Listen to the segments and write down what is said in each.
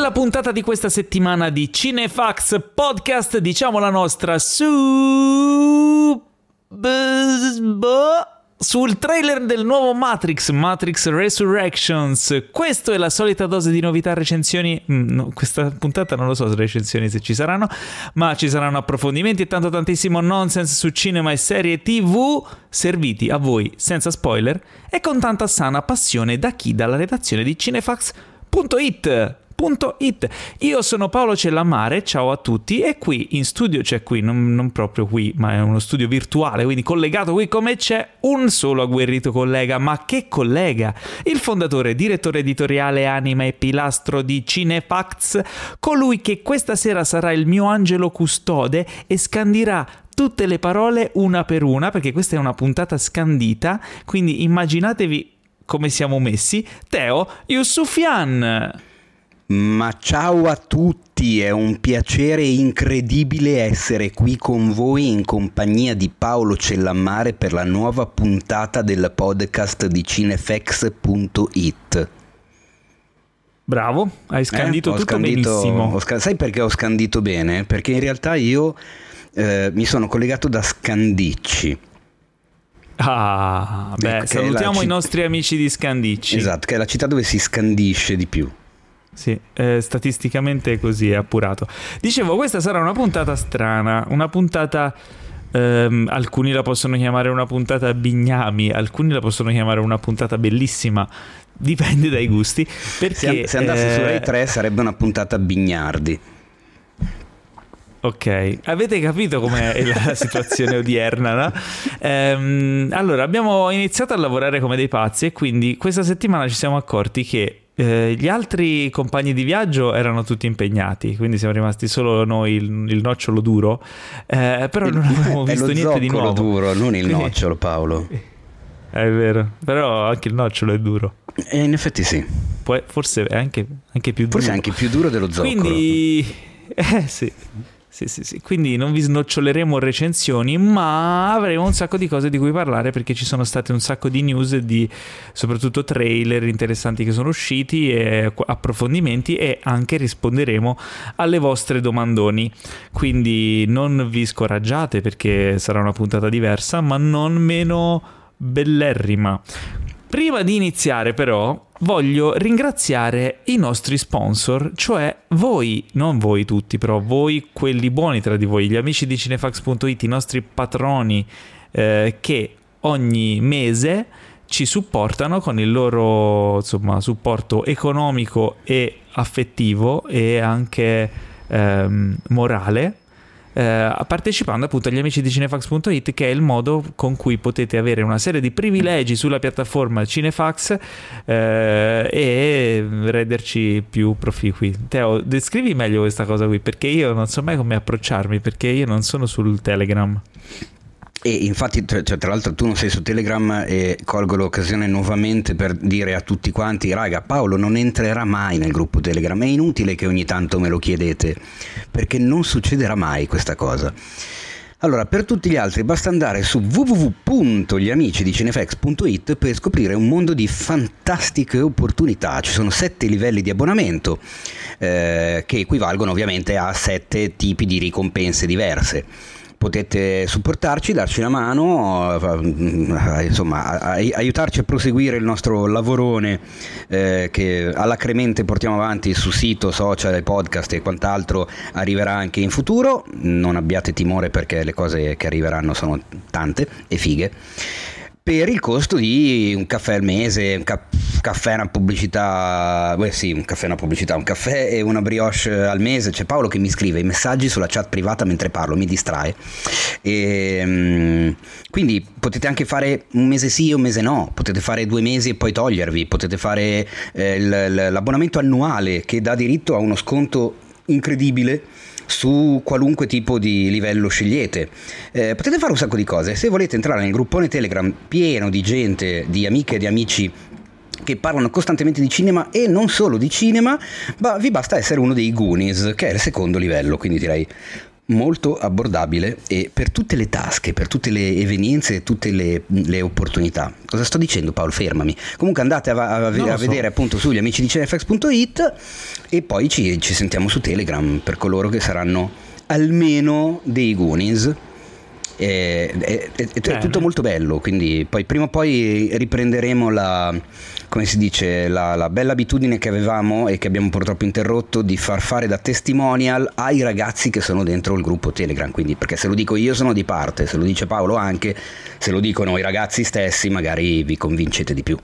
Nella puntata di questa settimana di Cinefax Podcast diciamo la nostra sul trailer del nuovo Matrix Resurrections. Questo è la solita dose di novità, recensioni. Questa puntata non lo so se recensioni se ci saranno, ma ci saranno approfondimenti e tantissimo nonsense su cinema e serie TV, serviti a voi senza spoiler e con tanta sana passione da chi? Dalla redazione di cinefax.it. Io sono Paolo Cellammare, ciao a tutti, e qui in studio c'è non proprio qui, ma è uno studio virtuale, quindi collegato qui come c'è un solo agguerrito collega, ma che collega? Il fondatore, direttore editoriale, anima e pilastro di Cinefax, colui che questa sera sarà il mio angelo custode e scandirà tutte le parole una per una, perché questa è una puntata scandita, quindi immaginatevi come siamo messi. Teo Yusufian. Ma ciao a tutti, è un piacere incredibile essere qui con voi in compagnia di Paolo Cellammare per la nuova puntata del podcast di cinefax.it. Bravo, hai scandito tutto benissimo. Sai perché ho scandito bene? Perché in realtà io mi sono collegato da Scandicci. Salutiamo i nostri amici di Scandicci. Esatto, che è la città dove si scandisce di più. Sì, statisticamente così è appurato. Dicevo, questa sarà una puntata strana, una puntata, alcuni la possono chiamare una puntata bignami, alcuni la possono chiamare una puntata bellissima, dipende dai gusti, perché se andasse su Rai 3 sarebbe una puntata bignardi. Ok, avete capito com'è la situazione odierna, no? Allora, abbiamo iniziato a lavorare come dei pazzi e quindi questa settimana ci siamo accorti che gli altri compagni di viaggio erano tutti impegnati, quindi siamo rimasti solo noi, il nocciolo duro, però non abbiamo visto niente di nuovo. È lo zoccolo duro, non il nocciolo, Paolo. È vero, però anche il nocciolo è duro. In effetti sì. Forse è anche più duro. Forse è anche più duro dello zoccolo. Quindi, sì. Quindi non vi snoccioleremo recensioni, ma avremo un sacco di cose di cui parlare, perché ci sono state un sacco di news e di soprattutto trailer interessanti che sono usciti e approfondimenti, e anche risponderemo alle vostre domandoni. Quindi non vi scoraggiate, perché sarà una puntata diversa, ma non meno bellerrima. Prima di iniziare però voglio ringraziare i nostri sponsor, cioè voi, non voi tutti, però voi quelli buoni tra di voi, gli amici di cinefax.it, i nostri patroni che ogni mese ci supportano con il loro supporto economico e affettivo e anche morale, partecipando appunto agli amici di cinefax.it, che è il modo con cui potete avere una serie di privilegi sulla piattaforma Cinefax e renderci più proficui. Teo, descrivi meglio questa cosa qui, perché io non so mai come approcciarmi, perché io non sono sul Telegram. E infatti, tra l'altro, tu non sei su Telegram, e colgo l'occasione nuovamente per dire a tutti quanti: raga, Paolo non entrerà mai nel gruppo Telegram, è inutile che ogni tanto me lo chiedete, perché non succederà mai questa cosa. Allora, per tutti gli altri basta andare su www.gliamicidicinefax.it per scoprire un mondo di fantastiche opportunità. Ci sono 7 livelli di abbonamento che equivalgono ovviamente a 7 tipi di ricompense diverse. Potete supportarci, darci una mano, insomma, aiutarci a proseguire il nostro lavorone che alacremente portiamo avanti su sito, social, podcast e quant'altro. Arriverà anche in futuro, non abbiate timore, perché le cose che arriveranno sono tante e fighe, per il costo di un caffè al mese, un caffè, una pubblicità, un caffè e una brioche al mese. C'è Paolo che mi scrive i messaggi sulla chat privata mentre parlo, mi distrae, e quindi potete anche fare un mese sì e un mese no, potete fare 2 mesi e poi togliervi, potete fare l'abbonamento annuale, che dà diritto a uno sconto incredibile su qualunque tipo di livello scegliete. Potete fare un sacco di cose. Se volete entrare nel gruppone Telegram pieno di gente, di amiche e di amici che parlano costantemente di cinema e non solo di cinema, vi basta essere uno dei Goonies, che è il secondo livello, quindi direi molto abbordabile e per tutte le tasche, per tutte le evenienze e tutte le opportunità. Cosa sto dicendo, Paolo? Fermami. Comunque andate a vedere appunto sugli amici di Cinefx.it e poi ci sentiamo su Telegram per coloro che saranno almeno dei Goonies. È tutto molto bello, quindi poi prima o poi riprenderemo come si dice, la bella abitudine che avevamo e che abbiamo purtroppo interrotto di far fare da testimonial ai ragazzi che sono dentro il gruppo Telegram, quindi perché se lo dico io sono di parte, se lo dice Paolo anche, se lo dicono i ragazzi stessi magari vi convincete di più.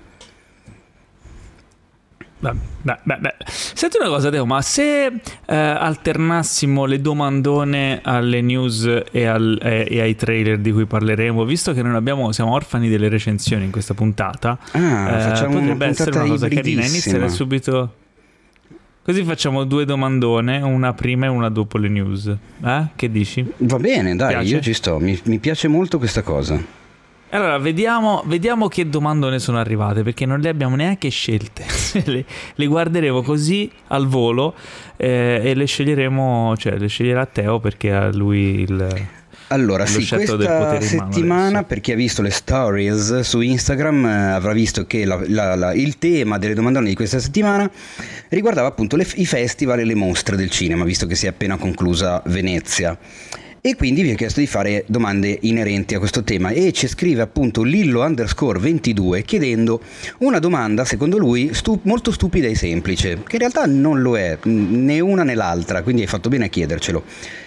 Beh. Senti una cosa, Teo, ma se alternassimo le domandone alle news e ai trailer di cui parleremo, visto che siamo orfani delle recensioni in questa puntata, potrebbe essere una cosa carina. Inizierei subito, così facciamo 2 domandone, una prima e una dopo le news. Che dici? Va bene, dai, piace? Io ci sto, mi piace molto questa cosa. Allora, vediamo che domandone sono arrivate, perché non le abbiamo neanche scelte. le guarderemo così al volo e le sceglieremo, cioè le sceglierà Teo, perché ha lui Allora sì, questa settimana, per chi ha visto le stories su Instagram, avrà visto che il tema delle domandone di questa settimana riguardava appunto i festival e le mostre del cinema, visto che si è appena conclusa Venezia. E quindi vi ho chiesto di fare domande inerenti a questo tema e ci scrive appunto Lillo_22 chiedendo una domanda secondo lui molto stupida e semplice, che in realtà non lo è né una né l'altra, quindi hai fatto bene a chiedercelo.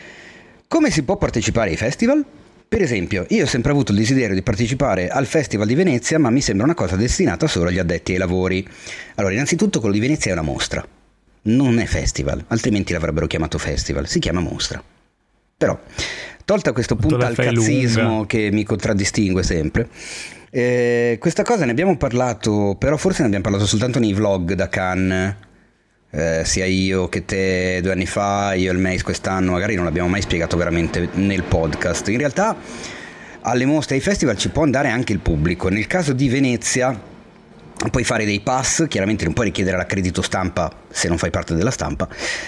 Come si può partecipare ai festival? Per esempio, io ho sempre avuto il desiderio di partecipare al Festival di Venezia, ma mi sembra una cosa destinata solo agli addetti ai lavori. Allora, innanzitutto quello di Venezia è una mostra, non è festival, altrimenti l'avrebbero chiamato festival, si chiama mostra. Però, tolta questo punto al cazzismo che mi contraddistingue sempre, questa cosa ne abbiamo parlato, però forse ne abbiamo parlato soltanto nei vlog da Cannes, sia io che te 2 anni fa, io e il Mace quest'anno, magari non l'abbiamo mai spiegato veramente nel podcast. In realtà alle mostre e ai festival ci può andare anche il pubblico. Nel caso di Venezia puoi fare dei pass, chiaramente non puoi richiedere l'accredito stampa se non fai parte della stampa,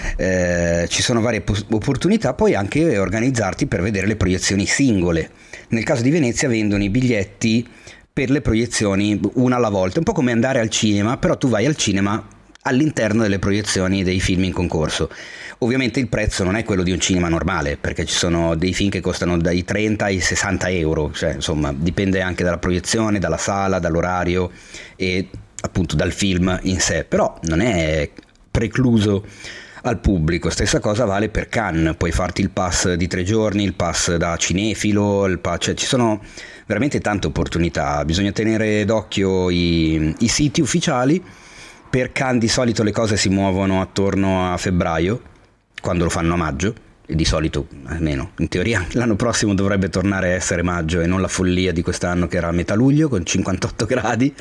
ci sono varie opportunità, puoi anche organizzarti per vedere le proiezioni singole. Nel caso di Venezia vendono i biglietti per le proiezioni una alla volta, un po' come andare al cinema, però tu vai al cinema all'interno delle proiezioni dei film in concorso. Ovviamente il prezzo non è quello di un cinema normale, perché ci sono dei film che costano dai 30 ai 60 euro, cioè insomma dipende anche dalla proiezione, dalla sala, dall'orario e appunto dal film in sé, però non è precluso al pubblico. Stessa cosa vale per Cannes, puoi farti il pass di 3 giorni, il pass da cinefilo, cioè ci sono veramente tante opportunità. Bisogna tenere d'occhio i siti ufficiali. Per Cannes di solito le cose si muovono attorno a febbraio, quando lo fanno a maggio, e di solito, almeno in teoria, l'anno prossimo dovrebbe tornare a essere maggio e non la follia di quest'anno che era a metà luglio con 58 gradi.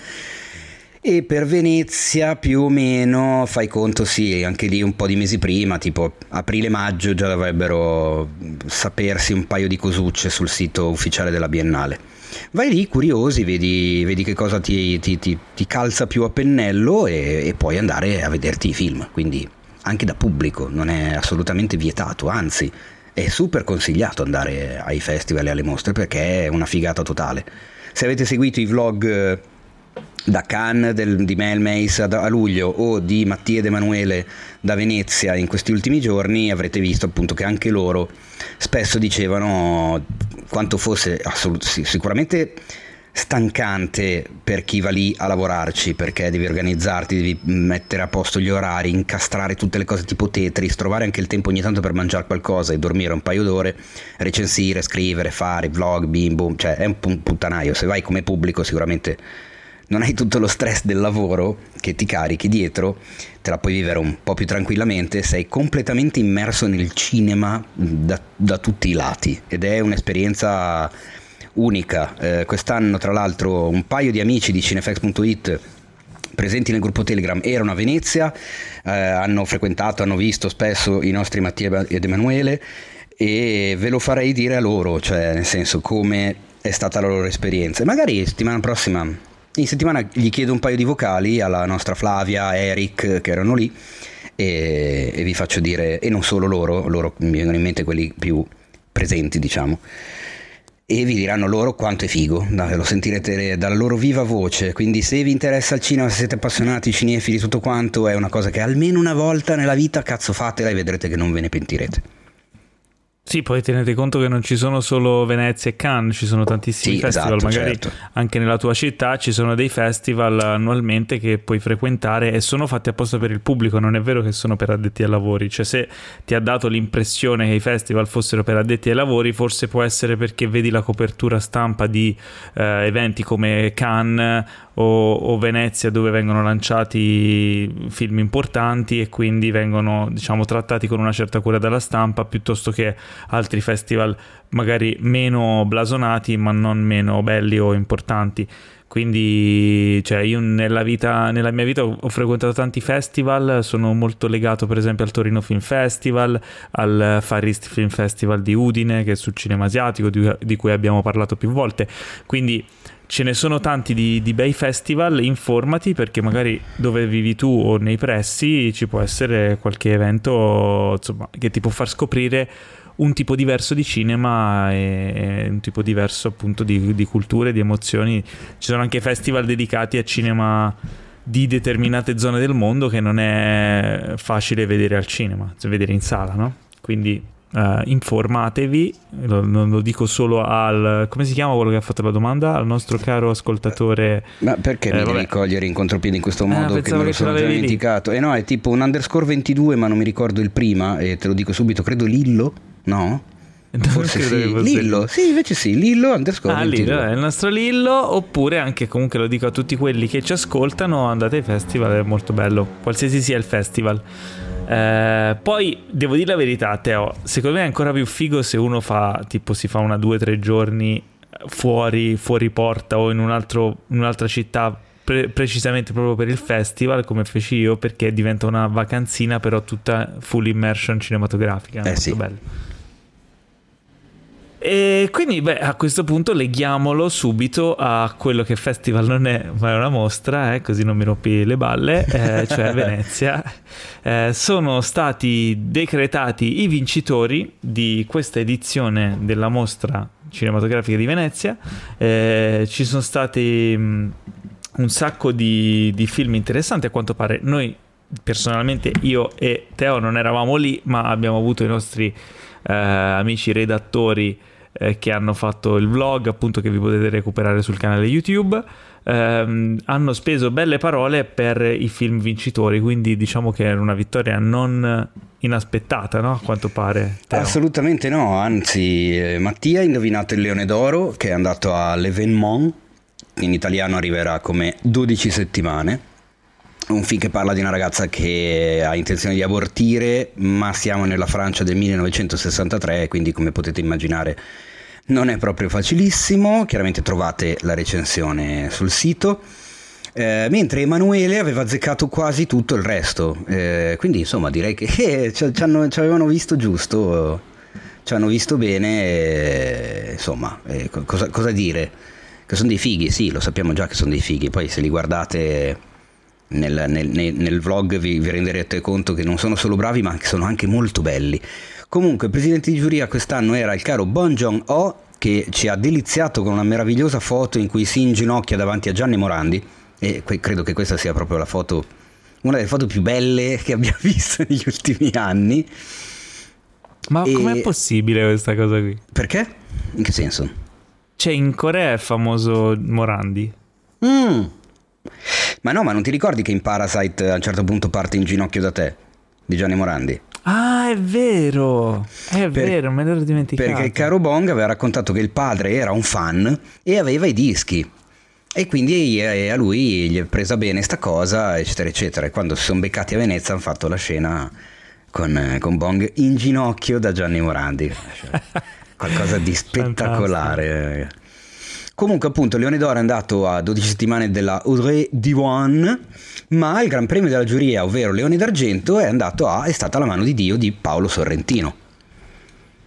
E per Venezia più o meno, fai conto, sì, anche lì un po' di mesi prima, tipo aprile-maggio già dovrebbero sapersi un paio di cosucce sul sito ufficiale della Biennale. Vai lì curiosi, vedi che cosa ti calza più a pennello e puoi andare a vederti i film, quindi anche da pubblico non è assolutamente vietato, anzi è super consigliato andare ai festival e alle mostre perché è una figata totale. Se avete seguito i vlog da Cannes di Mel Mace a luglio o di Mattia ed Emanuele da Venezia in questi ultimi giorni, avrete visto appunto che anche loro spesso dicevano quanto fosse sicuramente stancante per chi va lì a lavorarci, perché devi organizzarti, devi mettere a posto gli orari, incastrare tutte le cose tipo Tetris, trovare anche il tempo ogni tanto per mangiare qualcosa e dormire un paio d'ore, recensire, scrivere, fare vlog, bim bum, cioè è un puttanaio. Se vai come pubblico sicuramente non hai tutto lo stress del lavoro che ti carichi dietro, te la puoi vivere un po' più tranquillamente, sei completamente immerso nel cinema da tutti i lati ed è un'esperienza unica. Quest'anno tra l'altro un paio di amici di Cinefx.it presenti nel gruppo Telegram erano a Venezia, hanno frequentato, hanno visto spesso i nostri Mattia ed Emanuele e ve lo farei dire a loro, cioè nel senso come è stata la loro esperienza. E magari settimana prossima In settimana gli chiedo un paio di vocali alla nostra Flavia, Eric, che erano lì, e vi faccio dire, e non solo loro mi vengono in mente quelli più presenti, diciamo, e vi diranno loro quanto è figo, lo sentirete dalla loro viva voce. Quindi se vi interessa il cinema, se siete appassionati, cinefili, tutto quanto, è una cosa che almeno una volta nella vita, cazzo, fatela e vedrete che non ve ne pentirete. Sì, poi tenete conto che non ci sono solo Venezia e Cannes, ci sono tantissimi festival, esatto, magari certo. Anche nella tua città ci sono dei festival annualmente che puoi frequentare e sono fatti apposta per il pubblico, non è vero che sono per addetti ai lavori. Cioè, se ti ha dato l'impressione che i festival fossero per addetti ai lavori, forse può essere perché vedi la copertura stampa di eventi come Cannes o Venezia, dove vengono lanciati film importanti e quindi vengono, diciamo, trattati con una certa cura dalla stampa, piuttosto che altri festival magari meno blasonati ma non meno belli o importanti. Quindi, cioè, io nella mia vita ho frequentato tanti festival, sono molto legato per esempio al Torino Film Festival, al Far East Film Festival di Udine, che è sul cinema asiatico, di cui abbiamo parlato più volte. Quindi ce ne sono tanti di bei festival, informati, perché magari dove vivi tu o nei pressi ci può essere qualche evento, insomma, che ti può far scoprire un tipo diverso di cinema e un tipo diverso appunto di culture, di emozioni. Ci sono anche festival dedicati a cinema di determinate zone del mondo che non è facile vedere al cinema, cioè vedere in sala, no? Quindi informatevi, non lo dico solo al, come si chiama quello che ha fatto la domanda, al nostro caro ascoltatore. Ma perché mi devi cogliere in contropiede in questo modo, che me lo sono già dimenticato? No, è tipo un _22, ma non mi ricordo il prima, e te lo dico subito, credo Lillo, no? Forse sì, Lillo, sì, invece sì, Lillo _22. Lillo è il nostro Lillo. Oppure anche, comunque lo dico a tutti quelli che ci ascoltano, andate ai festival, è molto bello, qualsiasi sia il festival. Poi devo dire la verità, Teo, secondo me è ancora più figo se uno si fa una 2-3 giorni fuori porta o in un'altra città, precisamente proprio per il festival, come feci io, perché diventa una vacanzina però tutta full immersion cinematografica, molto sì. bello. E quindi a questo punto leghiamolo subito a quello che festival non è, ma è una mostra, così non mi rompi le balle, cioè Venezia. Sono stati decretati i vincitori di questa edizione della mostra cinematografica di Venezia. Ci sono stati un sacco di film interessanti, a quanto pare. Noi personalmente, io e Teo, non eravamo lì, ma abbiamo avuto i nostri amici redattori che hanno fatto il vlog, appunto, che vi potete recuperare sul canale YouTube. Hanno speso belle parole per i film vincitori, quindi diciamo che è una vittoria non inaspettata, no? A quanto pare, Teo. Assolutamente no, anzi, Mattia ha indovinato il Leone d'Oro, che è andato a L'Événement, in italiano arriverà come 12 settimane. Un film che parla di una ragazza che ha intenzione di abortire, ma siamo nella Francia del 1963, quindi come potete immaginare non è proprio facilissimo. Chiaramente trovate la recensione sul sito, mentre Emanuele aveva azzeccato quasi tutto il resto, quindi insomma direi che ci avevano visto giusto, ci hanno visto bene, insomma, cosa dire? Che sono dei fighi, sì, lo sappiamo già che sono dei fighi, poi se li guardate nel vlog vi renderete conto che non sono solo bravi, ma che sono anche molto belli. Comunque, il presidente di giuria quest'anno era il caro Bong Joon-ho, che ci ha deliziato con una meravigliosa foto in cui si inginocchia davanti a Gianni Morandi, e credo che questa sia proprio una delle foto più belle che abbia visto negli ultimi anni. Ma com'è possibile questa cosa qui? Perché? In che senso? Cioè, in Corea è famoso Morandi. Ma no, ma non ti ricordi che in Parasite a un certo punto parte in ginocchio da te, di Gianni Morandi? Ah, è vero, vero, me l'ero dimenticato. Perché il caro Bong aveva raccontato che il padre era un fan e aveva i dischi, e quindi a lui gli è presa bene sta cosa, eccetera eccetera. E quando si sono beccati a Venezia hanno fatto la scena con Bong in ginocchio da Gianni Morandi. Qualcosa di spettacolare. Comunque, appunto, Leone d'Oro è andato a 12 settimane della Audrey Diwan, ma il Gran Premio della giuria, ovvero Leone d'Argento, è stata La mano di Dio di Paolo Sorrentino.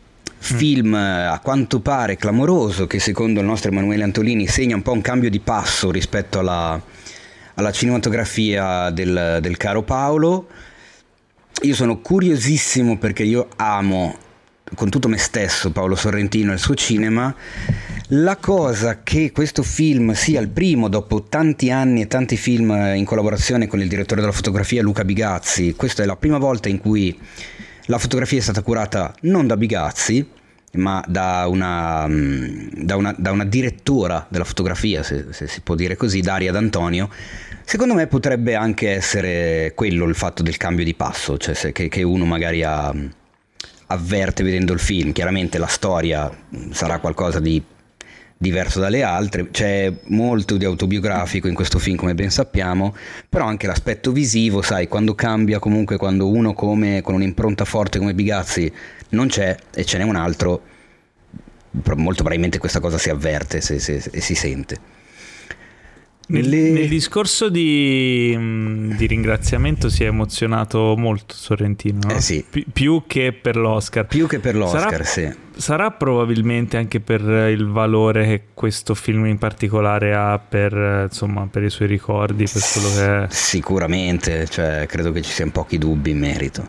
film a quanto pare clamoroso, che secondo il nostro Emanuele Antolini segna un po' un cambio di passo rispetto alla cinematografia del caro Paolo. Io sono curiosissimo perché io amo con tutto me stesso Paolo Sorrentino e il suo cinema. La cosa che questo film sia il primo dopo tanti anni e tanti film in collaborazione con il direttore della fotografia Luca Bigazzi, questa è la prima volta in cui la fotografia è stata curata non da Bigazzi ma da una direttora della fotografia, se si può dire così, Daria D'Antonio. Secondo me potrebbe anche essere quello il fatto del cambio di passo, cioè che uno magari avverte vedendo il film. Chiaramente la storia sarà qualcosa di diverso dalle altre, c'è molto di autobiografico in questo film, come ben sappiamo, però anche l'aspetto visivo, sai, quando cambia, comunque quando uno con un'impronta forte come Bigazzi non c'è e ce n'è un altro, molto probabilmente questa cosa si avverte e si sente. Nel discorso di ringraziamento si è emozionato molto Sorrentino, no? Sì. Più che per l'Oscar. Più che per l'Oscar, sì. Sarà probabilmente anche per il valore che questo film in particolare ha per i suoi ricordi, per quello che è. Sicuramente, cioè, credo che ci siano pochi dubbi in merito.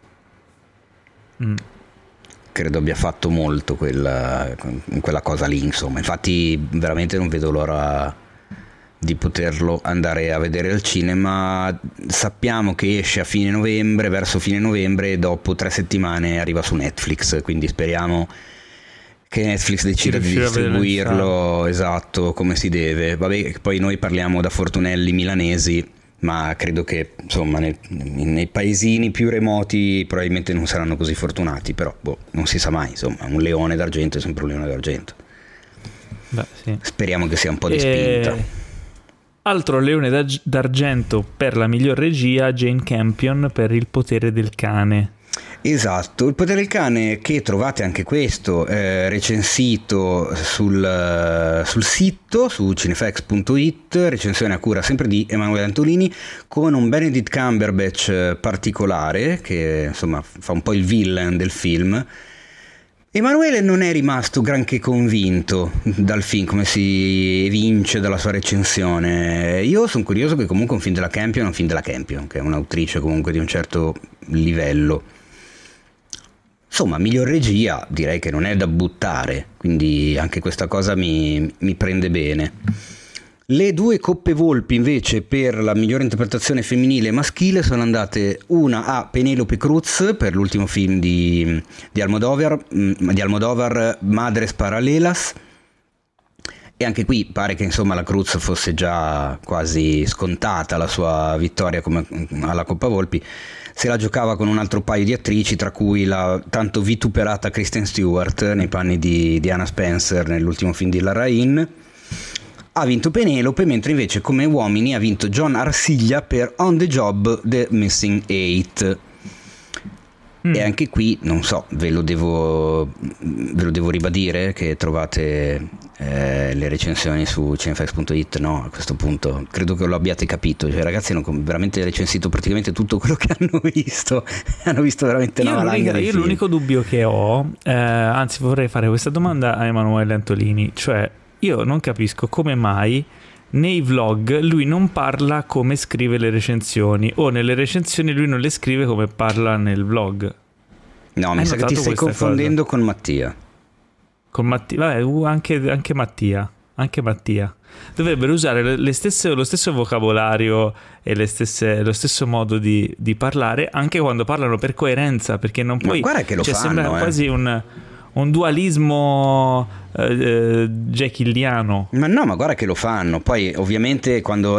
Credo abbia fatto molto quella cosa lì, insomma. Infatti veramente non vedo l'ora di poterlo andare a vedere al cinema. Sappiamo che esce verso fine novembre, e dopo 3 settimane arriva su Netflix, quindi speriamo che Netflix decida di distribuirlo esatto come si deve. Vabbè, poi noi parliamo da fortunelli milanesi, ma credo che insomma nei paesini più remoti probabilmente non saranno così fortunati, però non si sa mai, insomma, un leone d'argento è sempre un leone d'argento. Beh, sì. Speriamo che sia un po' di spinta. Altro leone d'argento per la miglior regia, Jane Campion per Il potere del cane. Esatto, Il potere del cane, che trovate anche questo recensito sul sito, su cinefx.it, recensione a cura sempre di Emanuele Antolini, con un Benedict Cumberbatch particolare che insomma fa un po' il villain del film. Emanuele non è rimasto granché convinto dal film, come si evince dalla sua recensione. Io sono curioso che comunque un film della Campion è un film della Campion, che è un'autrice comunque di un certo livello. Insomma, miglior regia direi che non è da buttare, quindi anche questa cosa mi prende bene. Le 2 Coppe Volpi invece per la migliore interpretazione femminile e maschile sono andate una a Penélope Cruz per l'ultimo film di Almodovar, Madres Paralelas, e anche qui pare che insomma la Cruz fosse già quasi scontata la sua vittoria come alla Coppa Volpi. Se la giocava con un altro paio di attrici, tra cui la tanto vituperata Kristen Stewart nei panni di Diana Spencer nell'ultimo film di Larraín. Ha vinto Penelope, mentre invece come uomini ha vinto John Arciglia per On the Job, The Missing Eight. E anche qui, non so, ve lo devo ribadire che trovate le recensioni su cinefx.it, no? A questo punto credo che lo abbiate capito, cioè ragazzi hanno veramente recensito praticamente tutto quello che hanno visto. Hanno visto veramente una valanga di film. L'unico dubbio che ho, anzi vorrei fare questa domanda a Emanuele Antolini, cioè io non capisco come mai nei vlog lui non parla come scrive le recensioni, o nelle recensioni lui non le scrive come parla nel vlog. No, mi sa che ti stai confondendo con Mattia. Con Mattia, vabbè, anche Mattia. Dovrebbero usare lo stesso vocabolario e lo stesso modo di parlare anche quando parlano, per coerenza, perché non puoi. Ma guarda che lo fanno, sembra quasi un dualismo Jekyll-iano. Ma no, ma guarda che lo fanno. Poi ovviamente quando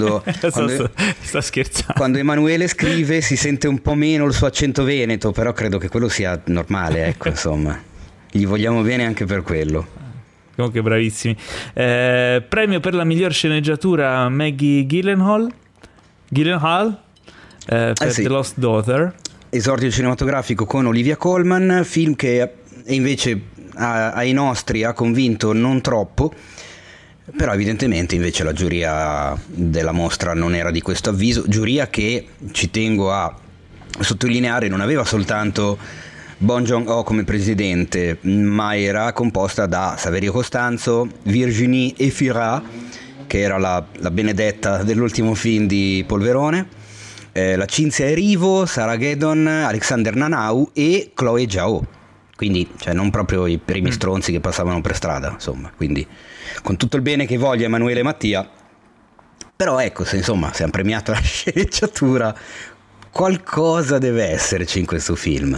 sta scherzando. Quando Emanuele scrive si sente un po' meno il suo accento veneto, però credo che quello sia normale, ecco, insomma. Gli vogliamo bene anche per quello. Comunque bravissimi. Premio per la miglior sceneggiatura Maggie Gyllenhaal per sì. The Lost Daughter. Esordio cinematografico con Olivia Colman, film che invece ai nostri ha convinto non troppo, però evidentemente invece la giuria della mostra non era di questo avviso, giuria che, ci tengo a sottolineare, non aveva soltanto Bong Joon-ho come presidente, ma era composta da Saverio Costanzo, Virginie Efira, che era la benedetta dell'ultimo film di Polverone, la Cinzia Erivo, Sarah Gedon, Alexander Nanau e Chloe Zhao. Quindi, cioè, non proprio i primi stronzi che passavano per strada, insomma. Quindi, con tutto il bene che voglia Emanuele Mattia, però ecco, se insomma si è premiato la sceneggiatura, qualcosa deve esserci in questo film.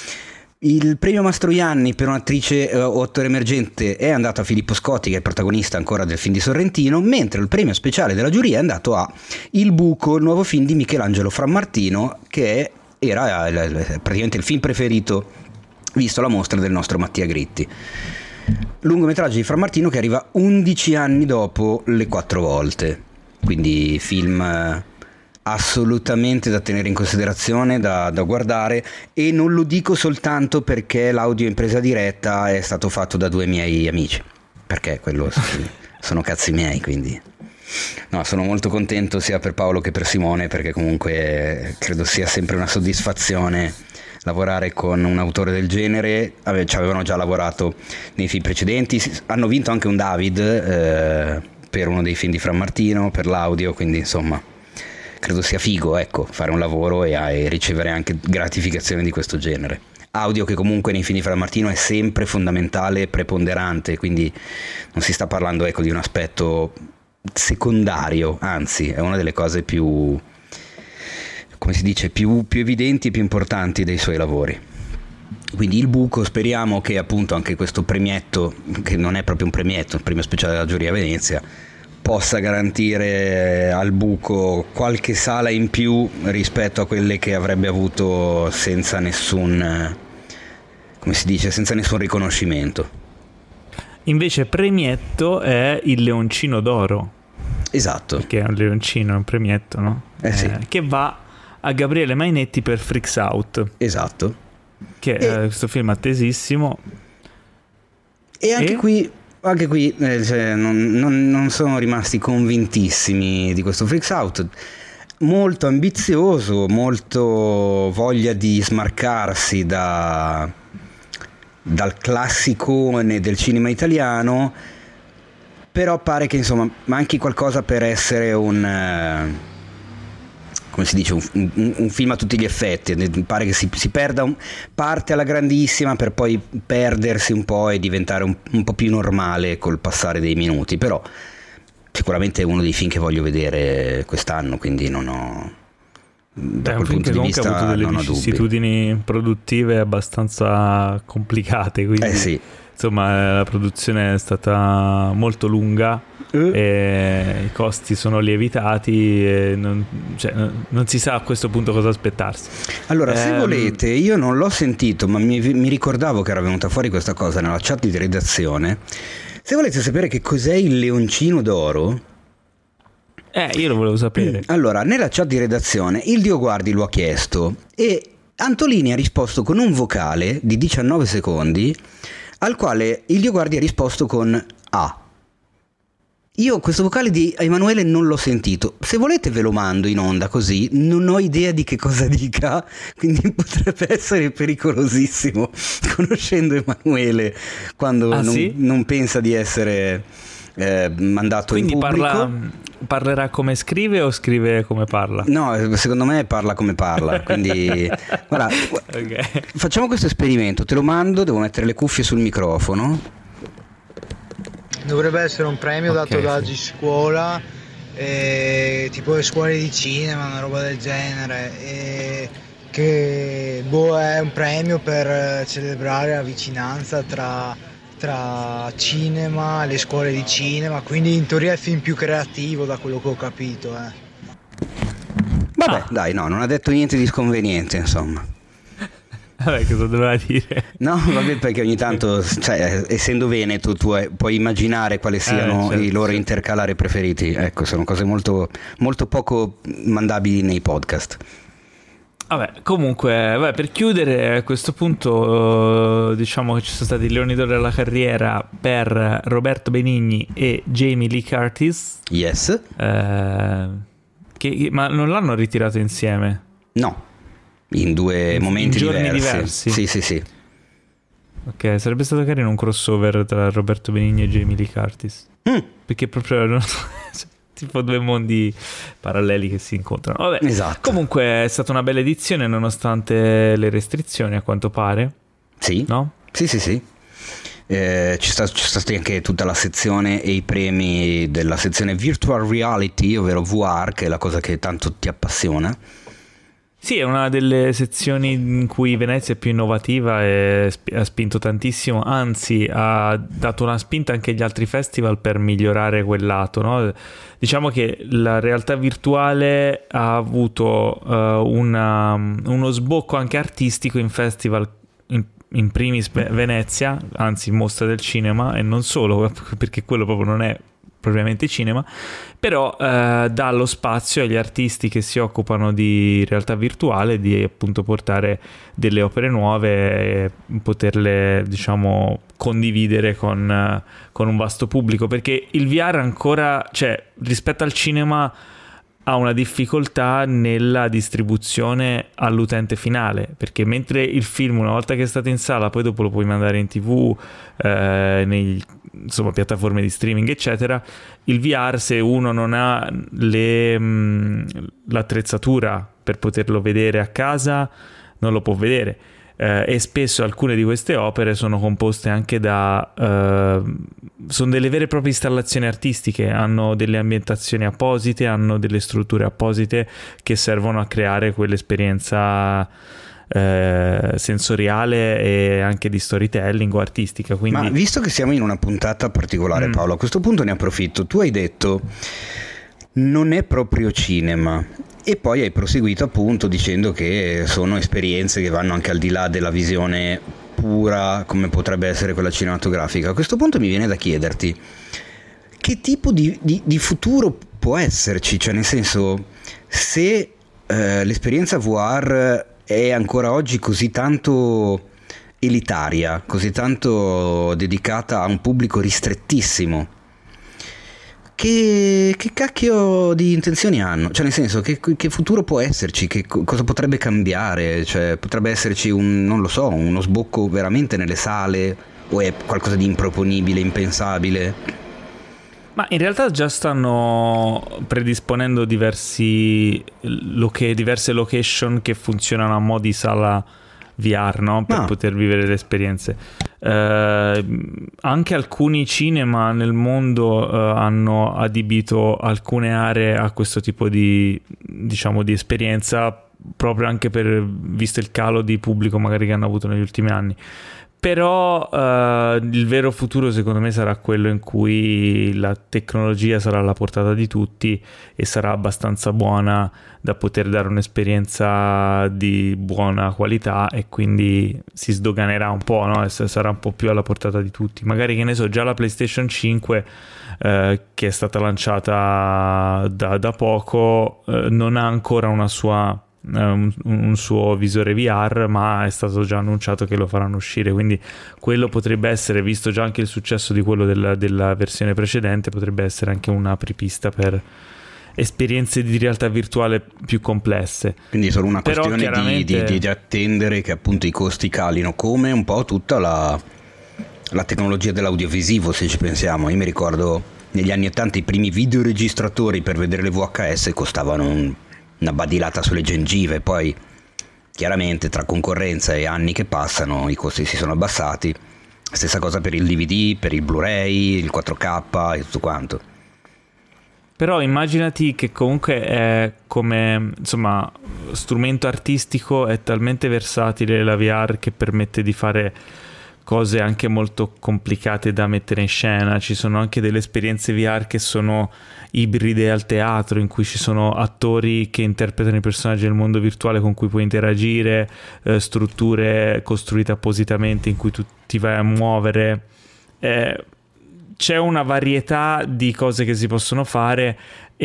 Il premio Mastroianni per un'attrice o attore emergente è andato a Filippo Scotti, che è il protagonista ancora del film di Sorrentino, mentre il premio speciale della giuria è andato a Il Buco, il nuovo film di Michelangelo Frammartino, che era praticamente il film preferito visto alla mostra del nostro Mattia Gritti. Lungometraggio di Frammartino che arriva 11 anni dopo Le Quattro Volte, quindi film assolutamente da tenere in considerazione, da guardare, e non lo dico soltanto perché l'audio in presa diretta è stato fatto da due miei amici, perché quello sono cazzi miei, quindi no, sono molto contento sia per Paolo che per Simone, perché comunque credo sia sempre una soddisfazione lavorare con un autore del genere. Ci avevano già lavorato nei film precedenti, hanno vinto anche un David per uno dei film di Frammartino, per l'audio, quindi insomma credo sia figo, ecco, fare un lavoro e ricevere anche gratificazioni di questo genere. Audio che comunque nei film di Frammartino è sempre fondamentale, preponderante, quindi non si sta parlando, ecco, di un aspetto secondario, anzi è una delle cose più, come si dice, più evidenti e più importanti dei suoi lavori. Quindi Il Buco, speriamo che appunto anche questo premietto, che non è proprio un premietto, il premio speciale della giuria a Venezia, possa garantire al Buco qualche sala in più rispetto a quelle che avrebbe avuto senza nessun, come si dice, senza nessun riconoscimento. Invece premietto è il Leoncino d'Oro. Esatto. Che è un leoncino, un premietto, no? Sì. Che va a Gabriele Mainetti per Freaks Out. Esatto. Che è questo film attesissimo. E anche qui cioè, non sono rimasti convintissimi di questo Freaks Out. Molto ambizioso, molto voglia di smarcarsi dal classicone del cinema italiano, però pare che insomma manchi qualcosa per essere come si dice, un film a tutti gli effetti. Pare che si perda parte alla grandissima per poi perdersi un po' e diventare un po' più normale col passare dei minuti, però sicuramente è uno dei film che voglio vedere quest'anno, quindi non ho, da quel punto di vista, ha avuto delle vicissitudini produttive abbastanza complicate, quindi sì. Insomma, la produzione è stata molto lunga, e i costi sono lievitati e non si sa a questo punto cosa aspettarsi. Allora, se volete, io non l'ho sentito, ma mi ricordavo che era venuta fuori questa cosa nella chat di redazione. Se volete sapere che cos'è il Leoncino d'Oro, io lo volevo sapere. Allora, nella chat di redazione il Dio Guardi lo ha chiesto e Antolini ha risposto con un vocale di 19 secondi al quale il Dio Guardi ha risposto con A. Io questo vocale di Emanuele non l'ho sentito. Se volete ve lo mando in onda, così non ho idea di che cosa dica, quindi potrebbe essere pericolosissimo, conoscendo Emanuele, quando non pensa di essere mandato quindi in pubblico. Parlerà come scrive o scrive come parla? No, secondo me parla come parla, quindi guarda, okay. Facciamo questo esperimento, te lo mando, devo mettere le cuffie sul microfono. Dovrebbe essere un premio dato da Agiscuola, tipo le scuole di cinema, una roba del genere, che è un premio per celebrare la vicinanza tra cinema e le scuole di cinema, quindi in teoria è il film più creativo da quello che ho capito. Vabbè, dai, no, non ha detto niente di sconveniente, insomma. Vabbè, cosa doveva dire? No, vabbè, perché ogni tanto, cioè, essendo veneto, tu puoi immaginare quali siano i loro intercalari preferiti. Ecco, sono cose molto, molto poco mandabili nei podcast. Vabbè, comunque, per chiudere a questo punto, diciamo che ci sono stati i Leoni d'Oro della carriera per Roberto Benigni e Jamie Lee Curtis. Yes. Ma non l'hanno ritirato insieme? No. in due momenti giorni diversi. diversi. Sì. Ok, sarebbe stato carino un crossover tra Roberto Benigni e Jamie Lee Curtis. Perché proprio non so, tipo due mondi paralleli che si incontrano. Vabbè, Esatto. comunque è stata una bella edizione nonostante le restrizioni, a quanto pare. Sì. No? Sì. C'è stata anche tutta la sezione e i premi della sezione Virtual Reality, ovvero VR, che è la cosa che tanto ti appassiona. Sì, è una delle sezioni in cui Venezia è più innovativa e ha spinto tantissimo, anzi ha dato una spinta anche agli altri festival per migliorare quel lato, no? Diciamo che la realtà virtuale ha avuto uno sbocco anche artistico in festival, in primis Venezia, anzi Mostra del Cinema, e non solo, perché quello proprio non è propriamente cinema, però dà lo spazio agli artisti che si occupano di realtà virtuale di appunto portare delle opere nuove e poterle, diciamo, condividere con un vasto pubblico, perché il VR ancora, cioè, rispetto al cinema ha una difficoltà nella distribuzione all'utente finale, perché mentre il film, una volta che è stato in sala, poi dopo lo puoi mandare in TV, insomma, piattaforme di streaming eccetera, il VR, se uno non ha l'attrezzatura per poterlo vedere a casa, non lo può vedere. E spesso alcune di queste opere sono composte anche sono delle vere e proprie installazioni artistiche, hanno delle ambientazioni apposite, hanno delle strutture apposite che servono a creare quell'esperienza sensoriale e anche di storytelling o artistica. Quindi... Ma visto che siamo in una puntata particolare, Paolo, a questo punto ne approfitto. Tu hai detto non è proprio cinema, e poi hai proseguito appunto dicendo che sono esperienze che vanno anche al di là della visione pura come potrebbe essere quella cinematografica. A questo punto mi viene da chiederti che tipo di futuro può esserci, cioè nel senso, se l'esperienza VR è ancora oggi così tanto elitaria, così tanto dedicata a un pubblico ristrettissimo, che cacchio di intenzioni hanno? Cioè nel senso, che futuro può esserci? Cosa potrebbe cambiare? Cioè potrebbe esserci non lo so, uno sbocco veramente nelle sale, o è qualcosa di improponibile, impensabile? Ma in realtà già stanno predisponendo diverse location che funzionano a mo' di sala VR, no? Per poter vivere le esperienze. Anche alcuni cinema nel mondo hanno adibito alcune aree a questo tipo di, diciamo, di esperienza, proprio anche visto il calo di pubblico magari che hanno avuto negli ultimi anni. Però il vero futuro secondo me sarà quello in cui la tecnologia sarà alla portata di tutti e sarà abbastanza buona da poter dare un'esperienza di buona qualità, e quindi si sdoganerà un po', no? E sarà un po' più alla portata di tutti. Magari, che ne so, già la PlayStation 5 che è stata lanciata da poco non ha ancora una sua... un suo visore VR, ma è stato già annunciato che lo faranno uscire, quindi quello potrebbe essere, visto già anche il successo di quello della versione precedente, potrebbe essere anche un apripista per esperienze di realtà virtuale più complesse. Quindi è solo una però questione chiaramente... di attendere che appunto i costi calino, come un po' tutta la tecnologia dell'audiovisivo, se ci pensiamo. Io mi ricordo negli anni 80 i primi videoregistratori per vedere le VHS costavano una badilata sulle gengive, poi chiaramente tra concorrenza e anni che passano i costi si sono abbassati. Stessa cosa per il DVD, per il Blu-ray, il 4K e tutto quanto. Però immaginati che comunque è come, insomma, strumento artistico, è talmente versatile la VR che permette di fare cose anche molto complicate da mettere in scena. Ci sono anche delle esperienze VR che sono ibride al teatro, in cui ci sono attori che interpretano i personaggi del mondo virtuale con cui puoi interagire, strutture costruite appositamente in cui tu ti vai a muovere. C'è una varietà di cose che si possono fare,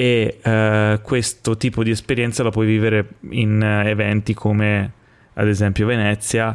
e questo tipo di esperienza la puoi vivere in eventi come ad esempio Venezia,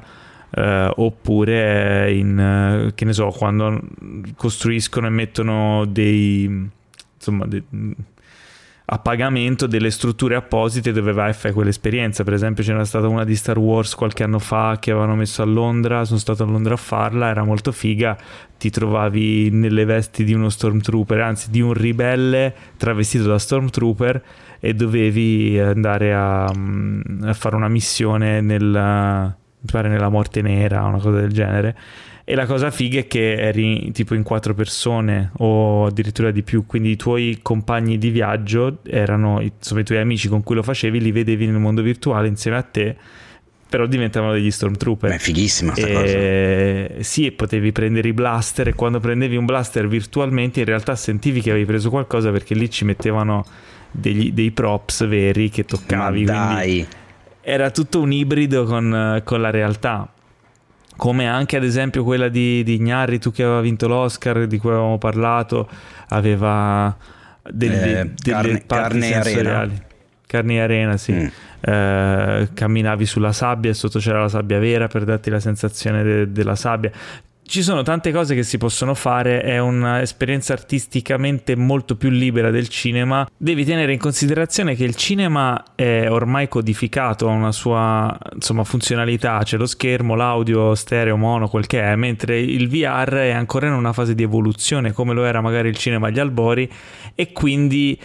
oppure che ne so, quando costruiscono e mettono a pagamento delle strutture apposite dove vai e fai quell'esperienza. Per esempio c'era stata una di Star Wars qualche anno fa che avevano messo a Londra, sono stato a Londra a farla, era molto figa, ti trovavi nelle vesti di uno Stormtrooper, anzi di un ribelle travestito da Stormtrooper, e dovevi andare a fare una missione nella Morte Nera, una cosa del genere. E la cosa figa è che eri tipo in 4 persone o addirittura di più, quindi i tuoi compagni di viaggio erano insomma i tuoi amici con cui lo facevi, li vedevi nel mondo virtuale insieme a te, però diventavano degli Stormtrooper. È fighissima sta cosa. Sì, e potevi prendere i blaster, e quando prendevi un blaster virtualmente in realtà sentivi che avevi preso qualcosa, perché lì ci mettevano dei props veri che toccavi. Ma dai! Quindi era tutto un ibrido con la realtà. Come anche ad esempio quella di Iñárritu che aveva vinto l'Oscar, di cui avevamo parlato, aveva delle parti sensoriali. Carne e arena, sì. Camminavi sulla sabbia e sotto c'era la sabbia vera per darti la sensazione della sabbia. Ci sono tante cose che si possono fare, è un'esperienza artisticamente molto più libera del cinema. Devi tenere in considerazione che il cinema è ormai codificato, ha una sua funzionalità, c'è lo schermo, l'audio, stereo, mono, quel che è, mentre il VR è ancora in una fase di evoluzione, come lo era magari il cinema agli albori, e quindi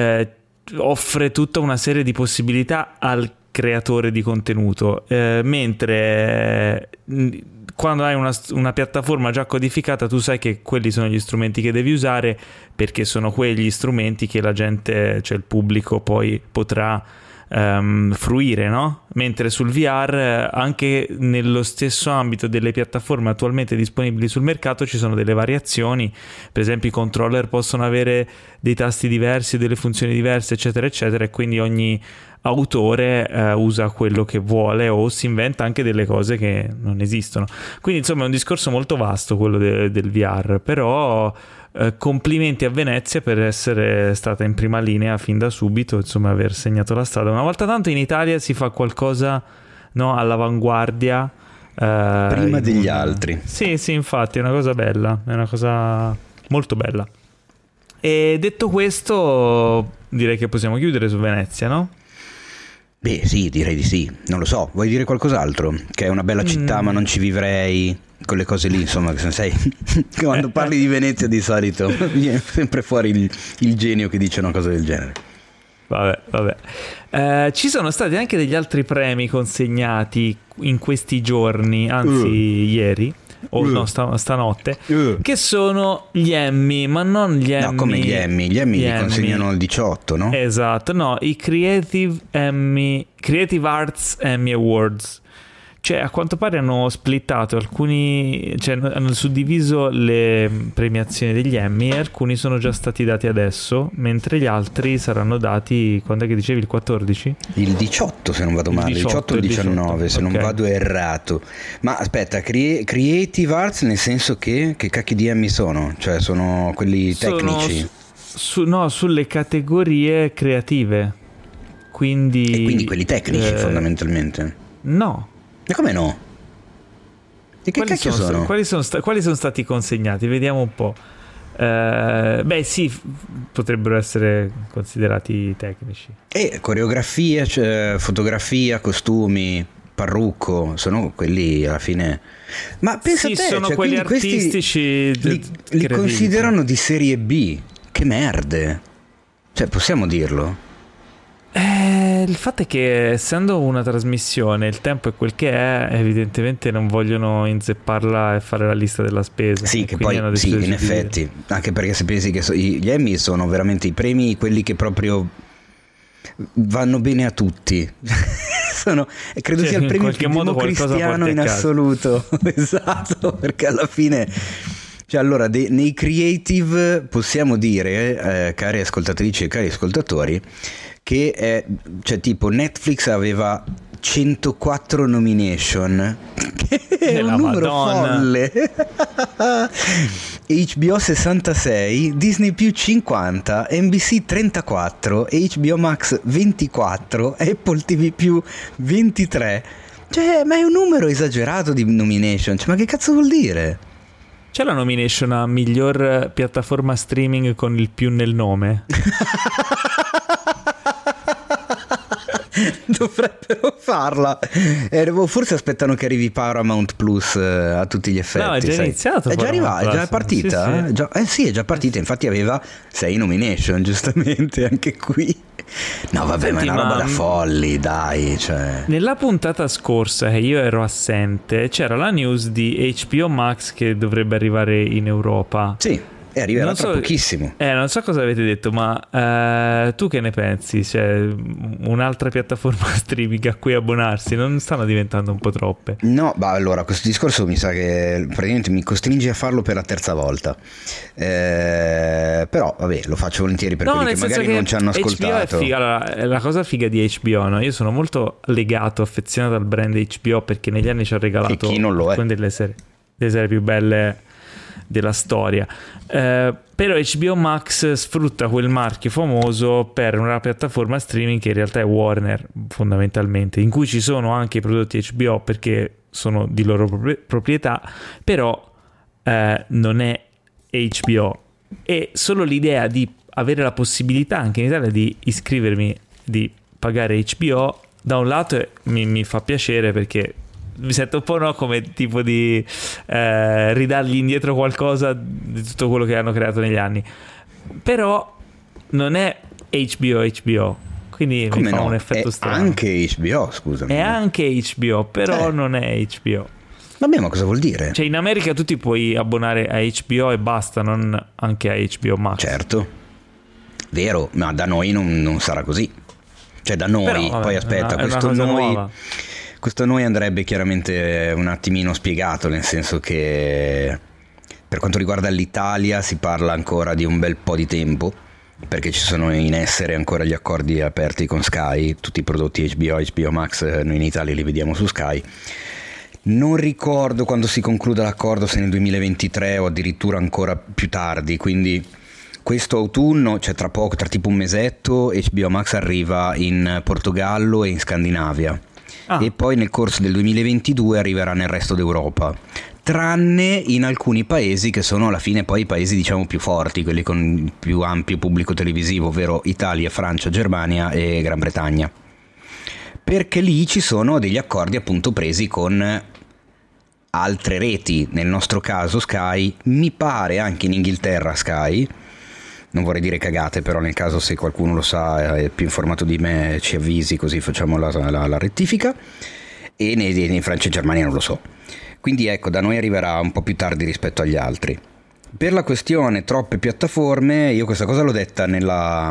offre tutta una serie di possibilità al creatore di contenuto, mentre quando hai una piattaforma già codificata, tu sai che quelli sono gli strumenti che devi usare, perché sono quegli strumenti che la gente, cioè il pubblico, poi potrà fruire, no? Mentre sul VR, anche nello stesso ambito delle piattaforme attualmente disponibili sul mercato, ci sono delle variazioni. Per esempio i controller possono avere dei tasti diversi, delle funzioni diverse, eccetera eccetera, e quindi ogni autore usa quello che vuole o si inventa anche delle cose che non esistono. Quindi insomma è un discorso molto vasto quello del VR, però complimenti a Venezia per essere stata in prima linea fin da subito, insomma aver segnato la strada. Una volta tanto in Italia si fa qualcosa, no, all'avanguardia, prima degli altri. Sì, infatti è una cosa bella, è una cosa molto bella. E detto questo, direi che possiamo chiudere su Venezia, no? Beh sì, direi di sì. Non lo so, vuoi dire qualcos'altro? Che è una bella città ma non ci vivrei, quelle cose lì, insomma, che sai, quando parli di Venezia di solito viene sempre fuori il genio che dice una cosa del genere. Vabbè. Ci sono stati anche degli altri premi consegnati in questi giorni, anzi ieri o stanotte, che sono gli Emmy, ma non gli Emmy. No, come gli Emmy li consegnano il 18, no? Esatto, no, i Creative Arts Emmy Awards. Cioè, a quanto pare hanno splittato alcuni, cioè hanno suddiviso le premiazioni degli Emmy, e alcuni sono già stati dati adesso, mentre gli altri saranno dati, quando è che dicevi, il 14? Il 18 se non vado male, il 18 o il 19 se non vado errato. Ma aspetta, Creative Arts nel senso che cacchio di Emmy sono? Cioè sono quelli tecnici? Sulle categorie creative. Quindi... E quindi quelli tecnici fondamentalmente? No. E come no? E che cacchio sono? Quali sono stati consegnati? Vediamo un po'. Beh sì, potrebbero essere considerati tecnici. E coreografia, fotografia, costumi, parrucco, sono quelli alla fine. Ma pensa sì, te, sono quelli artistici. Li considerano di serie B. Che merde. Cioè, possiamo dirlo? Il fatto è che, essendo una trasmissione, il tempo è quel che è, evidentemente non vogliono inzepparla e fare la lista della spesa. Sì, che poi sì, in effetti, anche perché se pensi che gli Emmy sono veramente i premi, quelli che proprio vanno bene a tutti. Credo sia il premio più democristiano in assoluto. Esatto, perché alla fine... Cioè, allora, nei creative possiamo dire, cari ascoltatrici e cari ascoltatori, che cioè tipo Netflix aveva 104 nomination, che è un numero folle. HBO 66, Disney più 50, NBC 34, HBO Max 24, Apple TV più 23. Cioè, ma è un numero esagerato di nomination. Cioè, ma che cazzo vuol dire? C'è la nomination a miglior piattaforma streaming con il più nel nome? Dovrebbero farla. Forse aspettano che arrivi Paramount Plus a tutti gli effetti. No, è già iniziato. È già arrivata, è già partita. Sì, sì. Sì, è già partita. Infatti aveva 6 nomination, giustamente, anche qui. No, vabbè, Senti, ma è una roba da folli, dai. Cioè. Nella puntata scorsa, che io ero assente, c'era la news di HBO Max che dovrebbe arrivare in Europa. Sì. E arriverà tra pochissimo. Non so cosa avete detto, ma tu che ne pensi? Cioè, un'altra piattaforma streaming a cui abbonarsi non stanno diventando un po' troppe? No, allora questo discorso mi sa che praticamente mi costringe a farlo per la terza volta. Però vabbè, lo faccio volentieri per quelli che magari non ci hanno ascoltato. Allora, la cosa figa di HBO, no? Io sono molto legato, affezionato al brand HBO perché negli anni ci ha regalato e chi non lo è? Delle serie più belle della storia. Però HBO Max sfrutta quel marchio famoso per una piattaforma streaming che in realtà è Warner fondamentalmente, in cui ci sono anche i prodotti HBO perché sono di loro proprietà, però non è HBO. E solo l'idea di avere la possibilità anche in Italia di iscrivermi, di pagare HBO, da un lato mi fa piacere perché mi sento un po' come tipo di ridargli indietro qualcosa di tutto quello che hanno creato negli anni, però non è HBO, quindi come mi fa no? un effetto è strano. Anche HBO, scusami. È anche HBO, però non è HBO. Vabbè, ma cosa vuol dire? Cioè in America tu ti puoi abbonare a HBO e basta, non anche a HBO Max. Certo, vero, ma da noi non sarà così. Cioè da noi, però, vabbè, poi aspetta, questo noi andrebbe chiaramente un attimino spiegato, nel senso che per quanto riguarda l'Italia si parla ancora di un bel po' di tempo, perché ci sono in essere ancora gli accordi aperti con Sky, tutti i prodotti HBO Max noi in Italia li vediamo su Sky. Non ricordo quando si concluda l'accordo, se nel 2023 o addirittura ancora più tardi, quindi questo autunno, cioè tra poco, tra tipo un mesetto, HBO Max arriva in Portogallo e in Scandinavia. E poi nel corso del 2022 arriverà nel resto d'Europa, tranne in alcuni paesi che sono alla fine poi i paesi diciamo più forti, quelli con più ampio pubblico televisivo, ovvero Italia, Francia, Germania e Gran Bretagna, perché lì ci sono degli accordi appunto presi con altre reti, nel nostro caso Sky, mi pare anche in Inghilterra Sky. Non vorrei dire cagate, però nel caso se qualcuno lo sa, è più informato di me, ci avvisi, così facciamo la rettifica. E nei Francia e Germania non lo so. Quindi ecco, da noi arriverà un po' più tardi rispetto agli altri. Per la questione troppe piattaforme, io questa cosa l'ho detta nella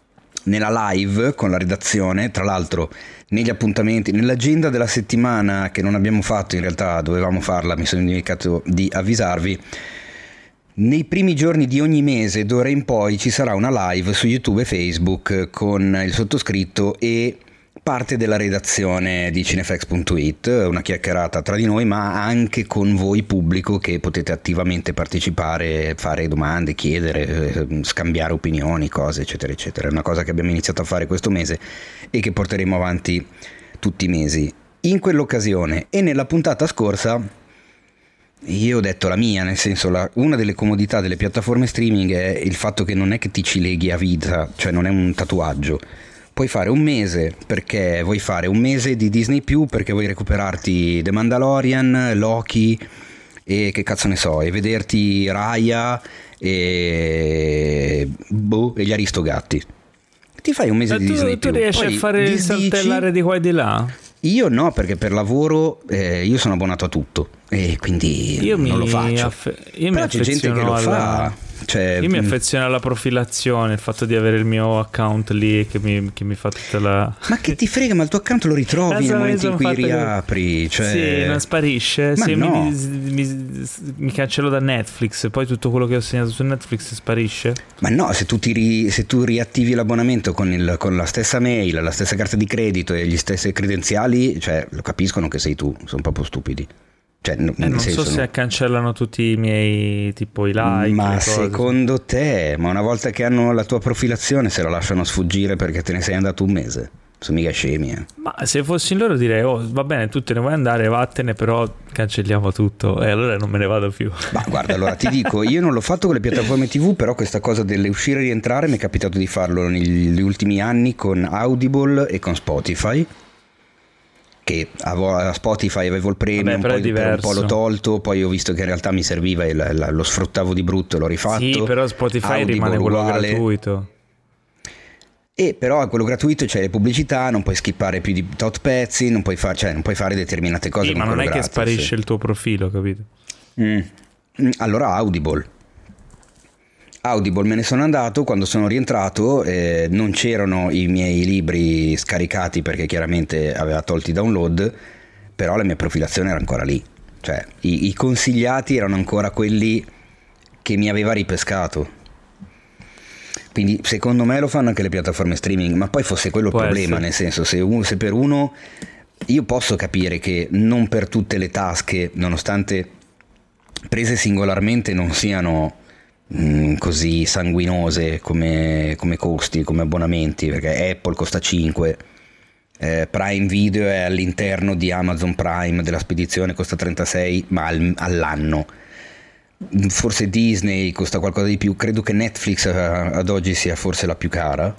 live con la redazione, tra l'altro negli appuntamenti, nell'agenda della settimana che non abbiamo fatto, in realtà dovevamo farla, mi sono dimenticato di avvisarvi. Nei primi giorni di ogni mese, d'ora in poi, ci sarà una live su YouTube e Facebook con il sottoscritto e parte della redazione di Cinefx.it, una chiacchierata tra di noi, ma anche con voi pubblico che potete attivamente partecipare, fare domande, chiedere, scambiare opinioni, cose, eccetera, eccetera. È una cosa che abbiamo iniziato a fare questo mese e che porteremo avanti tutti i mesi. In quell'occasione e nella puntata scorsa io ho detto la mia, nel senso una delle comodità delle piattaforme streaming è il fatto che non è che ti ci leghi a vita, cioè non è un tatuaggio. Puoi fare un mese perché vuoi fare un mese di Disney+, perché vuoi recuperarti The Mandalorian, Loki e che cazzo ne so, e vederti Raya e gli Aristogatti. Ti fai un mese di Disney+. Tu riesci a fare il saltellare di qua e di là? Io no, perché per lavoro io sono abbonato a tutto e quindi non lo faccio. Però c'è gente che lo fa. Cioè, io mi affeziono alla profilazione, il fatto di avere il mio account lì che mi fa tutta la... Ma che ti frega, ma il tuo account lo ritrovi nel momento in cui riapri, cioè... Sì, non sparisce. Ma se no. mi cancello da Netflix, poi tutto quello che ho segnato su Netflix sparisce. Ma no, se tu riattivi l'abbonamento con la stessa mail, la stessa carta di credito e gli stessi credenziali, cioè lo capiscono che sei tu, sono proprio stupidi. Cioè, non so se cancellano tutti i miei, tipo i like. Ma secondo te, ma una volta che hanno la tua profilazione se la lasciano sfuggire perché te ne sei andato un mese? sono mica scemi. Ma se fossi loro direi, oh va bene, tu te ne vuoi andare, vattene, però cancelliamo tutto, e allora non me ne vado più. Ma guarda, allora ti dico, io non l'ho fatto con le piattaforme TV, però questa cosa delle uscire e rientrare mi è capitato di farlo negli ultimi anni con Audible e con Spotify, che a Spotify avevo il premium, poi per un po' l'ho tolto, poi ho visto che in realtà mi serviva e lo sfruttavo di brutto e l'ho rifatto. Sì, però Spotify Audible rimane quello uguale. gratuito. E però a quello gratuito c'è le pubblicità, non puoi skippare più di tot pezzi, non puoi fare determinate cose. Sì, ma non è gratis. che sparisce il tuo profilo, capito? Allora Audible me ne sono andato, quando sono rientrato non c'erano i miei libri scaricati perché chiaramente aveva tolti i download, però la mia profilazione era ancora lì, cioè i consigliati erano ancora quelli che mi aveva ripescato. Quindi secondo me lo fanno anche le piattaforme streaming, ma poi fosse quello il problema, nel senso se per uno, io posso capire che non per tutte le tasche, nonostante prese singolarmente non siano così sanguinose come costi, come abbonamenti, perché Apple costa 5, Prime Video è all'interno di Amazon Prime della spedizione, costa 36 ma all'anno. Forse Disney costa qualcosa di più, credo che Netflix ad oggi sia forse la più cara,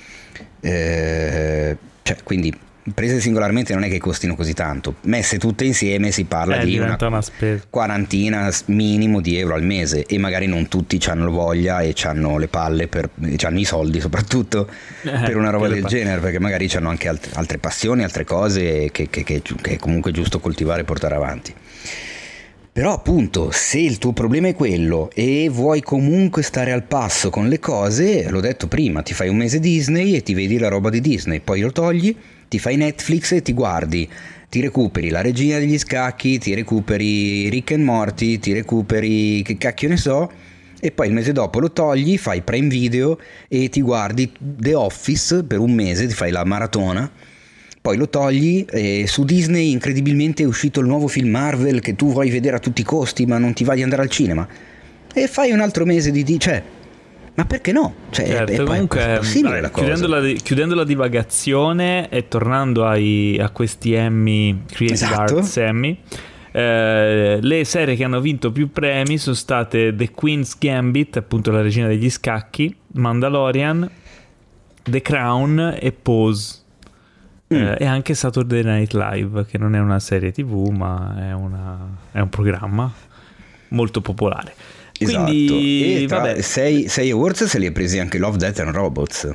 cioè, quindi prese singolarmente non è che costino così tanto, messe tutte insieme si parla di una quarantina minimo di euro al mese, e magari non tutti hanno voglia e hanno le palle hanno i soldi soprattutto per una roba del genere, perché magari hanno anche altre passioni, altre cose che è comunque giusto coltivare e portare avanti. Però appunto, se il tuo problema è quello e vuoi comunque stare al passo con le cose, l'ho detto prima, ti fai un mese Disney e ti vedi la roba di Disney, poi lo togli, ti fai Netflix e ti guardi, ti recuperi La Regina degli Scacchi, ti recuperi Rick and Morty, ti recuperi che cacchio ne so, e poi il mese dopo lo togli, fai Prime Video e ti guardi The Office per un mese, ti fai la maratona. Poi lo togli e su Disney incredibilmente è uscito il nuovo film Marvel che tu vuoi vedere a tutti i costi ma non ti va di andare al cinema, e fai un altro mese cioè, ma perché no? Cioè, certo, comunque è possibile la cosa. Chiudendo la divagazione e tornando a questi Emmy, Creative Arts Emmy, le serie che hanno vinto più premi sono state The Queen's Gambit, appunto La Regina degli Scacchi, Mandalorian, The Crown e Pose. E anche Saturday Night Live, che non è una serie TV ma è un programma molto popolare. Esatto. Quindi e tra 6 awards se li ha presi anche Love, Death and Robots.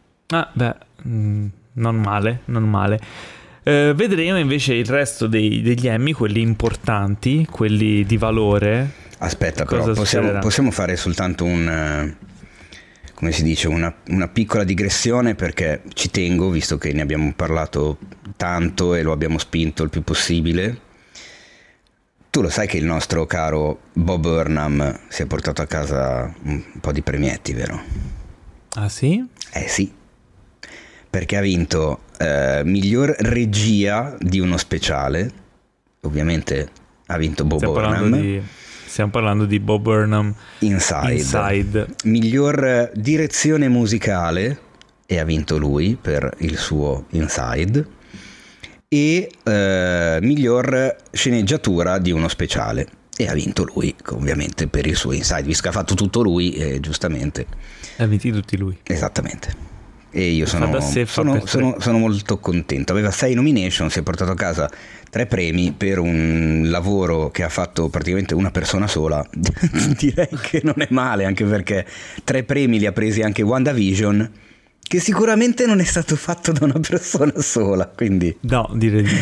Non male. Vedremo invece il resto degli Emmy, quelli importanti, quelli di valore. Aspetta, però possiamo fare soltanto come si dice, una piccola digressione, perché ci tengo, visto che ne abbiamo parlato tanto e lo abbiamo spinto il più possibile. Tu lo sai che il nostro caro Bob Burnham si è portato a casa un po' di premietti, vero? Ah sì? Sì, perché ha vinto miglior regia di uno speciale, ovviamente ha vinto Bob Burnham. Stiamo parlando di Bob Burnham Inside. Miglior direzione musicale, e ha vinto lui per il suo Inside, e miglior sceneggiatura di uno speciale, e ha vinto lui ovviamente per il suo Inside, visto che ha fatto tutto lui, giustamente ha vinto tutti lui, esattamente. E io sono molto contento. Aveva 6 nomination, si è portato a casa 3 premi per un lavoro che ha fatto praticamente una persona sola. Direi che non è male, anche perché 3 premi li ha presi anche WandaVision, che sicuramente non è stato fatto da una persona sola, quindi no, direi di no.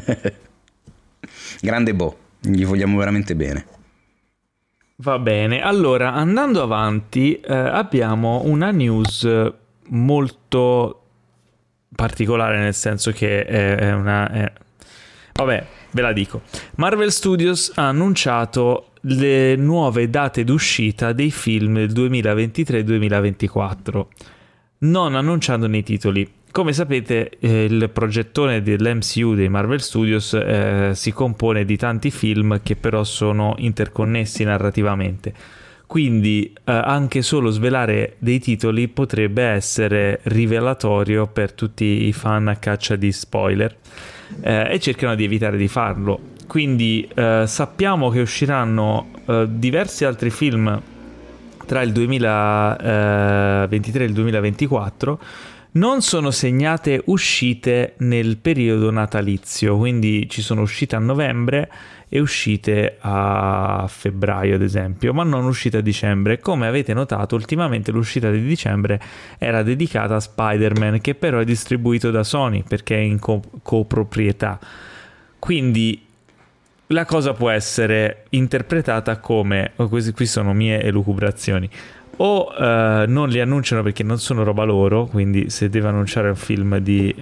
Grande Bo, gli vogliamo veramente bene. Va bene, allora andando avanti abbiamo una news molto particolare, nel senso che vabbè, ve la dico. Marvel Studios ha annunciato le nuove date d'uscita dei film del 2023-2024, non annunciandone i titoli. Come sapete, il progettone dell'MCU dei Marvel Studios si compone di tanti film che però sono interconnessi narrativamente. quindi anche solo svelare dei titoli potrebbe essere rivelatorio per tutti i fan a caccia di spoiler, e cercano di evitare di farlo. Quindi sappiamo che usciranno diversi altri film tra il 2023 e il 2024. Non sono segnate uscite nel periodo natalizio, quindi ci sono uscite a novembre e uscite a febbraio, ad esempio, ma non uscite a dicembre. Come avete notato, ultimamente l'uscita di dicembre era dedicata a Spider-Man, che però è distribuito da Sony perché è in coproprietà. Quindi la cosa può essere interpretata come, qui sono mie elucubrazioni, o non li annunciano perché non sono roba loro, quindi se deve annunciare un film di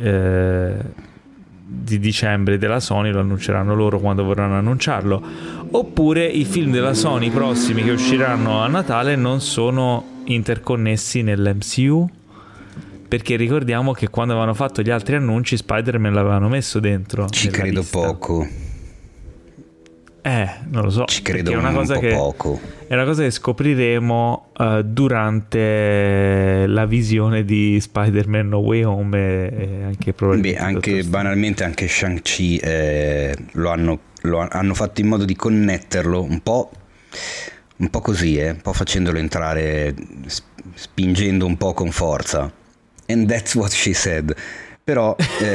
dicembre della Sony lo annunceranno loro quando vorranno annunciarlo, oppure i film della Sony prossimi che usciranno a Natale non sono interconnessi nell'MCU, perché ricordiamo che quando avevano fatto gli altri annunci Spider-Man l'avevano messo dentro. Ci credo lista. poco. Non lo so. Ci credo è una cosa po' che, poco. È una cosa che scopriremo durante la visione di Spider-Man No Way Home e anche probabilmente anche banalmente anche Shang-Chi hanno fatto in modo di connetterlo un po' così, un po' facendolo entrare, spingendo un po' con forza. And that's what she said. Però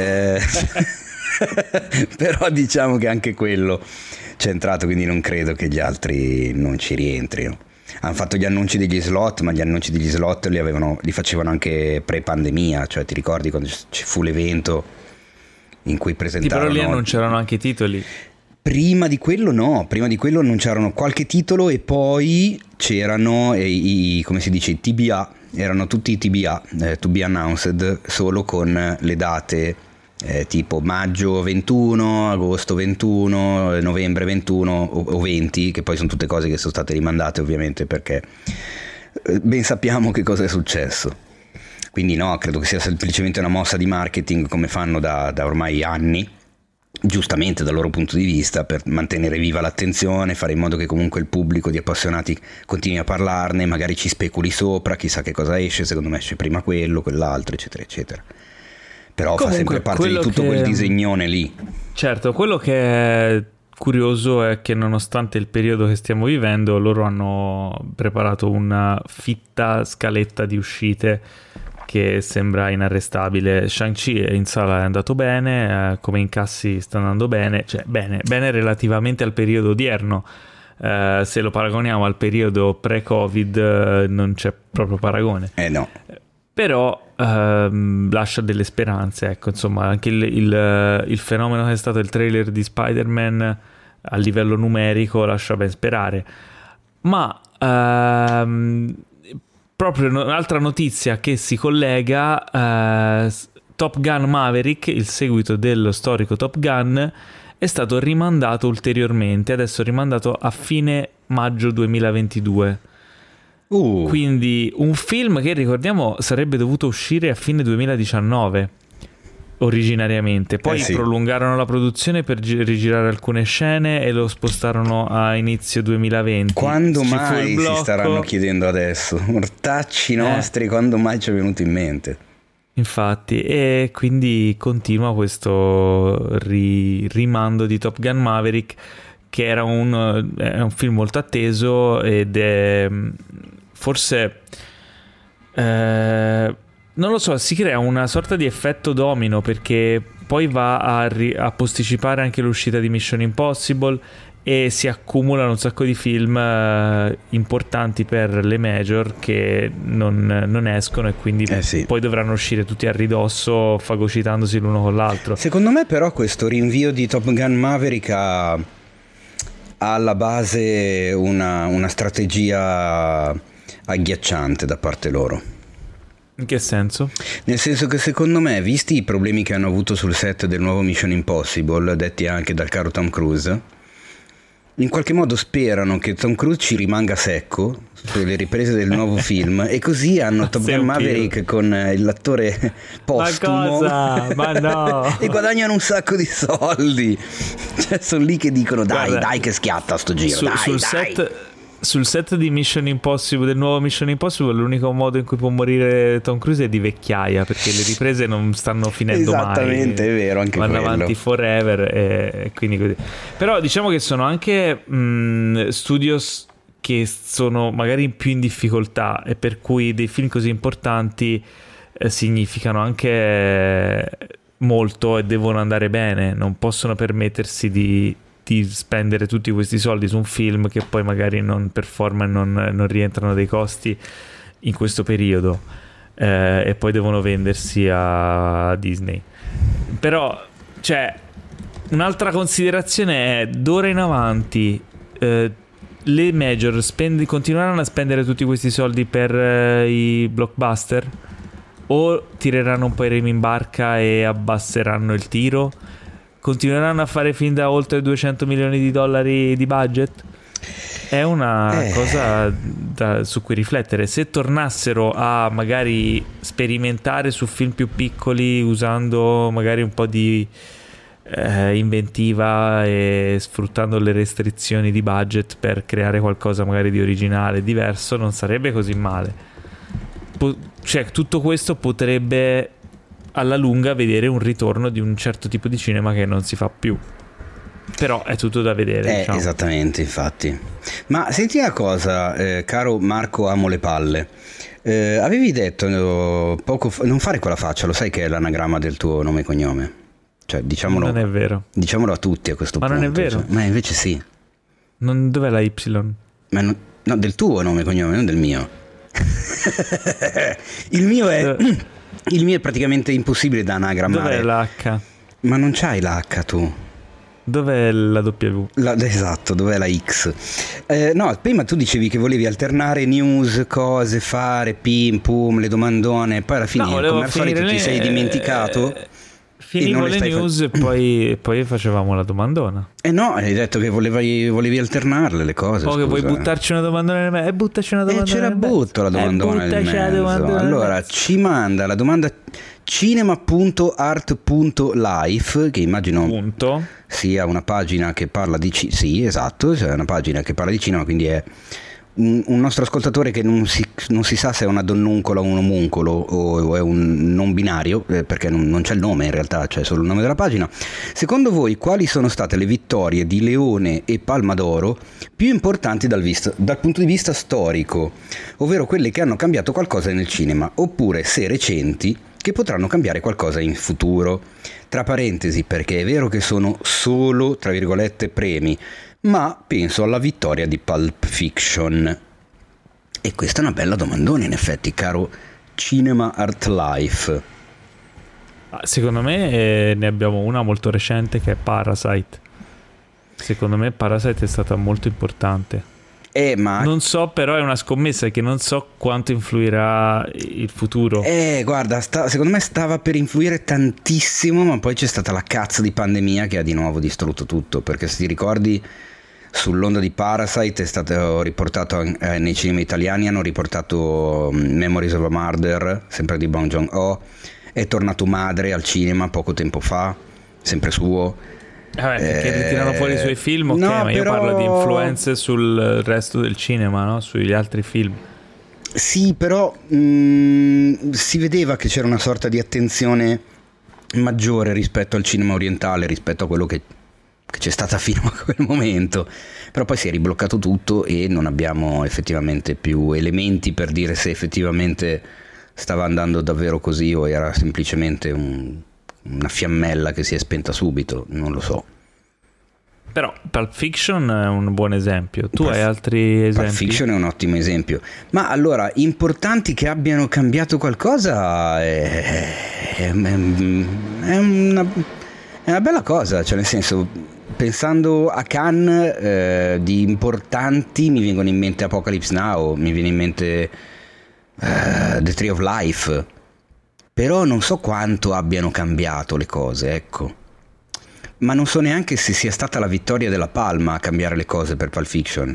però diciamo che anche quello c'è entrato, quindi non credo che gli altri non ci rientrino. Hanno fatto gli annunci degli slot, ma gli annunci degli slot li facevano anche pre-pandemia, cioè ti ricordi quando ci fu l'evento in cui presentarono... Però lì annunciarono anche i titoli. Prima di quello annunciarono qualche titolo e poi c'erano come si dice, i TBA, erano tutti i TBA, to be announced, solo con le date tipo maggio 21, agosto 21, novembre 21 o 20, che poi sono tutte cose che sono state rimandate ovviamente perché ben sappiamo che cosa è successo. Quindi no, credo che sia semplicemente una mossa di marketing come fanno da ormai anni, giustamente dal loro punto di vista, per mantenere viva l'attenzione, fare in modo che comunque il pubblico di appassionati continui a parlarne, magari ci speculi sopra, chissà che cosa esce, secondo me esce prima quello, quell'altro, eccetera eccetera. Però comunque, fa sempre parte di tutto quel disegnone lì. Certo, quello che è curioso è che nonostante il periodo che stiamo vivendo, loro hanno preparato una fitta scaletta di uscite che sembra inarrestabile. Shang-Chi in sala è andato bene, come incassi sta andando bene, cioè bene relativamente al periodo odierno. Se lo paragoniamo al periodo pre-Covid non c'è proprio paragone. No. Però lascia delle speranze, ecco, insomma, anche il fenomeno che è stato il trailer di Spider-Man a livello numerico lascia ben sperare. Ma proprio un'altra notizia che si collega, Top Gun Maverick, il seguito dello storico Top Gun, è stato rimandato ulteriormente, adesso rimandato a fine maggio 2022. Quindi un film che, ricordiamo, sarebbe dovuto uscire a fine 2019 originariamente, poi prolungarono la produzione per rigirare alcune scene e lo spostarono a inizio 2020. Quando mai si staranno chiedendo adesso, mortacci nostri, quando mai ci è venuto in mente? Infatti, e quindi continua questo rimando di Top Gun Maverick, che era è un film molto atteso ed è forse non lo so, si crea una sorta di effetto domino, perché poi va a posticipare anche l'uscita di Mission Impossible e si accumulano un sacco di film importanti per le major che non escono, e quindi poi dovranno uscire tutti a ridosso, fagocitandosi l'uno con l'altro. Secondo me però questo rinvio di Top Gun Maverick ha alla base una strategia agghiacciante da parte loro. In che senso? Nel senso che secondo me, visti i problemi che hanno avuto sul set del nuovo Mission Impossible, detti anche dal caro Tom Cruise, in qualche modo sperano che Tom Cruise ci rimanga secco sulle riprese del nuovo film, e così hanno Top Gun Maverick con l'attore postumo. Ma cosa? Ma no! E guadagnano un sacco di soldi. Cioè sono lì che dicono dai che schiatta sto giro, sul set sul set di Mission Impossible, del nuovo Mission Impossible, l'unico modo in cui può morire Tom Cruise è di vecchiaia, perché le riprese non stanno finendo mai. Esattamente, è vero, anche vanno quello. avanti forever e quindi così. Però diciamo che sono anche studios che sono magari più in difficoltà, e per cui dei film così importanti significano anche molto e devono andare bene, non possono permettersi di spendere tutti questi soldi su un film che poi magari non performa e non rientrano dei costi in questo periodo, e poi devono vendersi a Disney. Però, cioè, un'altra considerazione è: d'ora in avanti le major continueranno a spendere tutti questi soldi per i blockbuster, o tireranno un po' i remi in barca e abbasseranno il tiro? Continueranno a fare film da oltre 200 milioni di dollari di budget? È una cosa su cui riflettere. Se tornassero a magari sperimentare su film più piccoli, usando magari un po' di inventiva e sfruttando le restrizioni di budget per creare qualcosa magari di originale, diverso, non sarebbe così male. Cioè, tutto questo potrebbe alla lunga vedere un ritorno di un certo tipo di cinema che non si fa più. Però è tutto da vedere, diciamo. Esattamente, infatti. Ma senti una cosa, caro Marco Amo le palle, avevi detto poco fa, non fare quella faccia, lo sai che è l'anagramma del tuo nome e cognome, cioè diciamolo, non è vero, diciamolo a tutti a questo punto. Ma non è vero, cioè, ma invece sì. Dov'è la Y? Ma no, del tuo nome e cognome, non del mio. Il mio è praticamente impossibile da anagrammare. Dov'è l'H? Ma non c'hai l'H tu. Dov'è la W? Esatto, dov'è la X? No, prima tu dicevi che volevi alternare news, cose, fare, pim, pum, le domandone, poi alla fine, come al solito, ti sei dimenticato. Finivo le news e poi facevamo la domandona. No, hai detto che volevi alternarle le cose. Che vuoi buttarci una domandona nel mezzo? Buttaci una domandona ce la butto la domandona nel mezzo. Allora ci manda la domanda cinema.art.life, che immagino sia una pagina che parla di sì, esatto, cioè una pagina che parla di cinema, quindi è un nostro ascoltatore che non si sa se è una donnuncola o un omuncolo o è un non binario, perché non c'è il nome in realtà, c'è solo il nome della pagina. Secondo voi quali sono state le vittorie di Leone e Palma d'Oro più importanti dal punto di vista storico, ovvero quelle che hanno cambiato qualcosa nel cinema, oppure se recenti che potranno cambiare qualcosa in futuro? Tra parentesi, perché è vero che sono solo, tra virgolette, premi, ma penso alla vittoria di Pulp Fiction. E questa è una bella domandona, in effetti, caro Cinema Art Life. Secondo me ne abbiamo una molto recente, che è Parasite. Secondo me Parasite è stata molto importante. Ma non so, però è una scommessa che non so quanto influirà il futuro. Guarda, secondo me stava per influire tantissimo, ma poi c'è stata la cazzo di pandemia che ha di nuovo distrutto tutto, perché se ti ricordi, sull'onda di Parasite è stato riportato nei cinema italiani, hanno riportato Memories of a Murder, sempre di Bong Joon-ho, è tornato Madre al cinema poco tempo fa, sempre suo. Perché ritirano fuori i suoi film, ok, no, ma io parlo di influenze sul resto del cinema, no? Sugli altri film. Sì, però si vedeva che c'era una sorta di attenzione maggiore rispetto al cinema orientale, rispetto a quello che c'è stata fino a quel momento. Però poi si è ribloccato tutto e non abbiamo effettivamente più elementi per dire se effettivamente stava andando davvero così o era semplicemente una fiammella che si è spenta subito, non lo so. Però Pulp Fiction è un buon esempio. Tu hai altri esempi? Pulp Fiction è un ottimo esempio. Ma allora, importanti che abbiano cambiato qualcosa è una bella cosa, cioè nel senso, pensando a Cannes, di importanti mi vengono in mente Apocalypse Now, mi viene in mente The Tree of Life. Però non so quanto abbiano cambiato le cose, ecco. Ma non so neanche se sia stata la vittoria della Palma a cambiare le cose per Pulp Fiction.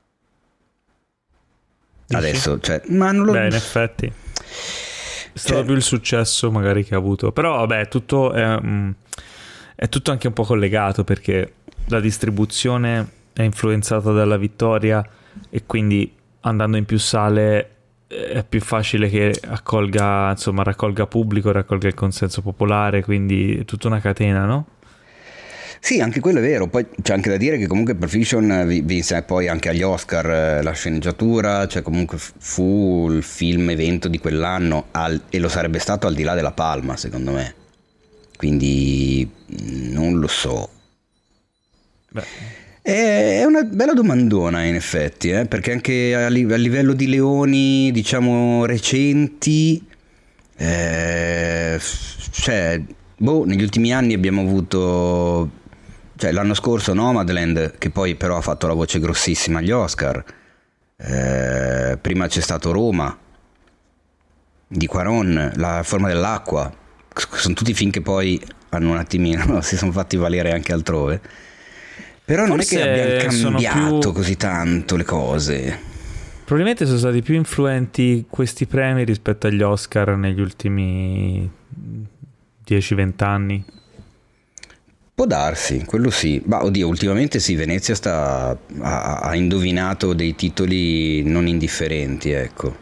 Dici? Adesso, cioè, ma non lo... Beh, in effetti è stato più il successo magari che ha avuto. Però vabbè, tutto è tutto anche un po' collegato, perché la distribuzione è influenzata dalla vittoria e quindi andando in più sale è più facile che raccolga pubblico, raccolga il consenso popolare, quindi è tutta una catena, no? Sì, anche quello è vero. Poi c'è anche da dire che comunque Pulp Fiction vinse poi anche agli Oscar la sceneggiatura, cioè comunque fu il film evento di quell'anno e lo sarebbe stato al di là della Palma, secondo me. Quindi non lo so. Beh. È una bella domandona in effetti, perché anche a livello di leoni, diciamo, recenti, cioè, negli ultimi anni abbiamo avuto, cioè l'anno scorso Nomadland, che poi però ha fatto la voce grossissima agli Oscar, prima c'è stato Roma, di Cuarón, La forma dell'acqua, sono tutti film che poi hanno un attimino, si sono fatti valere anche altrove. Però non forse è che abbiano cambiato più... così tanto le cose. Probabilmente sono stati più influenti questi premi rispetto agli Oscar negli ultimi 10-20 anni. Può darsi, quello sì. Ma oddio, ultimamente sì, Venezia ha indovinato dei titoli non indifferenti, ecco.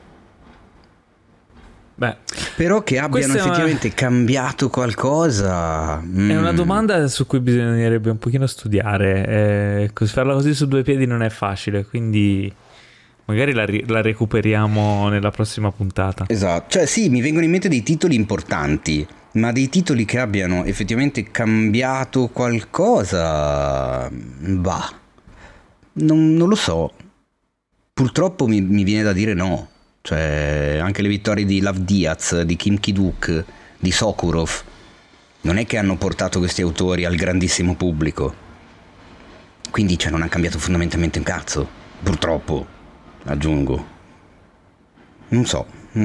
Beh, però che abbiano effettivamente cambiato qualcosa è una domanda su cui bisognerebbe un pochino studiare. Farla così su due piedi non è facile, quindi magari la recuperiamo nella prossima puntata. Esatto, cioè sì, mi vengono in mente dei titoli importanti, ma dei titoli che abbiano effettivamente cambiato qualcosa, bah, non lo so. Purtroppo mi viene da dire no. Cioè, anche le vittorie di Lav Diaz, di Kim Ki-duk, di Sokurov, non è che hanno portato questi autori al grandissimo pubblico. Quindi, cioè, non ha cambiato fondamentalmente un cazzo. Purtroppo, aggiungo. Non so.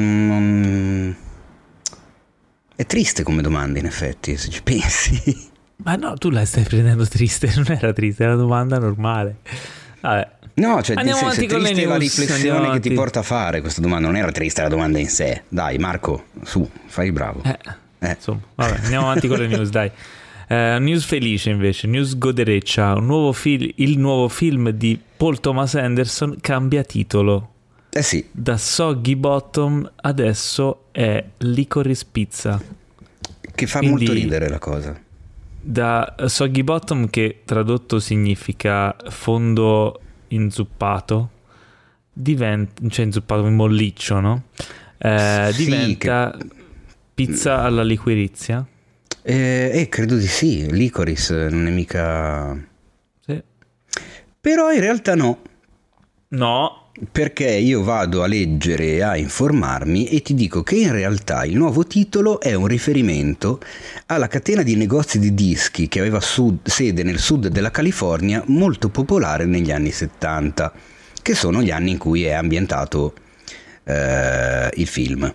È triste come domanda, in effetti, se ci pensi. Ma no, tu la stai prendendo triste, non era triste, era una domanda normale. Vabbè. No, cioè andiamo avanti con le news, la riflessione che ti porta a fare questa domanda, non era triste la domanda in sé. Dai Marco, su, fai il bravo. Insomma, vabbè, andiamo avanti con le news, dai. News felice invece, news godereccia, il nuovo film di Paul Thomas Anderson cambia titolo. Sì. Da Soggy Bottom adesso è Licorice Pizza. Che fa molto ridere la cosa. Da Soggy Bottom, che tradotto significa fondo inzuppato, cioè inzuppato in molliccio, no? Diventa pizza alla liquirizia. Credo di sì, licorice non è mica... Sì. Però in realtà no. No. Perché io vado a leggere e a informarmi e ti dico che in realtà il nuovo titolo è un riferimento alla catena di negozi di dischi che aveva sede nel sud della California, molto popolare negli anni 70, che sono gli anni in cui è ambientato il film.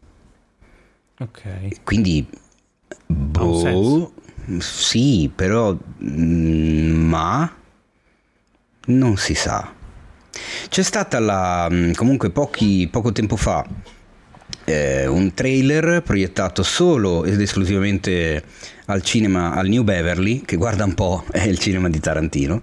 Ok. Quindi sì, però ma non si sa. C'è stata comunque poco tempo fa un trailer proiettato solo ed esclusivamente al cinema al New Beverly, che guarda un po' è il cinema di Tarantino,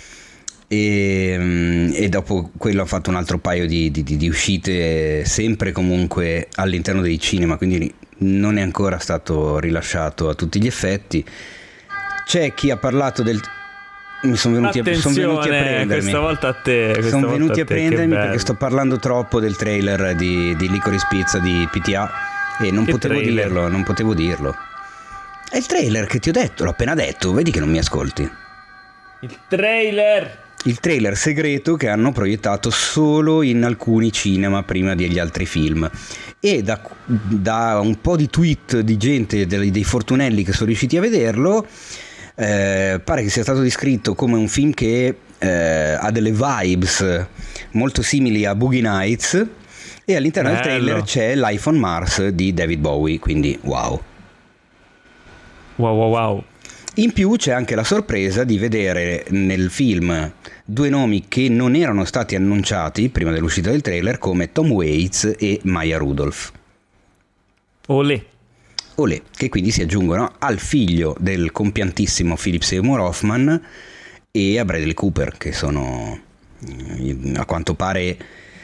e dopo quello ha fatto un altro paio di uscite sempre comunque all'interno dei cinema, quindi non è ancora stato rilasciato a tutti gli effetti. C'è chi ha parlato del... Sono venuti a prendermi questa volta a te. Sono venuti a prendermi perché sto parlando troppo del trailer di Licorice Pizza di PTA e non potevo dirlo. È il trailer che ti ho detto, l'ho appena detto, vedi che non mi ascolti. Il trailer segreto che hanno proiettato solo in alcuni cinema prima degli altri film. E da un po' di tweet di gente, dei fortunelli che sono riusciti a vederlo, pare che sia stato descritto come un film che ha delle vibes molto simili a Boogie Nights, e all'interno del trailer c'è Life on Mars di David Bowie, quindi wow. In più c'è anche la sorpresa di vedere nel film due nomi che non erano stati annunciati prima dell'uscita del trailer, come Tom Waits e Maya Rudolph. Olè, che quindi si aggiungono al figlio del compiantissimo Philip Seymour Hoffman e a Bradley Cooper, che sono a quanto pare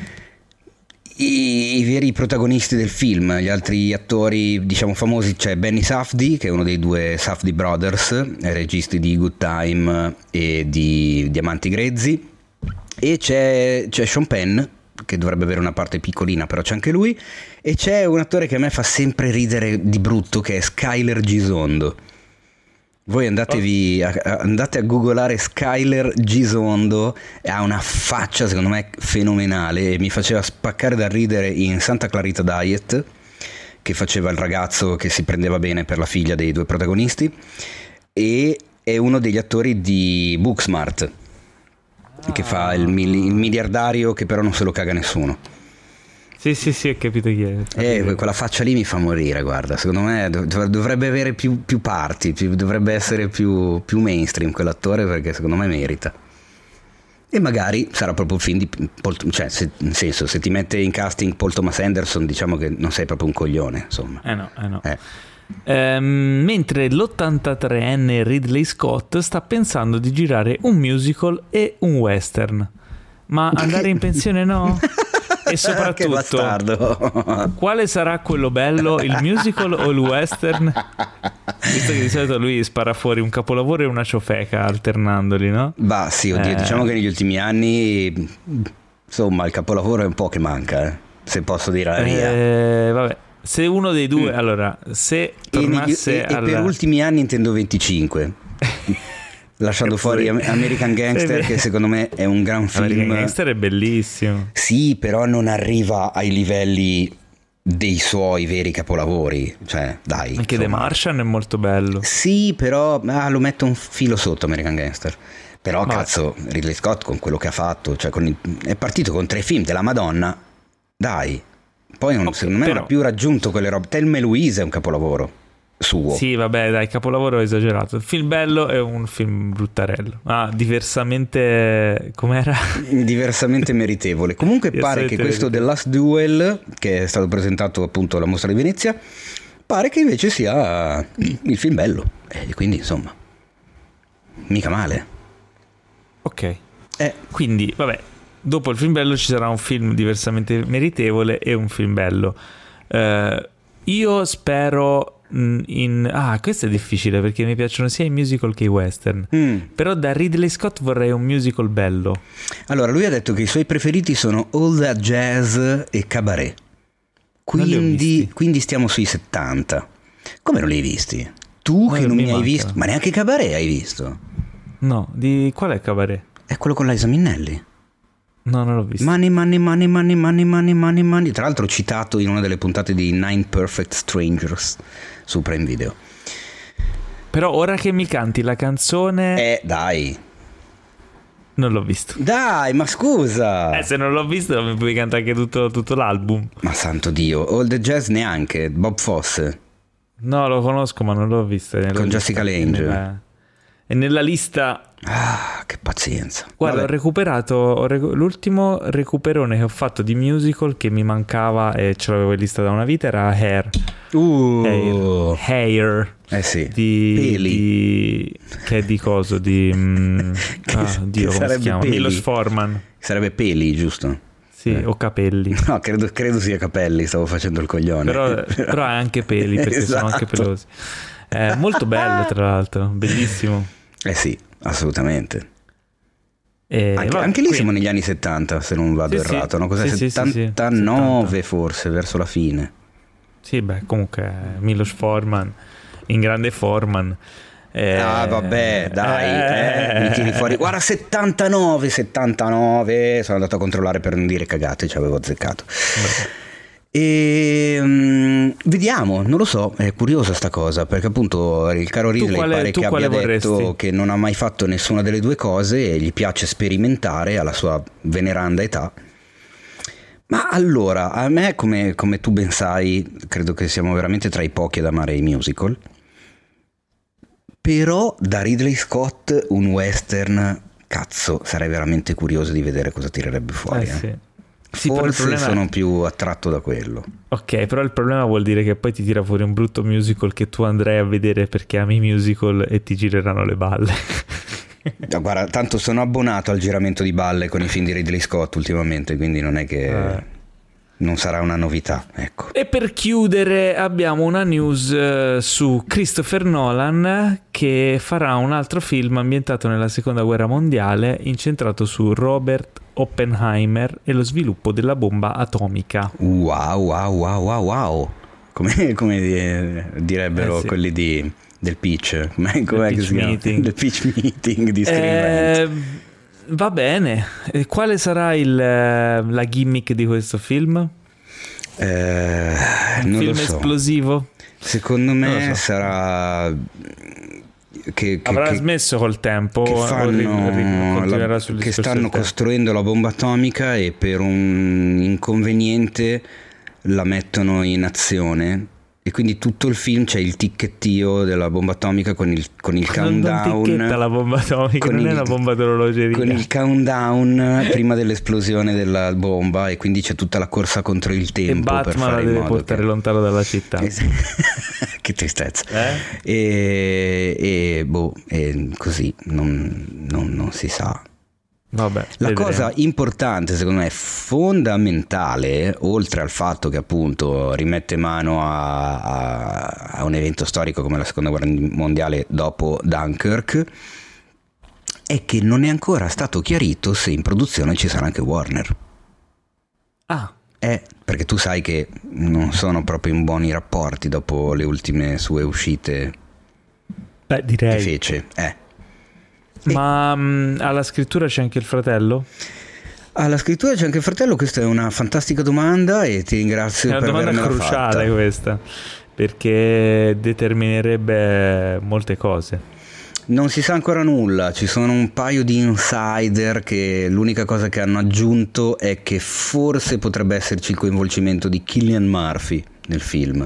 i veri protagonisti del film. Gli altri attori, diciamo, famosi, c'è Benny Safdie, che è uno dei due Safdie Brothers, registi di Good Time e di Diamanti Grezzi, e c'è Sean Penn, che dovrebbe avere una parte piccolina, però c'è anche lui, e c'è un attore che a me fa sempre ridere di brutto, che è Skyler Gisondo. Voi andate a googolare Skyler Gisondo, ha una faccia secondo me fenomenale e mi faceva spaccare da ridere in Santa Clarita Diet, che faceva il ragazzo che si prendeva bene per la figlia dei due protagonisti, e è uno degli attori di Booksmart, che fa il miliardario che però non se lo caga nessuno. Sì, ho capito chi è. Quella faccia lì mi fa morire, guarda. Secondo me dovrebbe avere più parti, dovrebbe essere più mainstream quell'attore, perché secondo me merita. E magari sarà proprio un film di cioè, nel senso, se ti mette in casting Paul Thomas Anderson, diciamo che non sei proprio un coglione, insomma. No. Mentre l'83enne Ridley Scott sta pensando di girare un musical e un western. Ma andare in pensione no? E soprattutto, quale sarà quello bello, il musical o il western? Visto che di solito lui spara fuori un capolavoro e una ciofeca alternandoli, no? Bah sì, oddio, diciamo che negli ultimi anni, insomma, il capolavoro è un po' che manca, se posso dire la mia. Vabbè, se uno dei due, allora, se tornasse e per ultimi anni intendo 25. Lasciando fuori American Gangster, che secondo me è un gran film. American Gangster è bellissimo. Sì, però non arriva ai livelli dei suoi veri capolavori. Cioè, dai. Anche The Martian è molto bello. Sì, però lo metto un filo sotto American Gangster. Però cazzo, Ridley Scott con quello che ha fatto, cioè è partito con 3 film della Madonna. Dai. Poi secondo me non ha più raggiunto quelle robe. Thelma e Louise è un capolavoro suo. Sì, vabbè, dai, capolavoro esagerato. Il film bello è un film bruttarello. Diversamente com'era? Diversamente meritevole. Comunque pare che questo The Last Duel, che è stato presentato appunto alla Mostra di Venezia, pare che invece sia il film bello. E quindi insomma, mica male. Ok. Quindi, vabbè, dopo il film bello ci sarà un film diversamente meritevole e un film bello. Io spero questo è difficile perché mi piacciono sia i musical che i western. Però da Ridley Scott vorrei un musical bello. Allora, lui ha detto che i suoi preferiti sono All That Jazz e Cabaret. Quindi stiamo sui 70. Come non li hai visti? Tu che non mi hai visto? Ma neanche Cabaret hai visto? No, di qual è Cabaret? È quello con Liza Minnelli. No, non l'ho visto. Money. Tra l'altro citato in una delle puntate di Nine Perfect Strangers su Prime Video. Però ora che mi canti la canzone... dai. Non l'ho visto. Dai, ma scusa. Se non l'ho visto mi puoi cantare anche tutto l'album. Ma santo Dio. All the Jazz neanche. Bob Fosse. No, lo conosco ma non l'ho visto. Con Jessica Lange. E nella lista... che pazienza. Guarda, ho recuperato l'ultimo recuperone che ho fatto di musical che mi mancava e ce l'avevo in lista da una vita, era Hair. Hair. Sì. Peli. Che è di coso? Di Dio, come si chiama? Milos Forman. Sarebbe Peli, giusto? Sì, o Capelli. No, credo sia Capelli, stavo facendo il coglione. Però è anche peli, perché sono anche pelosi. Molto bello, tra l'altro, bellissimo. Sì, assolutamente. Anche lì siamo negli anni 70, se non vado errato, no? Cos'è? 79 forse, verso la fine. Sì, beh, comunque Milos Forman, in grande Forman. Vabbè, dai, mi tiri fuori. Guarda, 79, sono andato a controllare per non dire cagate, ci avevo azzeccato. E vediamo, non lo so, è curiosa sta cosa, perché appunto il caro Ridley pare che abbia detto che non ha mai fatto nessuna delle due cose e gli piace sperimentare alla sua veneranda età. Ma allora, a me, come tu ben sai, credo che siamo veramente tra i pochi ad amare i musical, però da Ridley Scott un western, cazzo, sarei veramente curioso di vedere cosa tirerebbe fuori. Sì. Sì, forse sono più attratto da quello. Ok, però il problema vuol dire che poi ti tira fuori un brutto musical che tu andrai a vedere perché ami i musical e ti gireranno le balle. Guarda, tanto sono abbonato al giramento di balle con i film di Ridley Scott ultimamente, quindi non è che non sarà una novità, ecco. E per chiudere abbiamo una news su Christopher Nolan, che farà un altro film ambientato nella seconda guerra mondiale, incentrato su Robert Oppenheimer e lo sviluppo della bomba atomica. Wow. Come direbbero sì. quelli del pitch, com'è che si chiama? Meeting. Del pitch meeting di Screen Rant. Va bene. E quale sarà la gimmick di questo film? Non film lo so. esplosivo? Secondo me sarà che avrà smesso col tempo, che continuerà sul che discorso stanno del tempo. costruendo la bomba atomica e per un inconveniente la mettono in azione. E quindi tutto il film c'è il ticchettio della bomba atomica con il countdown. Non ticchetta la bomba atomica, non è una bomba d'orologeria. Con il countdown prima dell'esplosione della bomba, e quindi c'è tutta la corsa contro il tempo. E Batman per fare la in deve modo portare lontano dalla città. Che tristezza. E così non si sa. Vabbè, la vedremo. cosa importante, secondo me, fondamentale, oltre al fatto che appunto rimette mano a un evento storico come la seconda guerra mondiale dopo Dunkirk, è che non è ancora stato chiarito se in produzione ci sarà anche Warner. Perché tu sai che non sono proprio in buoni rapporti dopo le ultime sue uscite. Beh, direi. Che fece. Ma alla scrittura c'è anche il fratello? Alla scrittura c'è anche il fratello? Questa è una fantastica domanda e ti ringrazio per avermela fatta. È una domanda cruciale questa, perché determinerebbe molte cose. Non si sa ancora nulla, ci sono un paio di insider che l'unica cosa che hanno aggiunto è che forse potrebbe esserci il coinvolgimento di Cillian Murphy nel film.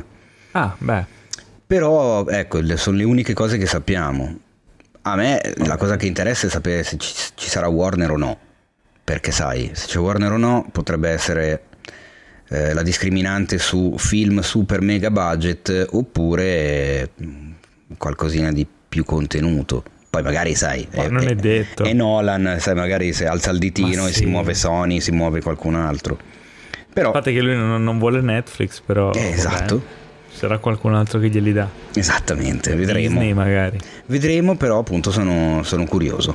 Però ecco, sono le uniche cose che sappiamo. A me la cosa che interessa è sapere se ci sarà Warner o no, perché sai, se c'è Warner o no potrebbe essere la discriminante su film super mega budget oppure qualcosina di più contenuto. Poi magari sai, non è detto. È Nolan, sai, magari se alza il ditino e si muove Sony, si muove qualcun altro. Però a parte che lui non vuole Netflix, però esatto. Sarà qualcun altro che glieli dà. Esattamente, vedremo. Disney magari. Vedremo, però appunto sono curioso.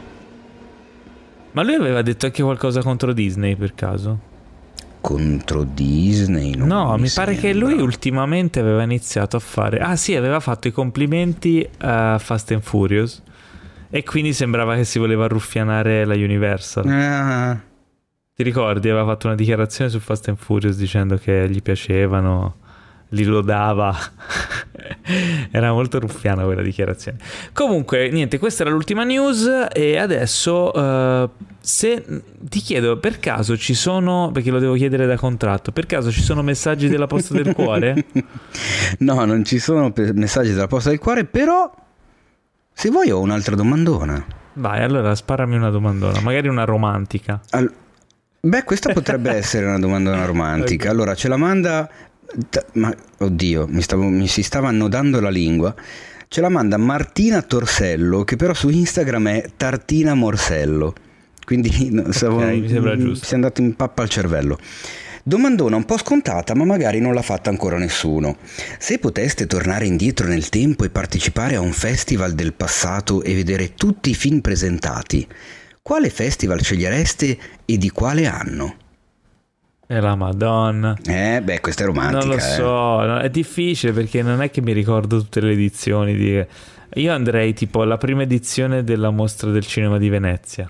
Ma lui aveva detto anche qualcosa contro Disney per caso? Contro Disney? No, mi pare che lui ultimamente aveva iniziato a fare... aveva fatto i complimenti a Fast and Furious e quindi sembrava che si voleva ruffianare la Universal. Ti ricordi? Aveva fatto una dichiarazione su Fast and Furious dicendo che gli piacevano, li lodava. Era molto ruffiana quella dichiarazione. Comunque niente, questa era l'ultima news. E adesso se ti chiedo, per caso ci sono, perché lo devo chiedere da contratto, per caso ci sono messaggi della Posta del Cuore? No, non ci sono messaggi della Posta del Cuore, però se vuoi ho un'altra domandona. Vai, allora sparami una domandona, magari una romantica. Questa potrebbe essere una domandona romantica. Okay. Allora ce la manda... Ma oddio, mi si stava annodando la lingua. Ce la manda Martina Torsello, che però su Instagram è Tartina Morsello. Quindi mi sembra giusto. Si è andato in pappa al cervello. Domandona un po' scontata, ma magari non l'ha fatta ancora nessuno. Se poteste tornare indietro nel tempo e partecipare a un festival del passato e vedere tutti i film presentati, quale festival scegliereste e di quale anno? È la Madonna. Questa è romantica. Non lo so, è difficile perché non è che mi ricordo tutte le edizioni. Io andrei tipo alla prima edizione della Mostra del Cinema di Venezia.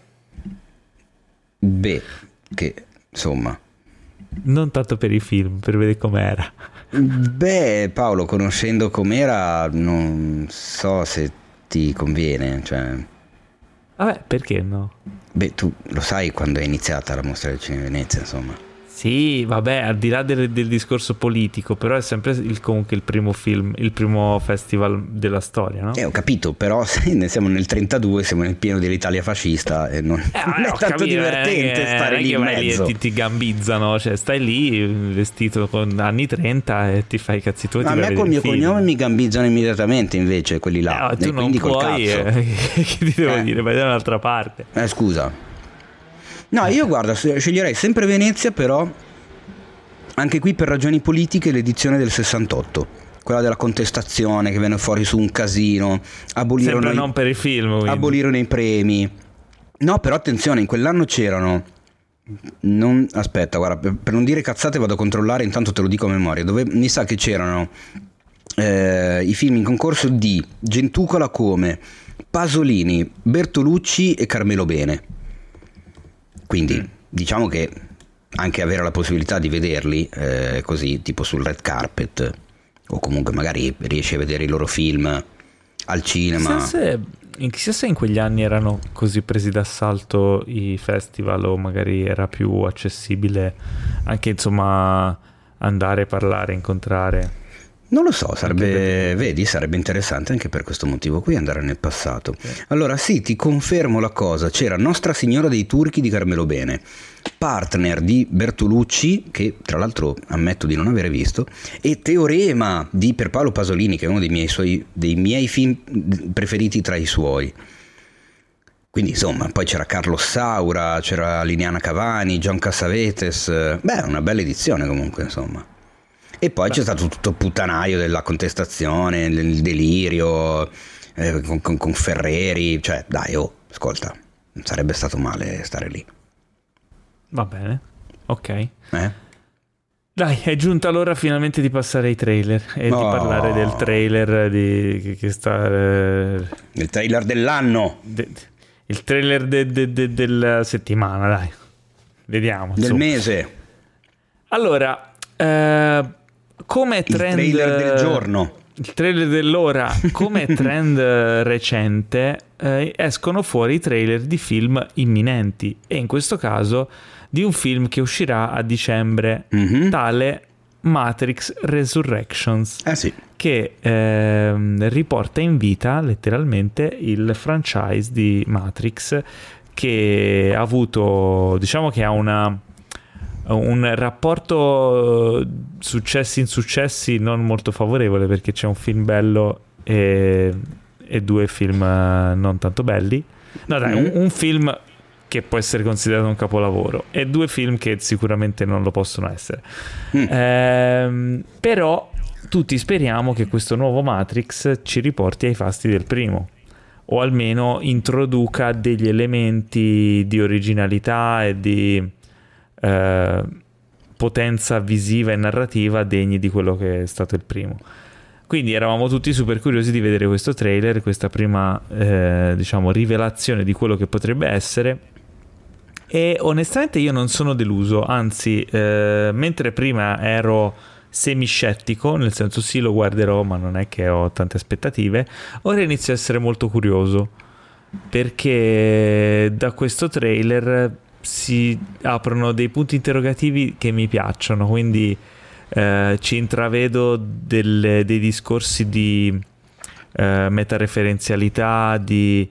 Che insomma... Non tanto per i film, per vedere com'era. Paolo, conoscendo com'era, non so se ti conviene, cioè... Vabbè, perché no? Tu lo sai quando è iniziata la Mostra del Cinema di Venezia, insomma. Sì, vabbè, al di là del discorso politico, però è sempre comunque il primo film, il primo festival della storia, no? Ho capito, però ne siamo nel 32, siamo nel pieno dell'Italia fascista e non è tanto divertente stare lì in mezzo. Lì ti gambizzano, cioè stai lì vestito con anni 30 e ti fai i cazzi tuoi. A me col mio cognome mi gambizzano immediatamente invece quelli là, tu non quindi puoi, col cazzo. Che ti devo dire, vai da un'altra parte. Scusa. No, io guarda, sceglierei sempre Venezia, però anche qui per ragioni politiche l'edizione del 68, quella della contestazione che venne fuori su un casino, sempre non per i film, quindi. Abolirono i premi. No, però attenzione, in quell'anno c'erano aspetta, guarda, per non dire cazzate vado a controllare, intanto te lo dico a memoria, dove mi sa che c'erano i film in concorso di Gentucola come Pasolini, Bertolucci e Carmelo Bene. Quindi diciamo che anche avere la possibilità di vederli così tipo sul red carpet, o comunque magari riesci a vedere i loro film al cinema. Chissà se in quegli anni erano così presi d'assalto i festival, o magari era più accessibile anche insomma andare, parlare, incontrare. Non lo so, sarebbe interessante anche per questo motivo qui andare nel passato. Allora sì, ti confermo la cosa, c'era Nostra Signora dei Turchi di Carmelo Bene, Partner di Bertolucci, che tra l'altro ammetto di non avere visto, e Teorema di Pierpaolo Pasolini, che è uno dei miei film preferiti tra i suoi. Quindi insomma, poi c'era Carlos Saura, c'era Liliana Cavani, John Cassavetes, una bella edizione comunque insomma. E poi c'è stato tutto il puttanaio della contestazione, il delirio con Ferreri, cioè dai, ascolta, non sarebbe stato male stare lì. Va bene, ok. Dai, è giunta l'ora finalmente di passare ai trailer e di parlare del trailer che sta... Il trailer dell'anno! Il trailer della settimana, dai. Vediamo. Del mese. Allora... come trend, il trailer del giorno, il trailer dell'ora, come trend recente escono fuori i trailer di film imminenti, e in questo caso di un film che uscirà a dicembre, tale Matrix Resurrections, sì, che riporta in vita letteralmente il franchise di Matrix, che ha avuto, diciamo che ha un rapporto successi insuccessi non molto favorevole, perché c'è un film bello e due film non tanto belli. No dai, un film che può essere considerato un capolavoro e due film che sicuramente non lo possono essere. Però tutti speriamo che questo nuovo Matrix ci riporti ai fasti del primo, o almeno introduca degli elementi di originalità e di potenza visiva e narrativa degni di quello che è stato il primo. Quindi eravamo tutti super curiosi di vedere questo trailer, questa prima diciamo rivelazione di quello che potrebbe essere, e onestamente io non sono deluso, anzi mentre prima ero semiscettico, nel senso sì, lo guarderò ma non è che ho tante aspettative, ora inizio a essere molto curioso, perché da questo trailer si aprono dei punti interrogativi che mi piacciono, quindi ci intravedo dei discorsi di metareferenzialità, di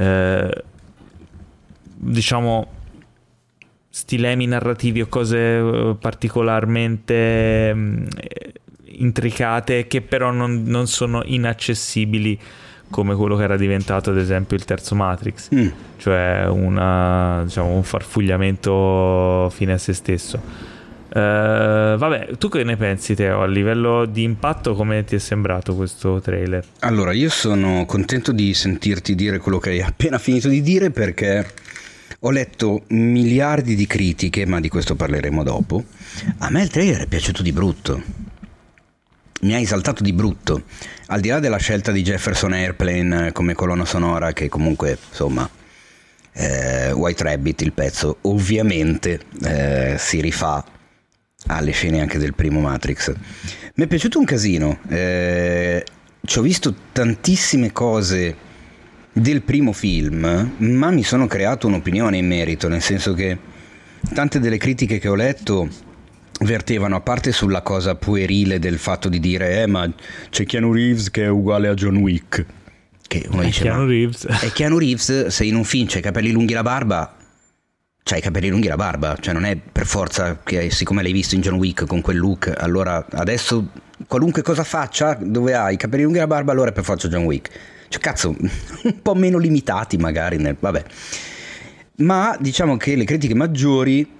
diciamo stilemi narrativi o cose particolarmente intricate, che però non sono inaccessibili come quello che era diventato ad esempio il terzo Matrix, cioè un farfugliamento fine a se stesso. Vabbè, tu che ne pensi, Teo? A livello di impatto, come ti è sembrato questo trailer? Allora, io sono contento di sentirti dire quello che hai appena finito di dire, perché ho letto miliardi di critiche, ma di questo parleremo dopo. A me il trailer è piaciuto di brutto, mi ha esaltato di brutto, al di là della scelta di Jefferson Airplane come colonna sonora, che comunque insomma White Rabbit, il pezzo, ovviamente si rifà alle scene anche del primo Matrix. Mi è piaciuto un casino, ci ho visto tantissime cose del primo film, ma mi sono creato un'opinione in merito, nel senso che tante delle critiche che ho letto vertevano, a parte sulla cosa puerile del fatto di dire ma c'è Keanu Reeves che è uguale a John Wick, che uno dice Keanu Reeves. E Keanu Reeves, se in un film c'hai i capelli lunghi e la barba, c'hai i capelli lunghi e la barba, cioè non è per forza che siccome l'hai visto in John Wick con quel look, allora adesso qualunque cosa faccia dove hai i capelli lunghi e la barba, allora è per forza John Wick. Cioè cazzo, un po' meno limitati magari vabbè. Ma diciamo che le critiche maggiori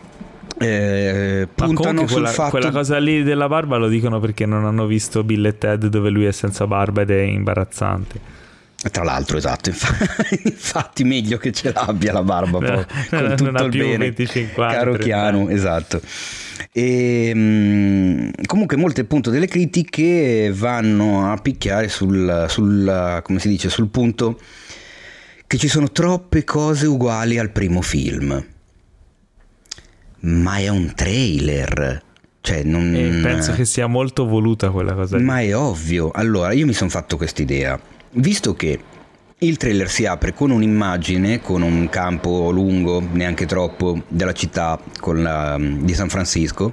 puntano sul fatto, quella cosa lì della barba lo dicono perché non hanno visto Bill e Ted, dove lui è senza barba ed è imbarazzante. Tra l'altro, esatto, infatti meglio che ce l'abbia la barba, poi, con tutto non ha il più bene, 25 anni, caro Keanu, esatto. E comunque molte appunto delle critiche vanno a picchiare sul come si dice, sul punto che ci sono troppe cose uguali al primo film. Ma è un trailer, cioè non... penso che sia molto voluta quella cosa lì. Ma è ovvio. Allora io mi sono fatto quest'idea, visto che il trailer si apre con un'immagine, con un campo lungo, neanche troppo, della città di San Francisco,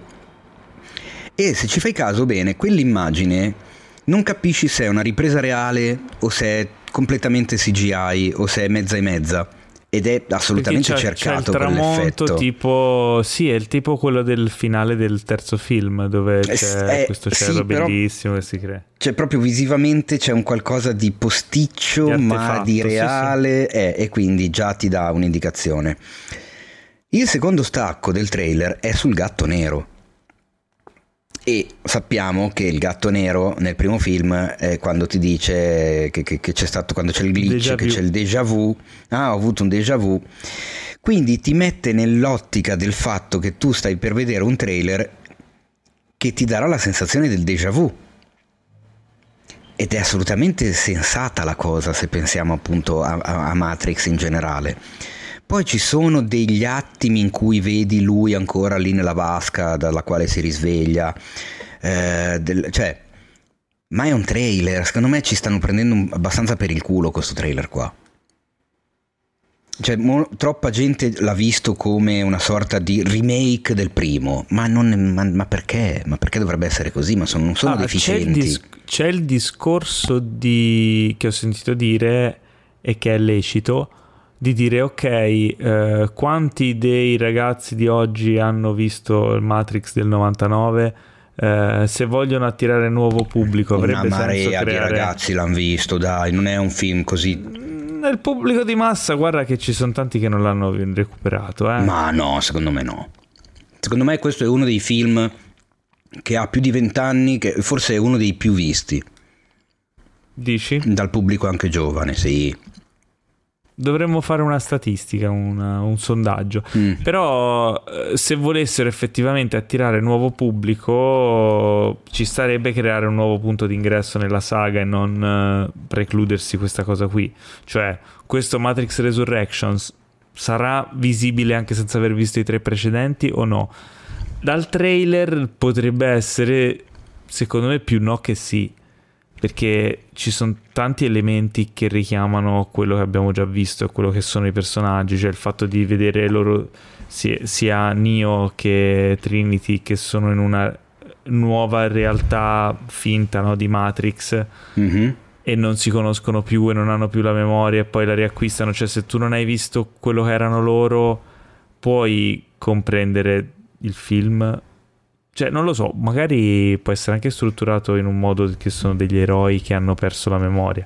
e se ci fai caso bene, quell'immagine non capisci se è una ripresa reale o se è completamente CGI o se è mezza e mezza. Ed è assolutamente cercato c'è il tramonto, quell'effetto. Tipo, sì, è il tipo quello del finale del terzo film, dove c'è questo cielo sì, bellissimo che si crea. Cioè proprio visivamente c'è un qualcosa di posticcio, ma di reale, sì. E quindi già ti dà un'indicazione. Il secondo stacco del trailer è sul gatto nero. E sappiamo che il gatto nero nel primo film è quando ti dice che c'è stato, quando c'è il glitch, che c'è il déjà vu. Ho avuto un déjà vu. Quindi ti mette nell'ottica del fatto che tu stai per vedere un trailer che ti darà la sensazione del déjà vu. Ed è assolutamente sensata la cosa, se pensiamo appunto a Matrix in generale. Poi ci sono degli attimi in cui vedi lui ancora lì nella vasca dalla quale si risveglia, cioè, ma è un trailer, secondo me ci stanno prendendo abbastanza per il culo questo trailer qua. Cioè, troppa gente l'ha visto come una sorta di remake del primo, ma perché? Ma perché dovrebbe essere così? Ma non sono deficienti. C'è il discorso che ho sentito dire, e che è lecito, di dire ok, quanti dei ragazzi di oggi hanno visto il Matrix del 99, se vogliono attirare nuovo pubblico avrebbe senso creare... Una marea di ragazzi l'hanno visto, dai, non è un film così... Nel pubblico di massa, guarda che ci sono tanti che non l'hanno recuperato, Ma no, secondo me no. Secondo me questo è uno dei film che ha più di 20 anni, che forse è uno dei più visti. Dici? Dal pubblico anche giovane, sì. Dovremmo fare una statistica, un sondaggio. Però se volessero effettivamente attirare nuovo pubblico, ci starebbe creare un nuovo punto d'ingresso nella saga e non precludersi questa cosa qui. Cioè, questo Matrix Resurrections sarà visibile anche senza aver visto i 3 precedenti o no? Dal trailer potrebbe essere, secondo me, più no che sì, perché ci sono tanti elementi che richiamano quello che abbiamo già visto e quello che sono i personaggi, cioè il fatto di vedere loro, sia Neo che Trinity, che sono in una nuova realtà finta, no, di Matrix, e non si conoscono più e non hanno più la memoria e poi la riacquistano. Cioè, se tu non hai visto quello che erano loro, puoi comprendere il film. Cioè, non lo so, magari può essere anche strutturato in un modo che sono degli eroi che hanno perso la memoria.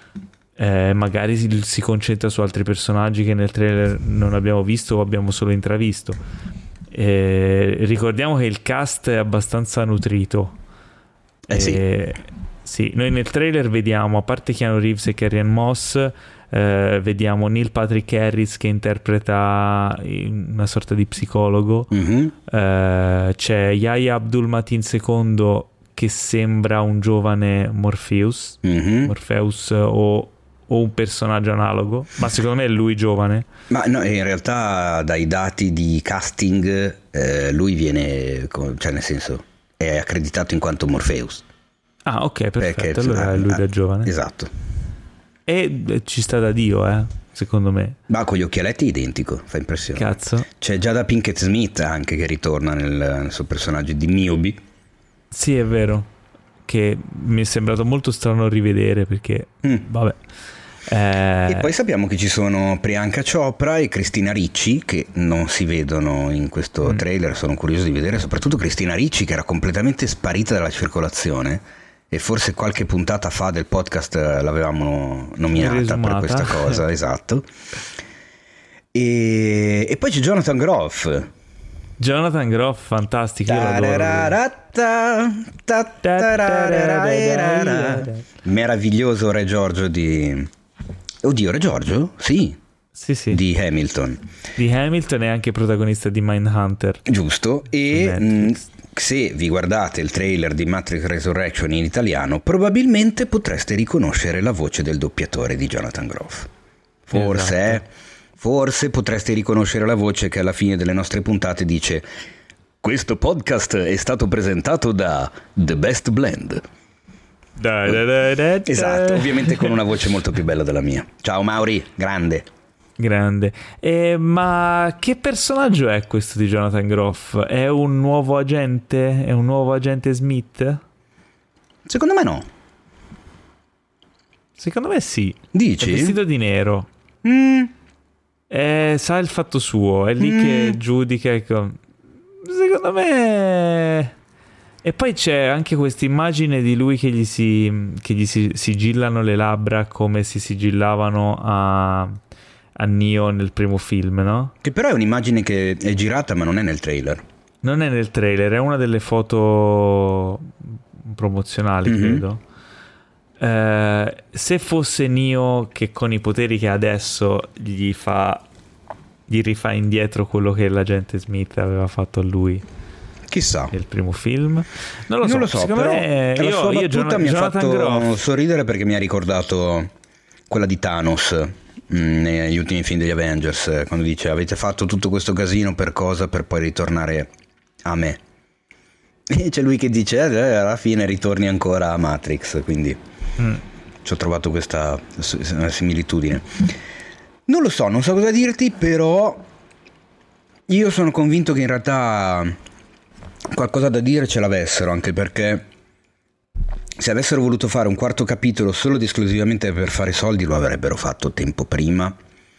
Magari si concentra su altri personaggi che nel trailer non abbiamo visto o abbiamo solo intravisto. Ricordiamo che il cast è abbastanza nutrito. Sì, noi nel trailer vediamo, a parte Keanu Reeves e Carrie-Anne Moss, vediamo Neil Patrick Harris che interpreta una sorta di psicologo. C'è Yahya Abdul-Mateen II che sembra un giovane Morpheus o un personaggio analogo, ma secondo me è lui giovane. Ma no, in realtà dai dati di casting lui viene, cioè nel senso è accreditato in quanto Morpheus. Ah, ok, perfetto. Allora è lui da giovane. Esatto. E ci sta da Dio, secondo me. Ma con gli occhialetti è identico, fa impressione. Cazzo. C'è già da Pinkett Smith anche che ritorna nel suo personaggio di Niobe. Sì, è vero, che mi è sembrato molto strano rivedere perché, vabbè. E poi sappiamo che ci sono Priyanka Chopra e Christina Ricci che non si vedono in questo trailer, sono curioso di vedere, soprattutto Christina Ricci che era completamente sparita dalla circolazione e forse qualche puntata fa del podcast l'avevamo nominata per questa cosa, esatto. E poi c'è Jonathan Groff. Jonathan Groff, fantastico, io meraviglioso Re Giorgio di... Oddio, Re Giorgio? Sì. Sì. Di Hamilton. Di Hamilton è anche protagonista di Mindhunter. Giusto. E se vi guardate il trailer di Matrix Resurrection in italiano, probabilmente potreste riconoscere la voce del doppiatore di Jonathan Groff. Forse, esatto. Forse potreste riconoscere la voce che alla fine delle nostre puntate dice: questo podcast è stato presentato da The Best Blend. Esatto, ovviamente con una voce molto più bella della mia. Ciao Mauri, grande. Ma che personaggio è questo di Jonathan Groff? È un nuovo agente? È un nuovo agente Smith? Secondo me no. Secondo me sì. Dici? È vestito di nero. Sa il fatto suo, è lì che giudica. Secondo me. E poi c'è anche questa immagine di lui che gli si sigillano le labbra come si sigillavano a Neo nel primo film, no? Che però è un'immagine che è girata ma non è nel trailer. Non è nel trailer, è una delle foto promozionali, credo. Se fosse Neo che con i poteri che ha adesso gli rifà indietro quello che l'agente Smith aveva fatto a lui. Chissà. Il primo film. Non lo so però me, la sua battuta mi ha fatto Groff. sorridere perché mi ha ricordato quella di Thanos negli ultimi film degli Avengers, quando dice: avete fatto tutto questo casino per cosa? Per poi ritornare a me. E c'è lui che dice alla fine ritorni ancora a Matrix, quindi ci ho trovato questa similitudine. Non lo so, non so cosa dirti, però io sono convinto che in realtà qualcosa da dire ce l'avessero, anche perché se avessero voluto fare un quarto capitolo solo ed esclusivamente per fare soldi lo avrebbero fatto tempo prima.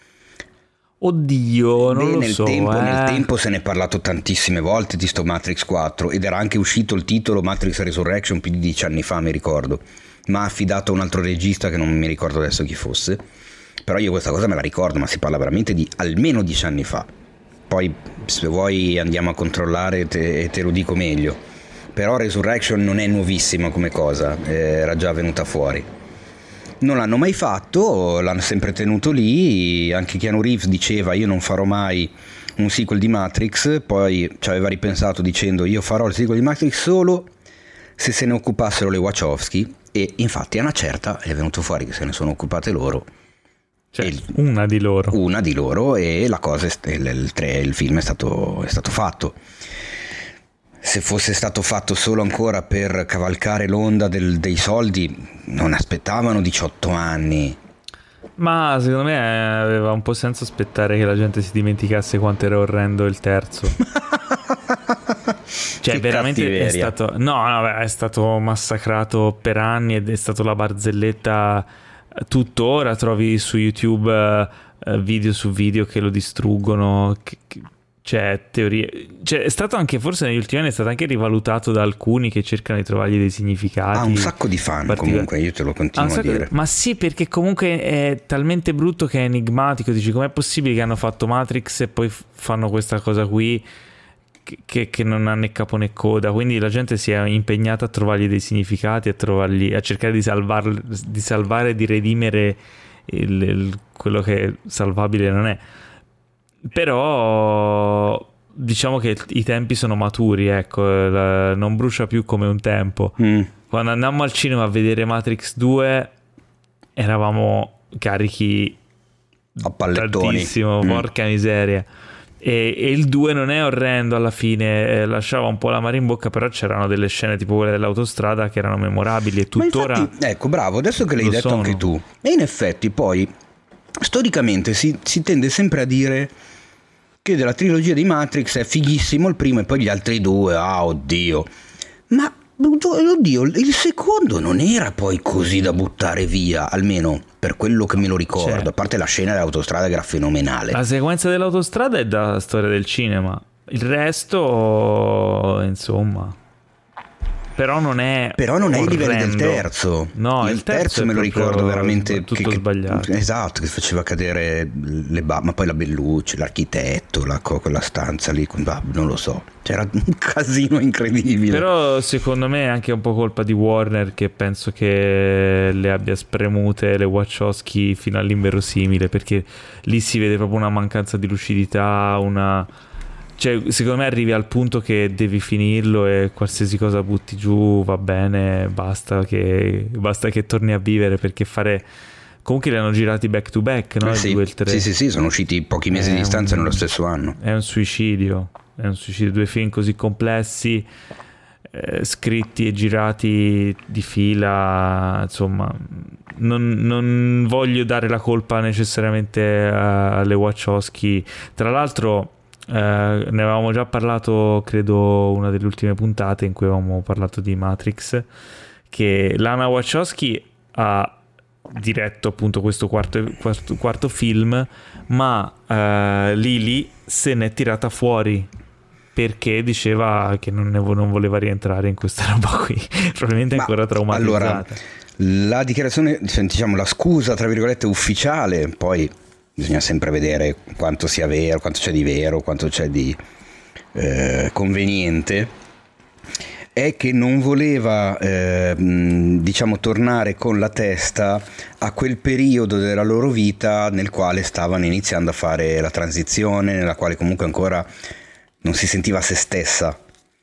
Oddio, non lo so. Nel tempo se ne è parlato tantissime volte di sto Matrix 4 ed era anche uscito il titolo Matrix Resurrection più di 10 anni fa, mi ricordo, ma affidato a un altro regista che non mi ricordo adesso chi fosse. Però io questa cosa me la ricordo, ma si parla veramente di almeno 10 anni fa. Poi se vuoi andiamo a controllare e te lo dico meglio. Però Resurrection non è nuovissima come cosa, era già venuta fuori. Non l'hanno mai fatto, l'hanno sempre tenuto lì. Anche Keanu Reeves diceva: io non farò mai un sequel di Matrix. Poi ci aveva ripensato dicendo: io farò il sequel di Matrix solo se se ne occupassero le Wachowski. E infatti a una certa è venuto fuori che se ne sono occupate loro. Cioè, una di loro, e la cosa il film è stato fatto. Se fosse stato fatto solo ancora per cavalcare l'onda dei soldi, non aspettavano 18 anni. Ma secondo me aveva un po' senso aspettare che la gente si dimenticasse quanto era orrendo il terzo. Cioè, veramente cattiveria. È stato massacrato per anni ed è stato la barzelletta. Tuttora trovi su YouTube video su video che lo distruggono, c'è teorie, è stato anche, forse negli ultimi anni è stato anche rivalutato da alcuni che cercano di trovargli dei significati. Ha un sacco di fan comunque, io te lo continuo a dire. Ma sì, perché comunque è talmente brutto che è enigmatico, dici com'è possibile che hanno fatto Matrix e poi fanno questa cosa qui che non ha né capo né coda, quindi la gente si è impegnata a trovargli dei significati, a cercare di salvare e di redimere quello che salvabile non è. Però diciamo che i tempi sono maturi, ecco, non brucia più come un tempo. Quando andammo al cinema a vedere Matrix 2 eravamo carichi a pallettoni, tantissimo, porca miseria. E il 2 non è orrendo alla fine, lasciava un po' l'amaro in bocca, però c'erano delle scene tipo quelle dell'autostrada che erano memorabili e tuttora. Ma infatti, ecco, bravo, adesso che l'hai detto anche tu. E in effetti poi storicamente si tende sempre a dire che della trilogia di Matrix è fighissimo il primo e poi gli altri due, oddio. Ma oddio, il secondo non era poi così da buttare via, almeno per quello che me lo ricordo, a parte la scena dell'autostrada che era fenomenale. La sequenza dell'autostrada è da storia del cinema, il resto insomma però non è ai livelli del terzo. No, il terzo me lo ricordo veramente tutto sbagliato. Esatto, che faceva cadere ma poi la Bellucci, l'architetto, quella stanza lì, non lo so, c'era un casino incredibile. Però secondo me è anche un po' colpa di Warner, che penso che le abbia spremute le Wachowski fino all'inverosimile, perché lì si vede proprio una mancanza di lucidità, cioè, secondo me arrivi al punto che devi finirlo e qualsiasi cosa butti giù va bene, basta che torni a vivere, perché comunque li hanno girati back to back, no? Sì. 2 e il 3. Sì, sono usciti pochi mesi di distanza nello stesso anno. È un suicidio, 2 film così complessi, scritti e girati di fila, insomma. Non voglio dare la colpa necessariamente alle Wachowski. Tra l'altro ne avevamo già parlato, credo, una delle ultime puntate in cui avevamo parlato di Matrix, che Lana Wachowski ha diretto appunto questo quarto film, ma Lily se n'è tirata fuori perché diceva che non voleva rientrare in questa roba qui, probabilmente ancora traumatizzata. Allora, la dichiarazione, diciamo la scusa tra virgolette ufficiale, poi bisogna sempre vedere quanto sia vero, quanto c'è di vero, quanto c'è di conveniente, è che non voleva diciamo tornare con la testa a quel periodo della loro vita nel quale stavano iniziando a fare la transizione, nella quale comunque ancora non si sentiva se stessa.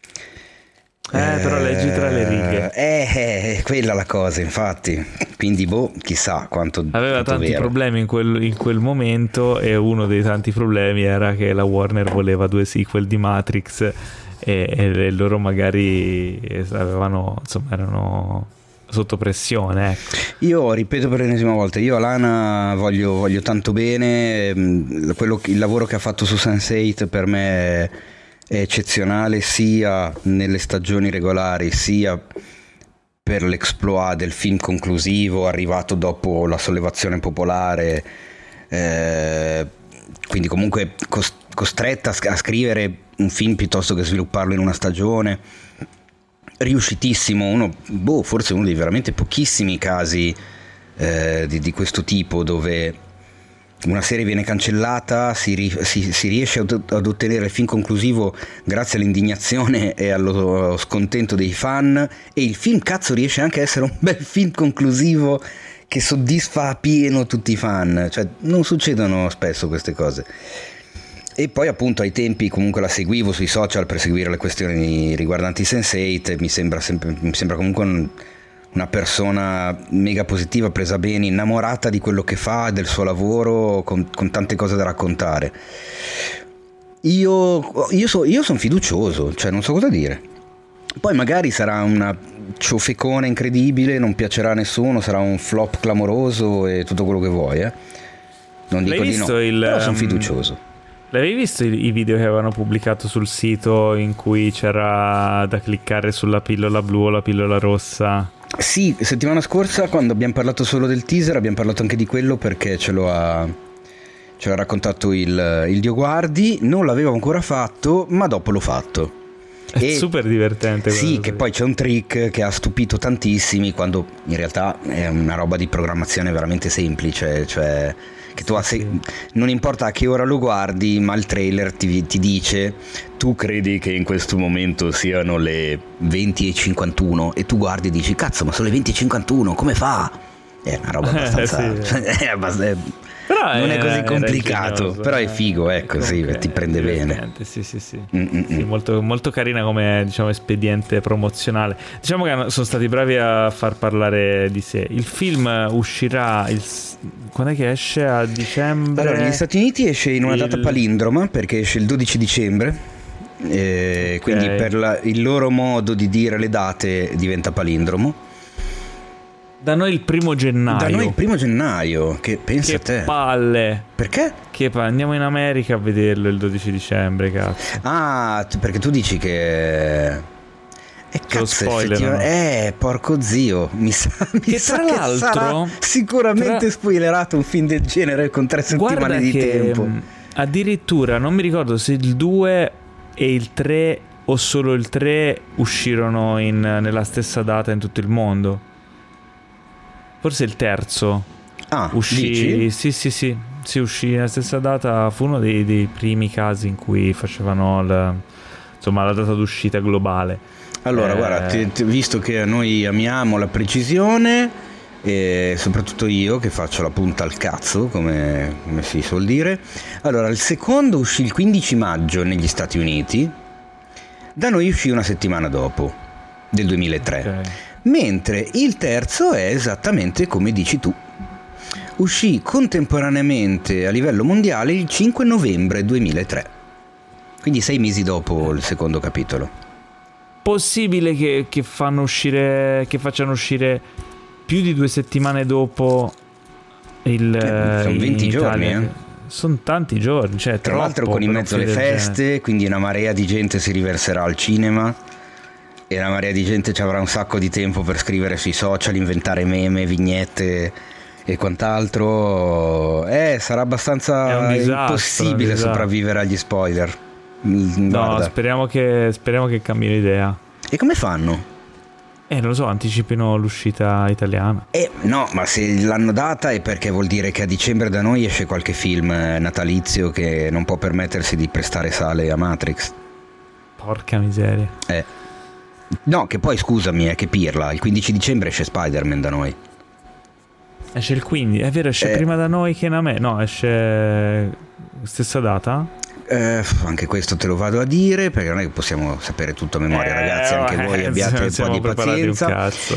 Però leggi tra le righe. È quella la cosa, infatti. Quindi chissà quanto aveva tanti vero. problemi in quel momento, e uno dei tanti problemi era che la Warner voleva 2 sequel di Matrix e loro magari avevano, insomma, erano sotto pressione, ecco. Io ripeto per l'ennesima volta, io a Lana voglio tanto bene, il lavoro che ha fatto su Sense8 per me è eccezionale, sia nelle stagioni regolari sia per l'exploit del film conclusivo arrivato dopo la sollevazione popolare, quindi comunque costretta a scrivere un film piuttosto che svilupparlo in una stagione. Riuscitissimo, forse uno dei veramente pochissimi casi di questo tipo, dove una serie viene cancellata, si riesce ad ottenere il film conclusivo grazie all'indignazione e allo scontento dei fan, e il film cazzo riesce anche a essere un bel film conclusivo che soddisfa a pieno tutti i fan. Cioè, non succedono spesso queste cose. E poi appunto ai tempi comunque la seguivo sui social per seguire le questioni riguardanti Sense8, mi sembra comunque una persona mega positiva, presa bene, innamorata di quello che fa, del suo lavoro, con tante cose da raccontare. Io sono fiducioso, cioè non so cosa dire. Poi magari sarà una ciofecona incredibile, non piacerà a nessuno, sarà un flop clamoroso e tutto quello che vuoi, non dico di no, però sono fiducioso. L'avevi visto i video che avevano pubblicato sul sito in cui c'era da cliccare sulla pillola blu o la pillola rossa? Sì, settimana scorsa quando abbiamo parlato solo del teaser abbiamo parlato anche di quello, perché ce l'ha raccontato il Dio Guardi. Non l'avevo ancora fatto, ma dopo l'ho fatto. È super divertente. Sì, che poi c'è un trick che ha stupito tantissimi, quando in realtà è una roba di programmazione veramente semplice, cioè che tu non importa a che ora lo guardi, ma il trailer ti dice: tu credi che in questo momento siano le 20:51 e tu guardi e dici cazzo, ma sono le 20:51, come fa? È una roba abbastanza però non è così complicato, però è figo, ecco, sì, ti prende bene. Sì. Sì, molto, molto carina come, diciamo, espediente promozionale. Diciamo che sono stati bravi a far parlare di sé. Il film uscirà quando è che esce? A dicembre? Allora, negli Stati Uniti esce in una data palindroma, perché esce il 12 dicembre, quindi per il loro modo di dire le date diventa palindromo. Da noi il 1 gennaio. Da noi il 1 gennaio, che pensa che a te. Palle. Perché? Andiamo in America a vederlo il 12 dicembre, cazzo. Ah, perché tu dici che... cazzo, effettivamente... porco zio, mi sa che l'altro sarà sicuramente spoilerato un film del genere con 3 settimane di tempo. Addirittura, non mi ricordo se il 2 e il 3 o solo il 3 uscirono nella stessa data in tutto il mondo. Forse il terzo uscì. Dici? Sì, uscì nella stessa data. Fu uno dei primi casi in cui facevano la data d'uscita globale. Allora, guarda, visto che noi amiamo la precisione, e soprattutto io che faccio la punta al cazzo, come si suol dire. Allora, il secondo uscì il 15 maggio negli Stati Uniti, da noi uscì una settimana dopo, del 2003. Okay. Mentre il terzo è esattamente come dici tu. Uscì contemporaneamente a livello mondiale il 5 novembre 2003. Quindi 6 mesi dopo il secondo capitolo. Possibile che facciano uscire più di 2 settimane dopo il sono 20 giorni, Sono tanti giorni, cioè tra l'altro con in mezzo le feste, quindi una marea di gente si riverserà al cinema. E la marea di gente ci avrà un sacco di tempo per scrivere sui social, inventare meme, vignette e quant'altro. Sarà abbastanza impossibile sopravvivere agli spoiler. No, speriamo che cambino idea. E come fanno? Non lo so, anticipino l'uscita italiana. No, ma se l'hanno data è perché vuol dire che a dicembre da noi esce qualche film natalizio che non può permettersi di prestare sale a Matrix. Porca miseria. No, che poi scusami, che pirla, il 15 dicembre esce Spider-Man da noi. Esce il 15, è vero, esce prima da noi che da me. No, esce stessa data? Anche questo te lo vado a dire, perché non è che possiamo sapere tutto a memoria, ragazzi, anche voi abbiate un po' di pazienza. Un cazzo,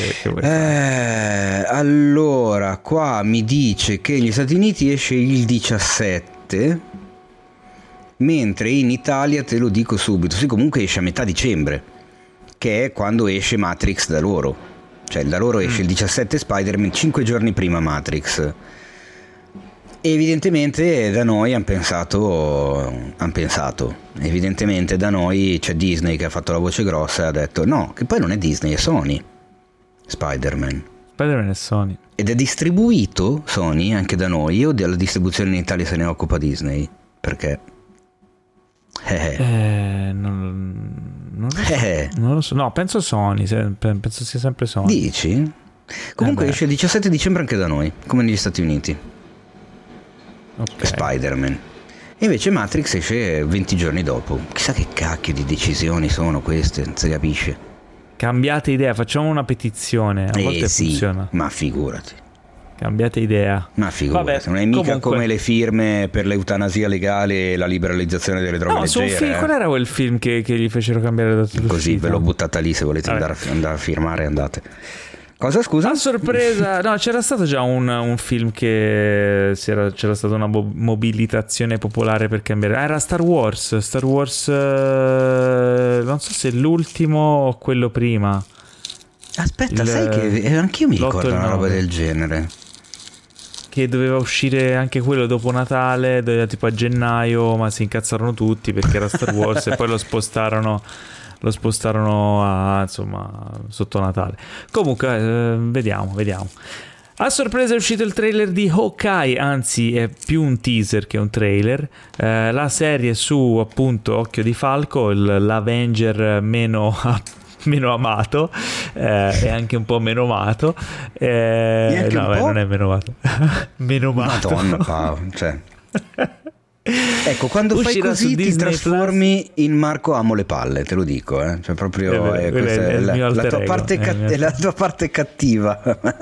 allora, qua mi dice che negli Stati Uniti esce il 17, mentre in Italia, te lo dico subito, sì, comunque esce a metà dicembre, che è quando esce Matrix da loro. Cioè da loro esce il 17 Spider-Man, 5 giorni prima Matrix. Evidentemente da noi hanno pensato, evidentemente da noi c'è Disney che ha fatto la voce grossa e ha detto no, che poi non è Disney, è Sony. Spider-Man è Sony. Ed è distribuito Sony anche da noi, o della distribuzione in Italia se ne occupa Disney? Perché? Non lo so. No, penso Sony, penso sia sempre Sony. Dici? Comunque esce il 17 dicembre anche da noi, come negli Stati Uniti. Okay. Spider-Man. E invece Matrix esce 20 giorni dopo. Chissà che cacchio di decisioni sono queste, non si capisce. Cambiate idea, facciamo una petizione. A volte funziona. Ma figurati. Cambiate idea. Ma figurati, vabbè, non è mica come le firme per l'eutanasia legale e la liberalizzazione delle droghe leggere. Qual era quel film che gli fecero cambiare data d'uscita? Così ve l'ho buttata lì, se volete andare a firmare andate. Cosa, scusa? A sorpresa, no, c'era stato già un film che c'era stata una mobilitazione popolare per cambiare. Era Star Wars, non so se l'ultimo o quello prima. Aspetta, sai che anch'io mi ricordo una roba del genere. Che doveva uscire anche quello dopo Natale, tipo a gennaio, ma si incazzarono tutti perché era Star Wars e poi lo spostarono a, insomma, sotto Natale. Comunque vediamo. A sorpresa è uscito il trailer di Hawkeye, anzi è più un teaser che un trailer, la serie su appunto Occhio di Falco, l'Avenger meno amato, e anche un po' meno amato, non è meno amato. Meno amato. Madonna, cioè. Ecco, quando uscirà fai così ti trasformi in Marco Amo le palle, te lo dico, Cioè proprio questa è la tua parte cattiva.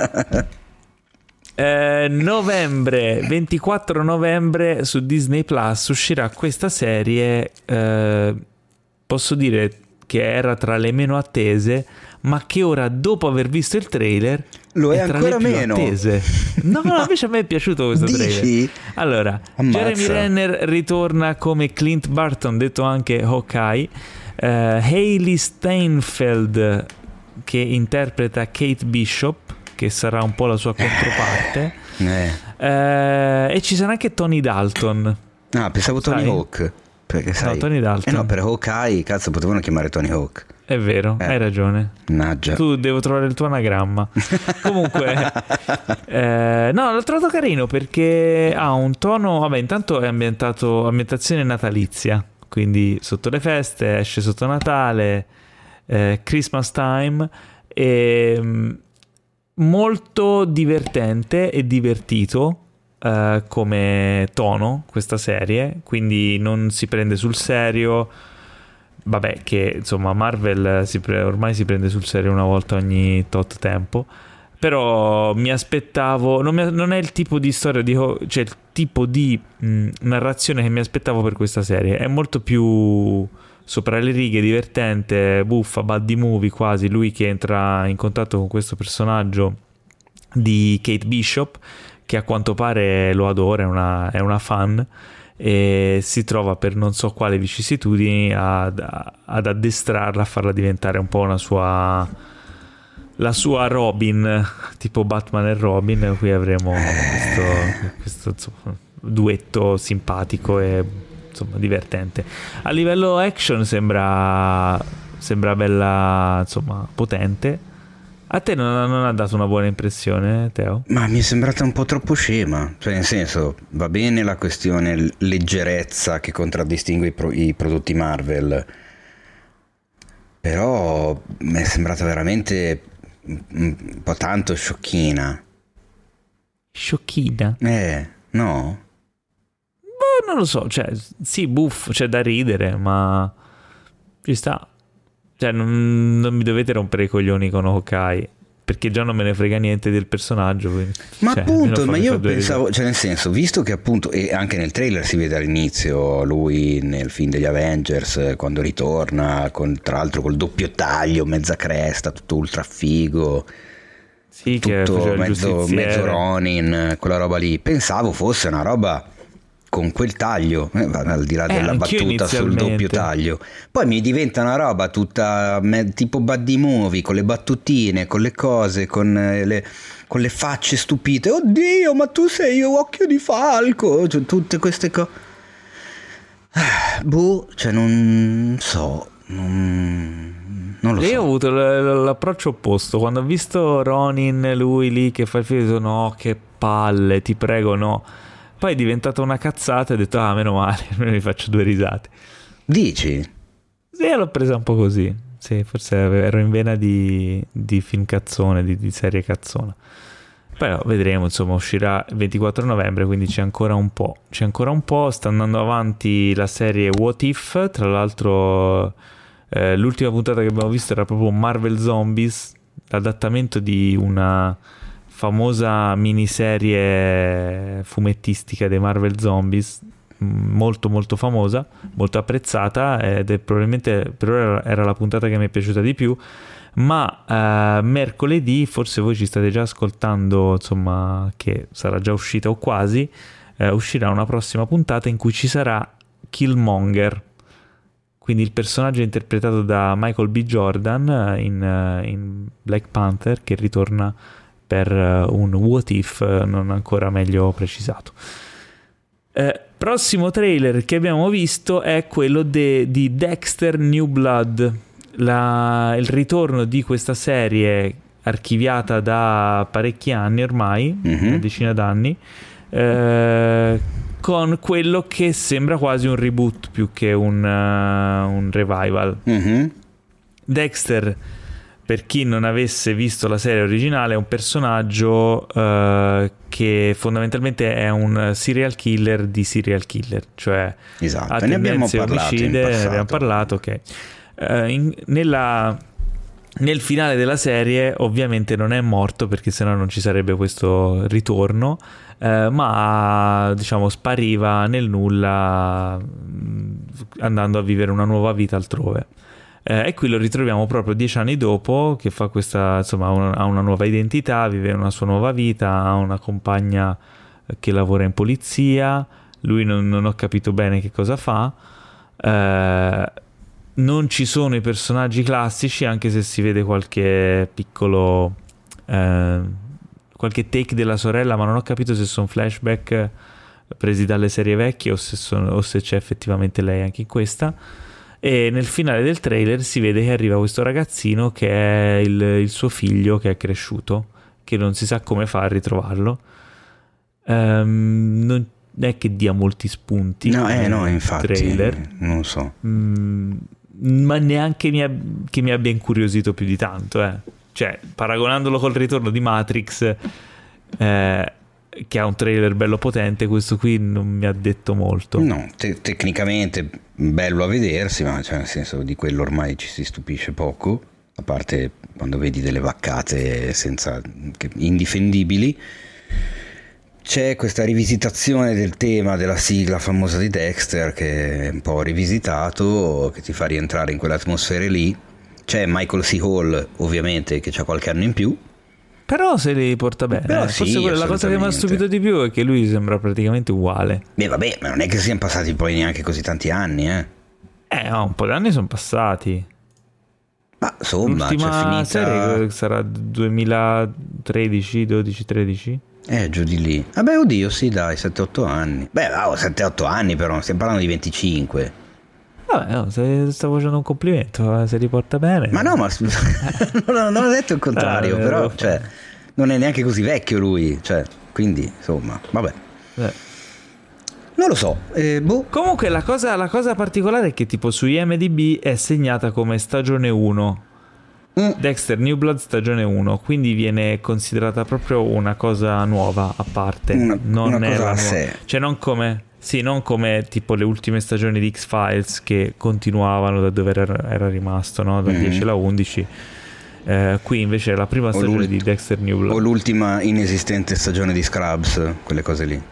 24 novembre su Disney Plus uscirà questa serie, posso dire che era tra le meno attese, ma che ora, dopo aver visto il trailer, lo è ancora meno attese. No, invece a me è piaciuto questo trailer. Allora, ammazza. Jeremy Renner ritorna come Clint Barton, detto anche Hawkeye. Hailey Steinfeld che interpreta Kate Bishop, che sarà un po' la sua controparte. E ci sarà anche Tony Dalton. Ah, pensavo Tony Hawk. Perché sai... No, Tony Dalton. No, per Hawkeye, cazzo, potevano chiamare Tony Hawk. È vero, hai ragione. Mannaggia. Tu devo trovare il tuo anagramma. Comunque, no, l'ho trovato carino perché ha un tono. Vabbè, intanto è ambientazione natalizia, quindi sotto le feste, esce sotto Natale, Christmas time, e molto divertente e divertito come tono questa serie, quindi non si prende sul serio. Vabbè, che insomma Marvel ormai si prende sul serio una volta ogni tot tempo, però mi aspettavo, non è il tipo di storia, cioè il tipo di narrazione che mi aspettavo per questa serie. È molto più sopra le righe, divertente, buffa, buddy movie quasi, lui che entra in contatto con questo personaggio di Kate Bishop, che a quanto pare lo adora, è una fan, e si trova per non so quale vicissitudini ad addestrarla, a farla diventare un po' la sua Robin, tipo Batman e Robin. Qui avremo questo insomma, duetto simpatico e insomma divertente. A livello action sembra bella, insomma, potente. A te non ha dato una buona impressione, Teo? Ma mi è sembrata un po' troppo scema, cioè nel senso, va bene la questione leggerezza che contraddistingue i prodotti Marvel, però mi è sembrata veramente un po' tanto sciocchina. Sciocchina? No? Boh, non lo so, cioè, sì, buffo, c'è da ridere, ma ci sta. Cioè, non mi dovete rompere i coglioni con Hawkeye, perché già non me ne frega niente del personaggio. Quindi, ma cioè, appunto, ma io pensavo, cioè nel senso, visto che appunto, e anche nel trailer si vede all'inizio lui nel film degli Avengers, quando ritorna, tra l'altro col doppio taglio, mezza cresta, tutto ultra figo, sì, tutto che mezzo Ronin, quella roba lì, pensavo fosse una roba con quel taglio, al di là della battuta sul doppio taglio, poi mi diventa una roba tutta tipo buddy movie, con le battutine, con le cose, con le facce stupite. Oddio, ma tu sei Occhio di Falco, cioè, tutte queste cose. Cioè non so, non lo so. Io ho avuto l'approccio opposto quando ho visto Ronin, lui lì che fa il film, ho detto no, che palle, ti prego, no. Poi è diventata una cazzata e ho detto meno male, me ne faccio due risate. Dici? Sì, l'ho presa un po' così. Sì, forse ero in vena di film cazzone, di serie cazzona. Però vedremo, insomma, uscirà il 24 novembre, quindi c'è ancora un po'. Sta andando avanti la serie What If, tra l'altro l'ultima puntata che abbiamo visto era proprio Marvel Zombies, l'adattamento di una famosa miniserie fumettistica dei Marvel Zombies, molto molto famosa, molto apprezzata, ed è probabilmente per ora era la puntata che mi è piaciuta di più. Ma mercoledì, forse voi ci state già ascoltando, insomma, che sarà già uscita o quasi, uscirà una prossima puntata in cui ci sarà Killmonger, quindi il personaggio interpretato da Michael B. Jordan in Black Panther, che ritorna per un what if non ancora meglio precisato. Prossimo trailer che abbiamo visto è quello di Dexter New Blood, il ritorno di questa serie archiviata da parecchi anni ormai, una decina d'anni, con quello che sembra quasi un reboot più che un revival. Dexter, per chi non avesse visto la serie originale, è un personaggio che fondamentalmente è un serial killer di serial killer, cioè esatto, ne abbiamo parlato in passato. Ne abbiamo parlato, ok. Nel finale della serie ovviamente non è morto, perché sennò non ci sarebbe questo ritorno, ma diciamo spariva nel nulla, andando a vivere una nuova vita altrove. E qui lo ritroviamo proprio 10 anni dopo, che fa questa, insomma, ha una nuova identità, vive una sua nuova vita, ha una compagna che lavora in polizia, lui non ho capito bene che cosa fa. Non ci sono i personaggi classici, anche se si vede qualche piccolo qualche take della sorella, ma non ho capito se sono flashback presi dalle serie vecchie o se c'è effettivamente lei anche in questa. E nel finale del trailer si vede che arriva questo ragazzino che è il suo figlio che è cresciuto, che non si sa come fa a ritrovarlo. Non è che dia molti spunti, no, infatti trailer, non so, ma neanche che mi abbia incuriosito più di tanto, cioè paragonandolo col ritorno di Matrix, che ha un trailer bello potente, questo qui non mi ha detto molto. No, tecnicamente bello a vedersi, ma cioè, nel senso, di quello ormai ci si stupisce poco, a parte quando vedi delle vaccate indifendibili. C'è questa rivisitazione del tema della sigla famosa di Dexter, che è un po' rivisitato, che ti fa rientrare in quelle atmosfere lì. C'è Michael C. Hall, ovviamente, che ha qualche anno in più, però se li porta bene. Però Forse sì, quella la cosa che mi ha stupito di più è che lui sembra praticamente uguale. Beh vabbè, ma non è che siano passati poi neanche così tanti anni, no, un po' di anni sono passati. Ma insomma, l'ultima c'è finita... serie sarà 2013, 12-13? Giù di lì. Vabbè, oddio, sì, dai, 7-8 anni. Beh, 7-8 anni però, stiamo parlando di 25. Vabbè, stavo facendo un complimento, se li porta bene. Ma no, ma non ho detto il contrario, però, cioè, non è neanche così vecchio lui, cioè, quindi, insomma, vabbè. Non lo so, Comunque la cosa particolare è che tipo su IMDb è segnata come stagione 1. Dexter New Blood stagione 1, quindi viene considerata proprio una cosa nuova a parte, non è cosa a sé. Cioè non come tipo le ultime stagioni di X-Files che continuavano da dove era rimasto, no? Dal 10 alla 11. Qui invece è la prima stagione di Dexter New Blood. O l'ultima inesistente stagione di Scrubs, quelle cose lì.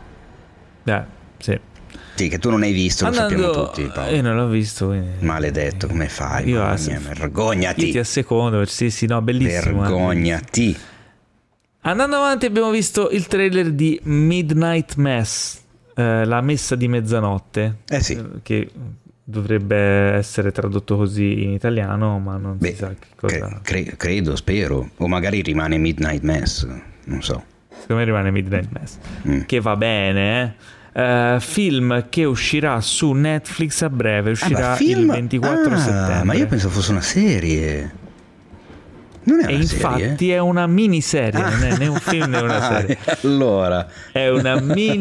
Sì. Sì, che tu non hai visto, lo sappiamo tutti, Paolo. Io non l'ho visto, quindi... Maledetto, come fai? Vergognati. Io ti assecondo, sì, no, bellissimo. Vergognati. Andando avanti abbiamo visto il trailer di Midnight Mass, la messa di mezzanotte. Sì. Che dovrebbe essere tradotto così in italiano, ma non si sa che cosa... credo, spero. O magari rimane Midnight Mass, non so. Secondo me rimane Midnight Mass, che va bene, film che uscirà su Netflix a breve, uscirà il 24 settembre. Ma io pensavo fosse una serie. Non è una serie? Infatti è una miniserie, non è né un film né una serie. Allora è una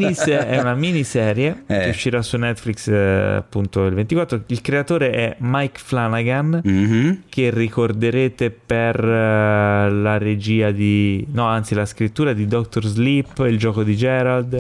miniserie che uscirà su Netflix appunto il 24. Il creatore è Mike Flanagan, che ricorderete per la regia la scrittura di Doctor Sleep, Il gioco di Gerald,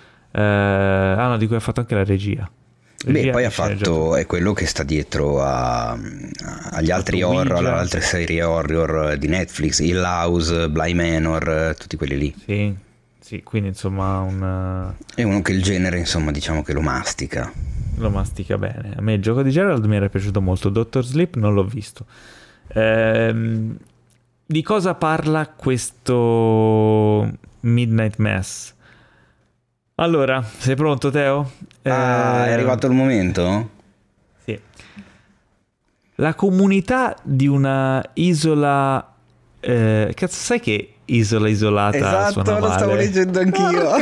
di cui ha fatto anche la regia. Poi ha fatto, è quello che sta dietro agli altri horror, alle altre serie horror di Netflix, Hill House, Bly Manor, tutti quelli lì. Sì, quindi insomma è uno che il genere, insomma, diciamo che lo mastica bene. A me il gioco di Gerald mi era piaciuto molto, Doctor Sleep non l'ho visto. Di cosa parla questo Midnight Mass? Allora, sei pronto, Teo? È arrivato il momento? Sì. La comunità di una isola... cazzo, sai che isola isolata? Esatto, lo stavo leggendo anch'io.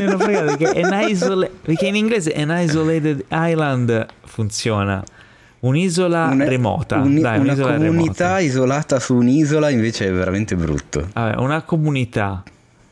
Perché in inglese an isolated island funziona. Un'isola remota. Una comunità isolata su un'isola invece è veramente brutto. Una comunità...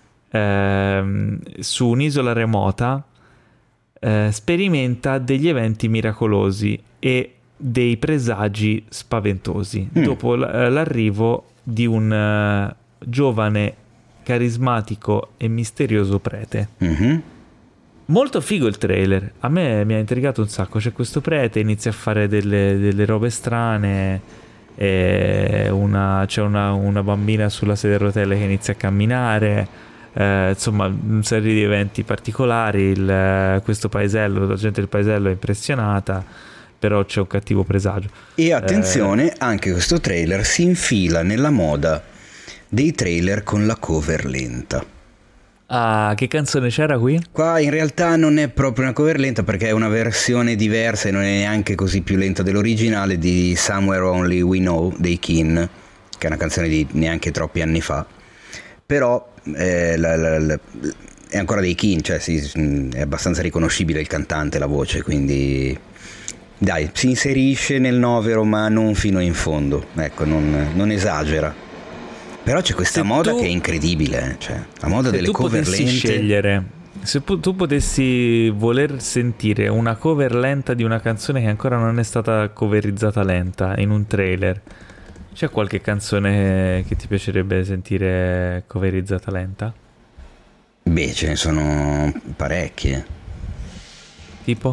su un'isola remota sperimenta degli eventi miracolosi e dei presagi spaventosi dopo l'arrivo di un giovane carismatico e misterioso prete. Molto figo il trailer, a me mi ha intrigato un sacco. C'è questo prete, inizia a fare delle robe strane, c'è una bambina sulla sedia a rotelle che inizia a camminare. Insomma, una serie di eventi particolari. Questo paesello, la gente del paesello è impressionata, però c'è un cattivo presagio. E attenzione, anche questo trailer si infila nella moda dei trailer con la cover lenta. Che canzone c'era qui? Qua in realtà non è proprio una cover lenta, perché è una versione diversa e non è neanche così più lenta dell'originale, di Somewhere Only We Know dei Keane, che è una canzone di neanche troppi anni fa. Però è ancora dei King, cioè è abbastanza riconoscibile il cantante, la voce, quindi dai, si inserisce nel novero, ma non fino in fondo, ecco, non esagera. Però c'è questa moda che è incredibile, cioè la moda delle cover lente. Scegliere, se tu potessi voler sentire una cover lenta di una canzone che ancora non è stata coverizzata lenta in un trailer, c'è qualche canzone che ti piacerebbe sentire coverizzata lenta? Beh, ce ne sono parecchie. Tipo?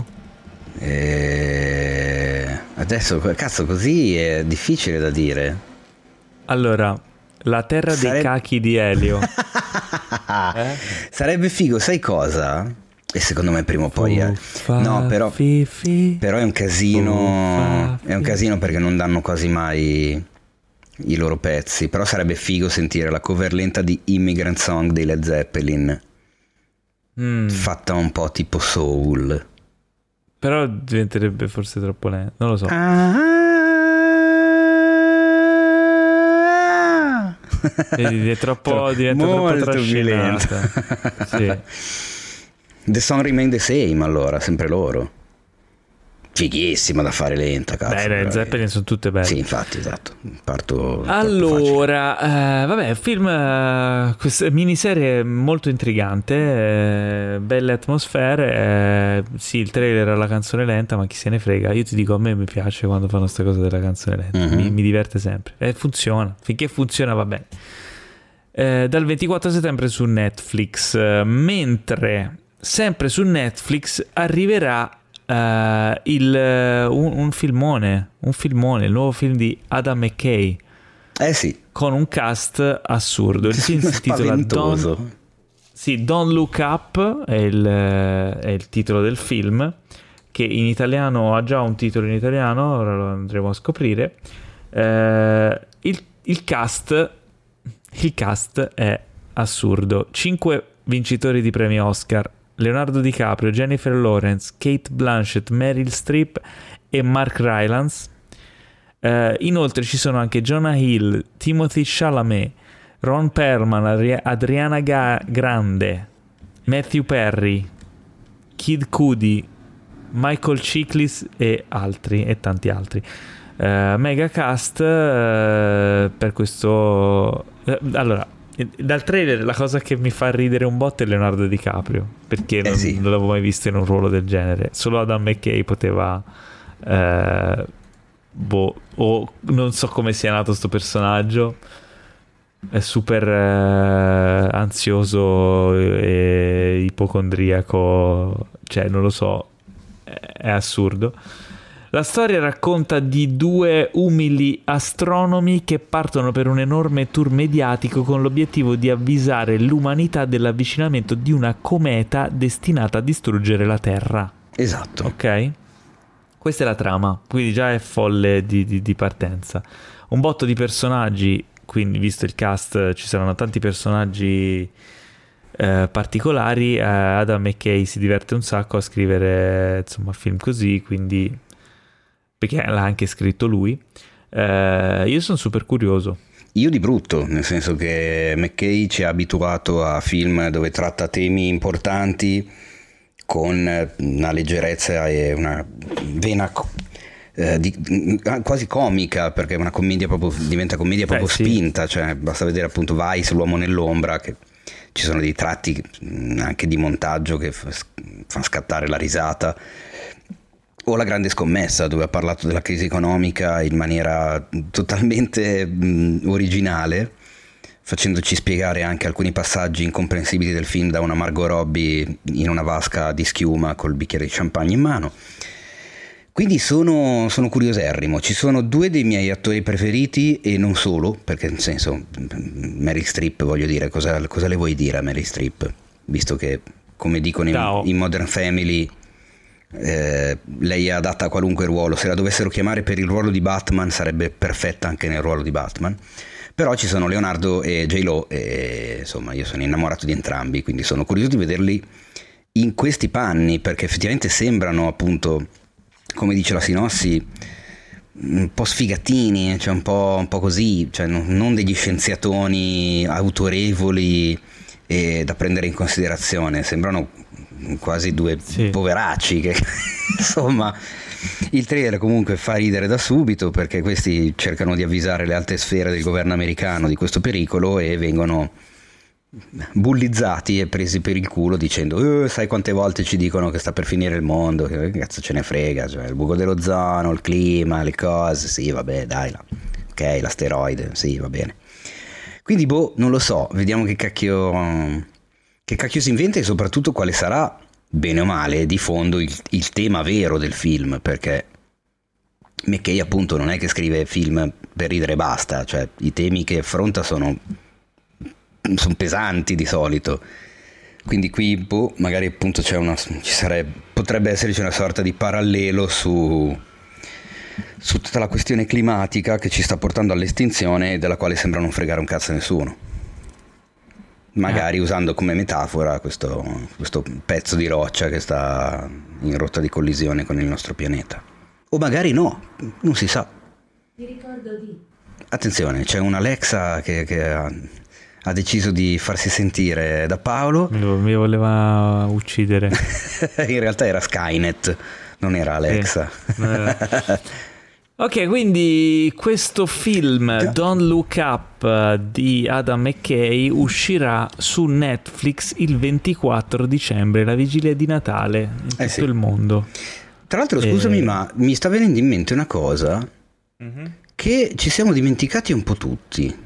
Adesso, cazzo, così è difficile da dire. Allora, La terra dei cachi di Elio. Sarebbe figo, sai cosa? E secondo me prima o poi no, però è un casino. È un casino perché non danno quasi mai i loro pezzi. Però sarebbe figo sentire la cover lenta di Immigrant Song dei Led Zeppelin, fatta un po' tipo soul. Però diventerebbe forse troppo lento, non lo so. È troppo, diventa troppo trascinata. Sì. The Song Remain the Same, allora, sempre loro. Fighissima da fare lenta, cazzo. Beh, le Zeppelin sono tutte belle. Sì, infatti, esatto. Parto. Allora, vabbè, film, questa miniserie molto intrigante, belle atmosfere. Sì, il trailer ha la canzone lenta, ma chi se ne frega. Io ti dico, a me mi piace quando fanno questa cosa della canzone lenta. Mi diverte sempre. E funziona. Finché funziona va bene. Dal 24 settembre su Netflix. Mentre sempre su Netflix arriverà un filmone, il nuovo film di Adam McKay. Sì. Con un cast assurdo. Il film si intitola Don't Look Up, è il titolo del film, che in italiano ha già un titolo in italiano, ora lo andremo a scoprire. Il cast è assurdo. 5 vincitori di premi Oscar: Leonardo DiCaprio, Jennifer Lawrence, Kate Blanchett, Meryl Streep e Mark Rylance. Inoltre ci sono anche Jonah Hill, Timothée Chalamet, Ron Perlman, Adriana Grande, Matthew Perry, Kid Cudi, Michael Chiklis e tanti altri. Mega cast per questo. Allora, dal trailer la cosa che mi fa ridere un botto è Leonardo DiCaprio, perché non l'avevo mai visto in un ruolo del genere. Solo Adam McKay poteva o non so come sia nato sto personaggio, è super ansioso e ipocondriaco, cioè non lo so, è assurdo. La storia racconta di 2 umili astronomi che partono per un enorme tour mediatico con l'obiettivo di avvisare l'umanità dell'avvicinamento di una cometa destinata a distruggere la Terra. Esatto. Ok? Questa è la trama, quindi già è folle di partenza. Un botto di personaggi, quindi visto il cast ci saranno tanti personaggi particolari. Adam McKay si diverte un sacco a scrivere insomma film così, quindi, perché l'ha anche scritto lui. Io sono super curioso. Io di brutto, nel senso che McKay ci ha abituato a film dove tratta temi importanti con una leggerezza e una vena quasi comica, perché è una commedia proprio, diventa commedia proprio spinta, cioè basta vedere appunto Vice, L'uomo nell'ombra, che ci sono dei tratti anche di montaggio che fanno scattare la risata, o La grande scommessa, dove ha parlato della crisi economica in maniera totalmente originale, facendoci spiegare anche alcuni passaggi incomprensibili del film da una Margot Robbie in una vasca di schiuma col bicchiere di champagne in mano. Quindi sono curioserrimo. Ci sono 2 dei miei attori preferiti, e non solo, perché nel senso, Meryl Streep, voglio dire, cosa le vuoi dire a Meryl Streep? Visto che, come dicono in Modern Family, lei è adatta a qualunque ruolo. Se la dovessero chiamare per il ruolo di Batman sarebbe perfetta anche nel ruolo di Batman. Però ci sono Leonardo e J-Lo e insomma io sono innamorato di entrambi, quindi sono curioso di vederli in questi panni, perché effettivamente sembrano, appunto, come dice la sinossi, un po' sfigatini, cioè un po' così, cioè non degli scienziatoni autorevoli e da prendere in considerazione, sembrano quasi due poveracci che insomma. Il trailer comunque fa ridere da subito, perché questi cercano di avvisare le alte sfere del governo americano di questo pericolo e vengono bullizzati e presi per il culo dicendo sai quante volte ci dicono che sta per finire il mondo, che cazzo ce ne frega, cioè il buco dell'ozono, il clima, le cose, sì vabbè dai, ok, l'asteroide, sì va bene. Quindi non lo so, vediamo che cacchio si inventa e soprattutto quale sarà, bene o male, di fondo il tema vero del film, perché McKay appunto non è che scrive film per ridere e basta, cioè i temi che affronta sono pesanti di solito, quindi qui magari appunto potrebbe esserci una sorta di parallelo su tutta la questione climatica che ci sta portando all'estinzione e della quale sembra non fregare un cazzo a nessuno, magari usando come metafora questo pezzo di roccia che sta in rotta di collisione con il nostro pianeta, o magari no, non si sa. Ti ricordo di... Attenzione, c'è un Alexa che ha deciso di farsi sentire da Paolo. Mi voleva uccidere. In realtà era Skynet, non era Alexa. Sì. Ok, quindi questo film Don't Look Up di Adam McKay uscirà su Netflix il 24 dicembre, la vigilia di Natale in tutto il mondo. Tra l'altro, scusami, ma mi sta venendo in mente una cosa che ci siamo dimenticati un po' tutti.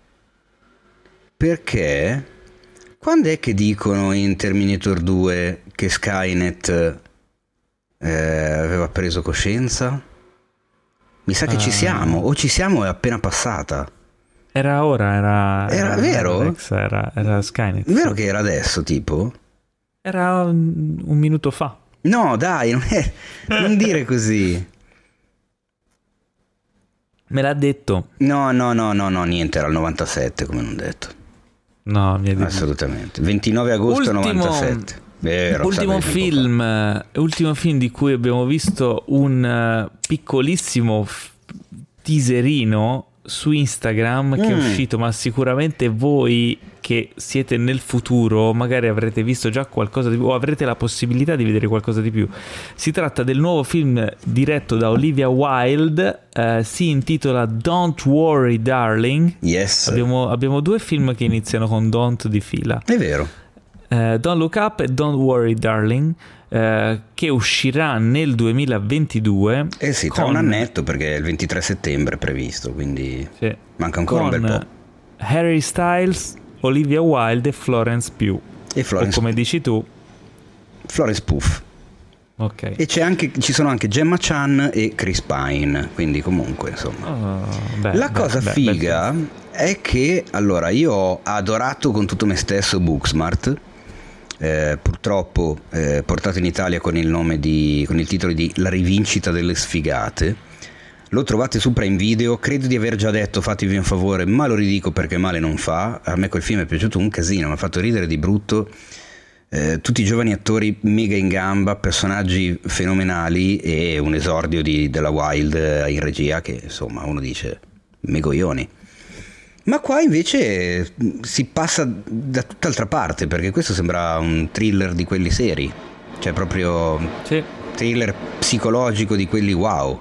Perché quando è che dicono in Terminator 2 che Skynet aveva preso coscienza? Mi sa che ci siamo, o ci siamo è appena passata. Era ora, era vero? Era Skynet. Vero che era adesso, tipo? Era un minuto fa. No, dai, non dire così. Me l'ha detto. No, niente, era il 97, come non detto. No, mi ha detto. Assolutamente. 29 agosto 97. Vero, ultimo film di cui abbiamo visto un piccolissimo teaserino su Instagram che è uscito, ma sicuramente voi che siete nel futuro magari avrete visto già qualcosa di più o avrete la possibilità di vedere qualcosa di più. Si tratta del nuovo film diretto da Olivia Wilde, si intitola Don't Worry Darling. Yes. Abbiamo due film che iniziano con Don't di fila. È vero. Don't Look Up e Don't Worry Darling, che uscirà nel 2022. Sì, tra un annetto, perché è il 23 settembre previsto, quindi manca ancora un bel po'. Harry Styles, Olivia Wilde e Florence Pugh. E Florence, o come dici tu, Florence Pugh. Ok. E ci sono anche Gemma Chan e Chris Pine, quindi comunque insomma. La cosa figa è che allora io ho adorato con tutto me stesso Booksmart. Purtroppo portato in Italia con il titolo di La rivincita delle sfigate. Lo trovate su Prime Video, credo di aver già detto, fatevi un favore, ma lo ridico perché male non fa. A me quel film è piaciuto un casino, mi ha fatto ridere di brutto, tutti i giovani attori mega in gamba, personaggi fenomenali e un esordio della Wilde in regia che insomma uno dice megoglioni. Ma qua invece si passa da tutt'altra parte, perché questo sembra un thriller di quelli seri, cioè proprio thriller psicologico di quelli wow.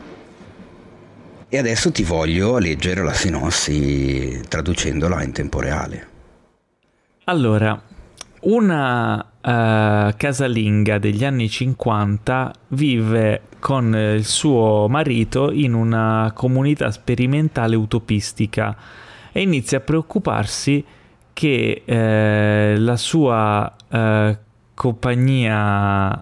E adesso ti voglio leggere la sinossi traducendola in tempo reale. Allora, una casalinga degli anni 50 vive con il suo marito in una comunità sperimentale utopistica e inizia a preoccuparsi che la sua compagnia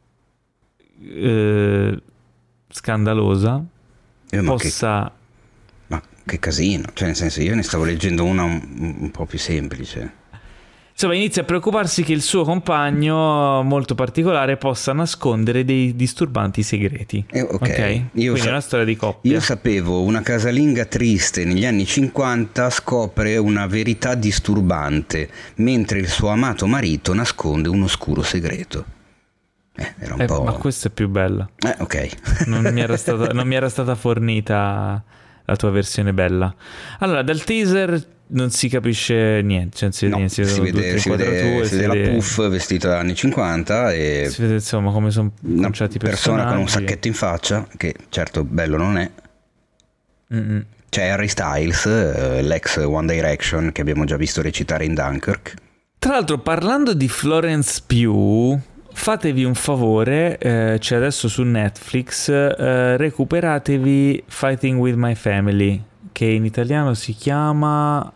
scandalosa possa... Ma che casino, cioè nel senso io ne stavo leggendo una un po' più semplice. Insomma, inizia a preoccuparsi che il suo compagno molto particolare possa nascondere dei disturbanti segreti. Ok. Quindi è una storia di coppia. Io sapevo, una casalinga triste negli anni 50 scopre una verità disturbante, mentre il suo amato marito nasconde un oscuro segreto. Era un po'... Ma questa è più bella. Ok. Non mi era stata fornita la tua versione bella. Allora, dal teaser non si capisce niente, cioè si vede la Puff vestita da anni 50 e si vede insomma come sono conciati i persona con un personaggi. sacchetto in faccia, che certo bello non è. Mm-mm. C'è Harry Styles, l'ex One Direction, che abbiamo già visto recitare in Dunkirk. Tra l'altro, parlando di Florence Pugh, fatevi un favore, c'è adesso su Netflix, recuperatevi Fighting with My Family, che in italiano si chiama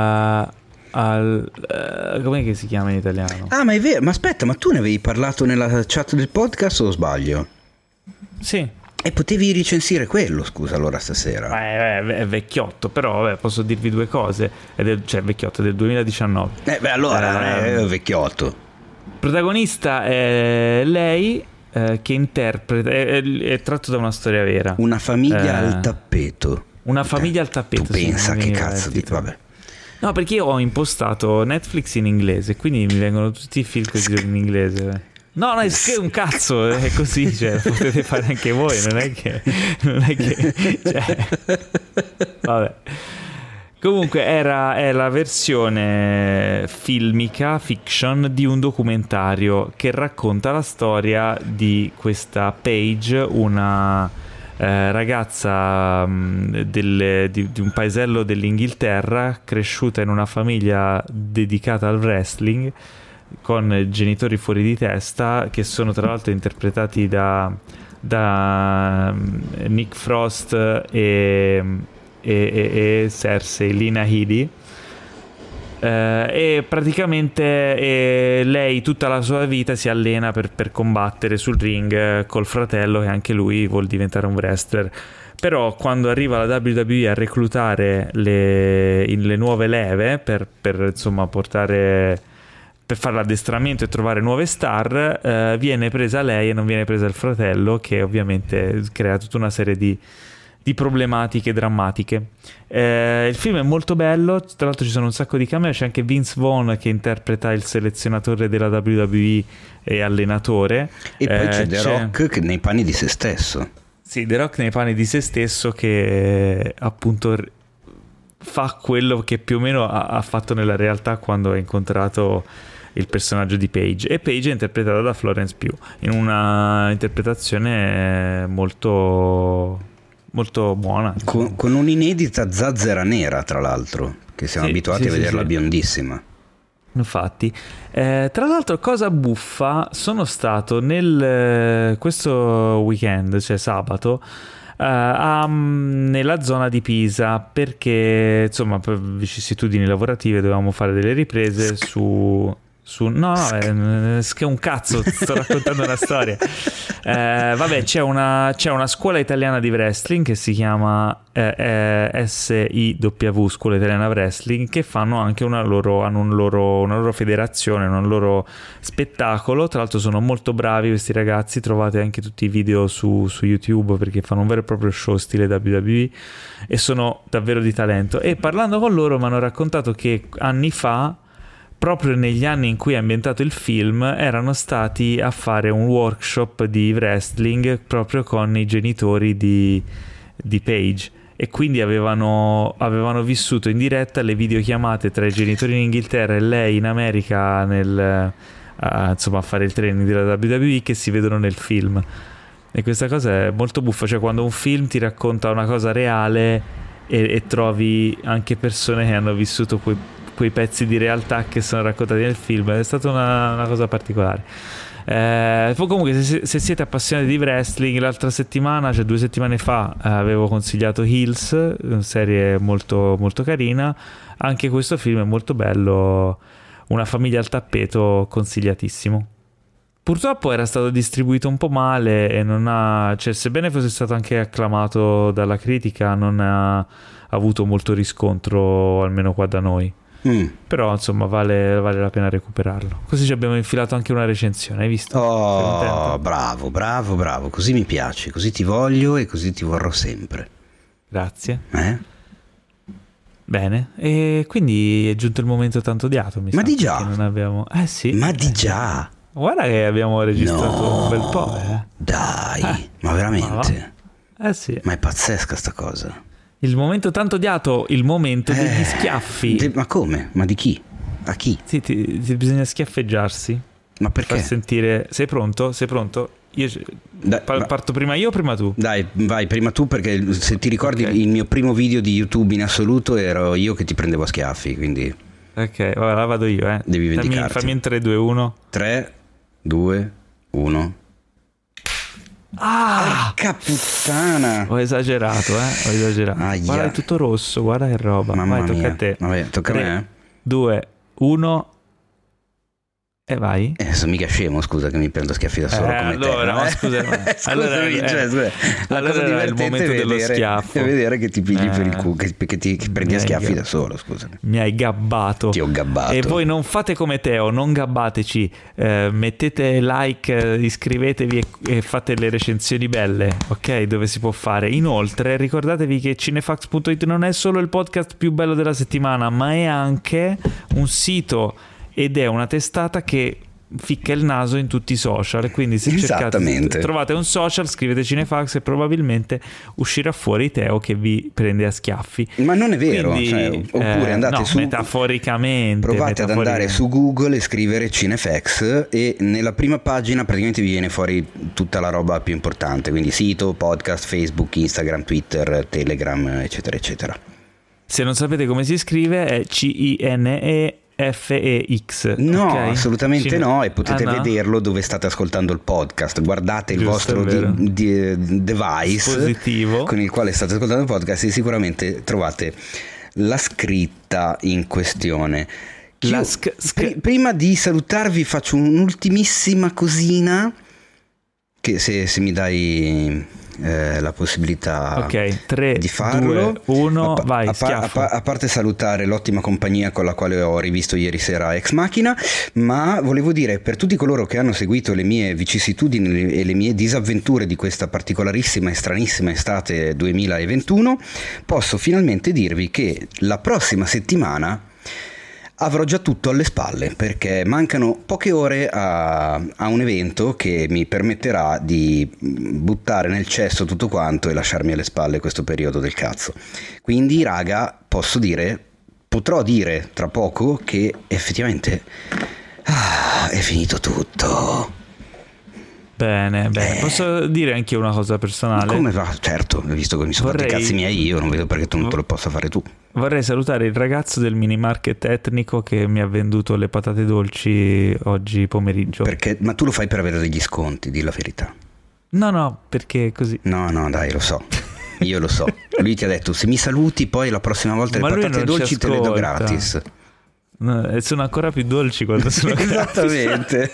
com'è che si chiama in italiano? Ah, ma è vero, ma aspetta, ma tu ne avevi parlato nella chat del podcast o sbaglio? Sì. E potevi recensire quello, scusa, allora stasera. È vecchiotto, però vabbè, posso dirvi due cose. Cioè vecchiotto, è del 2019. Allora è vecchiotto. Protagonista è lei, che interpreta, è tratto da una storia vera. Una famiglia al tappeto. Una famiglia al tappeto. Tu pensa che cazzo di... Vabbè. No, perché io ho impostato Netflix in inglese, quindi mi vengono tutti i film così in inglese. No, è un cazzo, è così, cioè, potete fare anche voi, non è che cioè, vabbè. Comunque è la versione filmica, fiction, di un documentario che racconta la storia di questa Paige, una ragazza di un paesello dell'Inghilterra, cresciuta in una famiglia dedicata al wrestling, con genitori fuori di testa, che sono tra l'altro interpretati da Nick Frost e Cersei, Lina Headey, e praticamente lei tutta la sua vita si allena per combattere sul ring col fratello, che anche lui vuol diventare un wrestler. Però quando arriva la WWE a reclutare le nuove leve per insomma per fare l'addestramento e trovare nuove star, viene presa lei e non viene presa il fratello, che ovviamente crea tutta una serie di problematiche drammatiche. Il film è molto bello, tra l'altro ci sono un sacco di cameo, c'è anche Vince Vaughn che interpreta il selezionatore della WWE e allenatore, e poi c'è The Rock nei panni di se stesso. Sì, The Rock nei panni di se stesso, che appunto fa quello che più o meno ha fatto nella realtà quando ha incontrato il personaggio di Paige, e Paige è interpretata da Florence Pugh in una interpretazione molto molto buona, con un'inedita zazzera nera, tra l'altro, che siamo abituati a vederla biondissima. Infatti, tra l'altro, cosa buffa, sono stato questo weekend, cioè sabato, nella zona di Pisa, perché insomma per vicissitudini lavorative dovevamo fare delle riprese su no, che un cazzo, sto raccontando una storia. Vabbè, c'è una scuola italiana di wrestling che si chiama SIW, Scuola Italiana Wrestling, che fanno anche una loro federazione, un loro spettacolo. Tra l'altro sono molto bravi questi ragazzi, trovate anche tutti i video su YouTube, perché fanno un vero e proprio show stile WWE e sono davvero di talento. E parlando con loro mi hanno raccontato che anni fa, proprio negli anni in cui è ambientato il film, erano stati a fare un workshop di wrestling proprio con i genitori di Paige, e quindi avevano vissuto in diretta le videochiamate tra i genitori in Inghilterra e lei in America insomma a fare il training della WWE, che si vedono nel film. E questa cosa è molto buffa, cioè quando un film ti racconta una cosa reale e trovi anche persone che hanno vissuto quei pezzi di realtà che sono raccontati nel film, è stata una cosa particolare. Comunque, se siete appassionati di wrestling, l'altra settimana, cioè 2 settimane fa, avevo consigliato Heels, una serie molto, molto carina. Anche questo film è molto bello, una famiglia al tappeto, consigliatissimo. Purtroppo era stato distribuito un po' male e cioè, sebbene fosse stato anche acclamato dalla critica, non ha avuto molto riscontro, almeno qua da noi. Però insomma vale la pena recuperarlo. Così ci abbiamo infilato anche una recensione, hai visto? Oh, bravo, così mi piaci, così ti voglio e così ti vorrò sempre. Grazie. Bene, e quindi è giunto il momento tanto odiato, ma di già? non abbiamo... sì. Ma di già? Guarda che abbiamo registrato un bel po', Dai, ma veramente? Sì. Ma è pazzesca sta cosa. Il momento tanto odiato, il momento degli schiaffi. Ma come? Ma di chi? A chi? Sì, bisogna schiaffeggiarsi. Ma perché? Per sentire. Sei pronto? Io parto prima io o prima tu? Dai, vai prima tu, perché se ti ricordi il mio primo video di YouTube in assoluto ero io che ti prendevo a schiaffi, quindi... Ok, ora vado io, Devi vendicarti. Fammi in 3, 2, 1. 3, 2, 1. Porca puttana! Ho esagerato. Aia. Guarda, è tutto rosso, guarda che roba. Mamma vai, tocca mia. a te. Vabbè, tocca 3, a me. 2, 1. E vai. Sono mica scemo, scusa, che mi prendo schiaffi da solo come allora, te. Ma scusa. Scusami, scusa. La cosa divertente è dello schiaffo. vedere che ti pigli per il culo, che ti prendi a schiaffi da solo, scusa. Mi hai gabbato. Ti ho gabbato. E voi non fate come Teo, non gabbateci. Mettete like, iscrivetevi e fate le recensioni belle, ok? Dove si può fare. Inoltre, ricordatevi che cinefax.it non è solo il podcast più bello della settimana, ma è anche un sito ed è una testata che ficca il naso in tutti i social, quindi se cercate, trovate un social, scrivete Cinefax e probabilmente uscirà fuori Teo che vi prende a schiaffi. Ma non è vero, quindi, oppure andate su, metaforicamente provate ad andare su Google e scrivere Cinefax e nella prima pagina praticamente vi viene fuori tutta la roba più importante, quindi sito, podcast, Facebook, Instagram, Twitter, Telegram, eccetera eccetera. Se non sapete come si scrive è CINEFEX. No, okay? assolutamente no, e potete vederlo dove state ascoltando il podcast. Guardate il vostro device dispositivo con il quale state ascoltando il podcast e sicuramente trovate la scritta in questione. Prima di salutarvi faccio un'ultimissima cosina che se mi dai la possibilità di farlo. 3, 2, 1, vai, a parte salutare l'ottima compagnia con la quale ho rivisto ieri sera Ex Machina, ma volevo dire, per tutti coloro che hanno seguito le mie vicissitudini e le mie disavventure di questa particolarissima e stranissima estate 2021, posso finalmente dirvi che la prossima settimana avrò già tutto alle spalle, perché mancano poche ore a un evento che mi permetterà di buttare nel cesso tutto quanto e lasciarmi alle spalle questo periodo del cazzo. Quindi, raga, potrò dire tra poco che effettivamente è finito tutto. Bene. Posso dire anche una cosa personale? Come va? Certo, visto che mi sono fatti i cazzi miei io, non vedo perché tu non te lo possa fare tu. Vorrei salutare il ragazzo del mini market etnico che mi ha venduto le patate dolci oggi pomeriggio. Perché? Ma tu lo fai per avere degli sconti, di la verità. No, perché così. No, dai, lo so. Io lo so. Lui ti ha detto, se mi saluti poi la prossima volta le patate dolci te le do gratis. No, sono ancora più dolci quando sono esattamente.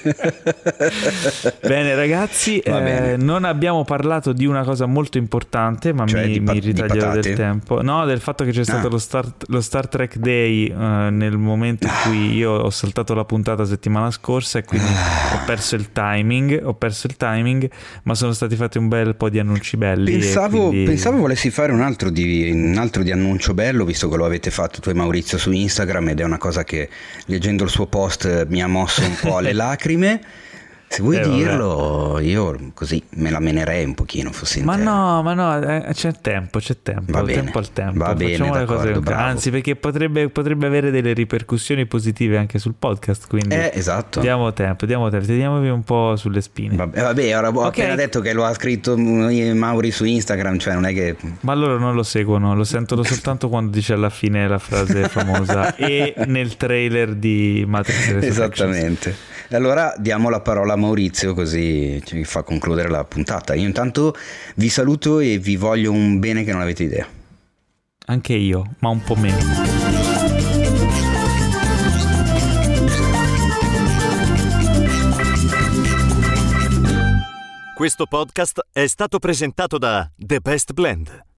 Bene ragazzi, non abbiamo parlato di una cosa molto importante, ma mi ritaglierò del tempo. No, del fatto che c'è stato lo Star Trek Day nel momento in cui io ho saltato la puntata settimana scorsa e quindi ho perso il timing, ma sono stati fatti un bel po' di annunci belli. Pensavo volessi fare un altro di annuncio bello, visto che lo avete fatto tu e Maurizio su Instagram, ed è una cosa che leggendo il suo post mi ha mosso un po' alle lacrime. Se vuoi dirlo, io così me la menerei un pochino, fossi in te. Ma no, c'è tempo. Va bene, tempo al tempo. Va bene, facciamo le cose, anzi, perché potrebbe avere delle ripercussioni positive anche sul podcast, quindi esatto. Diamo tempo, teniamovi un po' sulle spine. Vabbè, ora ho appena detto che lo ha scritto Mauri su Instagram, cioè non è che... Ma loro non lo seguono, lo sentono soltanto quando dice alla fine la frase famosa e nel trailer di Matrix Resurrections. Esattamente. Allora diamo la parola a Maurizio, così ci fa concludere la puntata. Io intanto vi saluto e vi voglio un bene che non avete idea. Anche io, ma un po' meno. Questo podcast è stato presentato da The Best Blend,